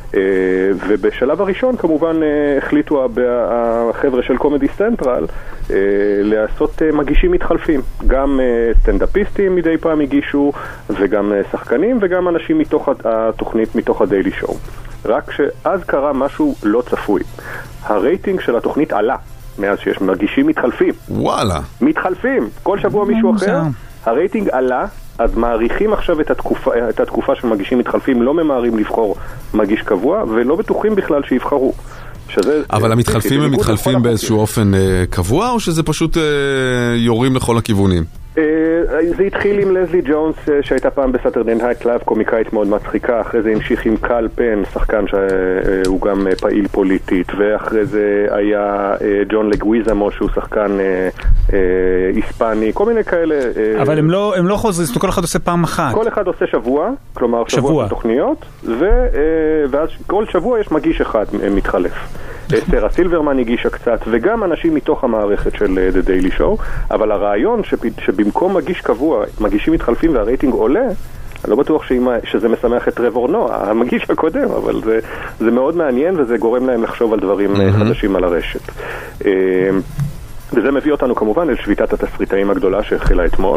ובשלב הראשון כמובן החליטו החבר'ה של קומדי סנטרל לעשות מגישים מתחלפים, גם סטנדאפיסטים מדי פעם הגישו, וגם שחקנים וגם אנשים מתוך התוכנית, מתוך הדיילי שואו. רק שאז קרה משהו לא צפוי. הרייטינג של התוכנית עלה מאז שיש מגישים מתחלפים.
וואלה.
מתחלפים. כל שבוע מישהו אחר. הרייטינג עלה, אז מעריכים עכשיו את התקופה של מגישים מתחלפים, לא ממהרים לבחור מגיש קבוע, ולא בטוחים בכלל שיבחרו.
אבל המתחלפים הם מתחלפים באיזשהו אופן קבוע, או שזה פשוט יורים לכל הכיוונים?
זה התחיל עם לזלי ג'ונס שהייתה פעם בסאטרדיי נייט לייב, קומיקאית מאוד מצחיקה. אחרי זה המשיך עם קל פן, שחקן שהוא גם פעיל פוליטית, ואחרי זה היה ג'ון לגוויזמו שהוא שחקן היספני, כל מיני כאלה.
אבל הם לא חוזרים, כל אחד עושה פעם אחת.
כל אחד עושה שבוע, כלומר שבוע של תוכניות, ואז כל שבוע יש מגיש אחד מתחלף. סרה סילברמן הגישה קצת, וגם אנשים מתוך המערכת של The Daily Show, אבל הרעיון שבמקום מגיש קבוע, מגישים מתחלפים והרייטינג עולה, אני לא בטוח שזה משמח את טרוור נואה, המגיש הקודם, אבל זה מאוד מעניין וזה גורם להם לחשוב על דברים חדשים על הרשת. וזה מביא אותנו כמובן אל שביתת התסריטאים הגדולה שהחלה אתמול,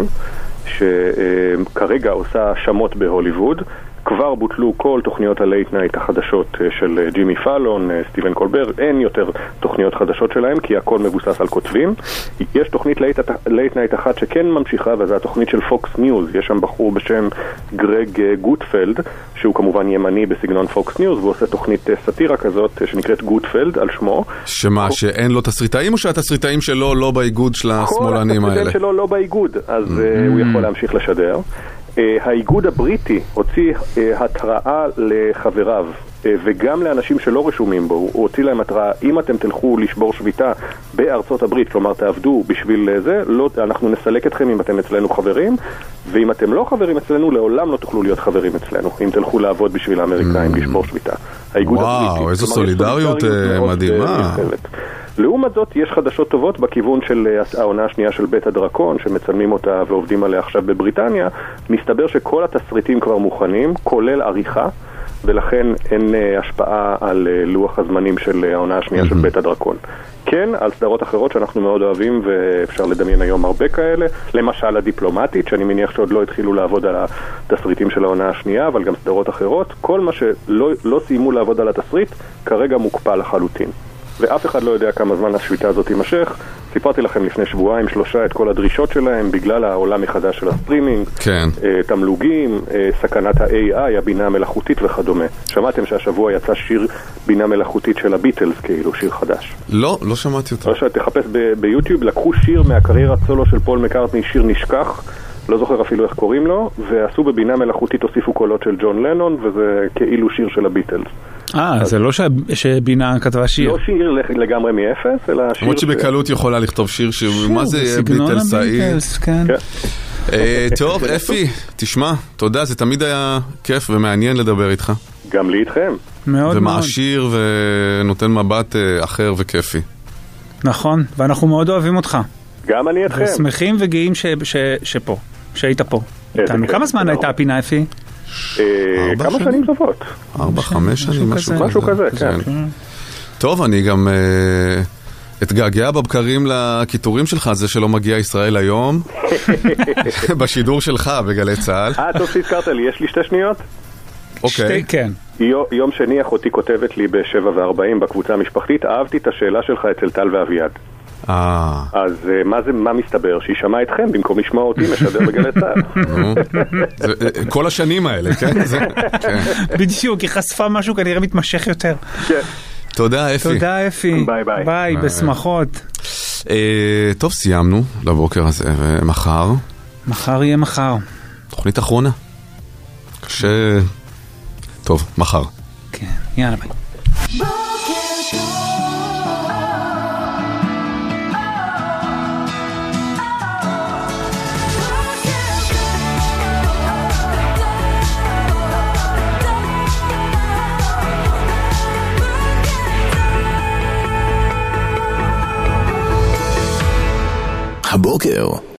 שכרגע עושה שמות בהוליווד. כבר בוטלו כל תוכניות הלייט נייט החדשות של ג'ימי פאלון, סטיבן קולבר, אין יותר תוכניות חדשות שלהם כי הכל מבוסס על כותבים. יש תוכנית לייט נייט אחת שכן ממשיכה, וזו התוכנית של פוקס ניוז. יש שם בחור בשם גרג גוטפלד, שהוא כמובן ימני בסגנון פוקס ניוז, והוא עושה תוכנית סאטירה כזאת שנקראת גוטפלד על שמו.
שמה, שאין לו תסריטאים או שהתסריטאים שלו לא באיגוד של השמאלנים האלה?
כל התסריטאים שלו לא באיגוד, אז הוא יכול להמשיך לשדר. האיגוד הבריטי הוציא התראה לחבריו וגם לאנשים שלא רשומים בו, הוא הוציא להם התראה, אם אתם תלכו לשבור שביתה בארצות הברית, כלומר תעבדו בשביל זה, לא, אנחנו נסלק אתכם אם אתם אצלנו חברים, ואם אתם לא חברים אצלנו, לעולם לא תוכלו להיות חברים אצלנו, אם תלכו לעבוד בשביל האמריקאים לשבור שביתה.
וואו, איזו סולידריות מדהימה.
לעומת זאת, יש חדשות טובות בכיוון של העונה השנייה של בית הדרקון, שמצלמים אותה ועובדים עליה עכשיו בבריטניה. מסתבר שכל התסריטים כבר מוכנים, כולל עריכה, ולכן אין השפעה על לוח הזמנים של העונה השנייה של בית הדרקון. כן, על סדרות אחרות שאנחנו מאוד אוהבים, ואפשר לדמיין היום הרבה כאלה, למשל הדיפלומטית, שאני מניח שעוד לא התחילו לעבוד על התסריטים של העונה השנייה, אבל גם סדרות אחרות. כל מה שלא סיימו לעבוד על התסריט, כרגע מוקפא לחלוטין. ואף אחד לא יודע כמה זמן השביתה הזאת תימשך. סיפרתי לכם לפני שבועיים, 3 את כל הדרישות שלהם בגלל העולם מחדש של הסטרימינג,
כן.
תמלוגים, סכנת ה-AI, הבינה המלאכותית וכדומה. שמעתם שהשבוע יצא שיר בינה מלאכותית של הביטלס, כאילו שיר חדש?
לא שמעתי אותו.
תחפש ביוטיוב, לקחו שיר מהקריירת סולו של פול מקארטני, שיר נשכח, לא זוכר אפילו איך קוראים לו, ועשו בבינה מלאכותית, הוסיפו קולות של ג'ון לנון, וזה כאילו שיר של הביטלס.
זה לא שבינה כתבה שיר.
לא שיר לגמרי מאפס, אלא שיר...
למרות שבקלות יכולה לכתוב שיר מה זה ביטלס
הביטלס, כן.
טוב, אפי, תשמע, תודה, זה תמיד היה כיף ומעניין לדבר איתך.
גם לי איתכם.
מאוד
ומעשיר ונותן מבט אחר וכיפי.
נכון, ואנחנו מאוד אוהבים אותך.
גם אני איתכם.
ושמחים וגאים שפה, שהיית פה. כמה זמן הייתה הפינה, אפי?
כמה שנים טובות.
4-5 שנים,
משהו כזה, כן.
טוב, אני גם אתגעגע בבקרים לכיתורים שלך, זה שלא מגיע ישראל היום, בשידור שלך בגלי צהל.
טוב שהזכרת לי, יש לי 2 שניות?
אוקיי.
כן.
יום שני אחותי כותבת לי ב-7:40 בקבוצה המשפחתית, אהבתי את השאלה שלך אצל טל ואביעד. אז מה מסתבר? שהיא שמעה אתכם במקום לשמוע אותי משדר בגלי צהל.
כל השנים האלה, כן?
בדיוק, היא חשפה משהו כנראה מתמשך יותר.
תודה אפי.
תודה אפי.
ביי ביי.
ביי, בשמחות.
טוב, סיימנו לבוקר הזה, ומחר?
מחר יהיה מחר.
תוכנית אחרונה. קשה... טוב, מחר.
כן, יאללה ביי.
הבוקר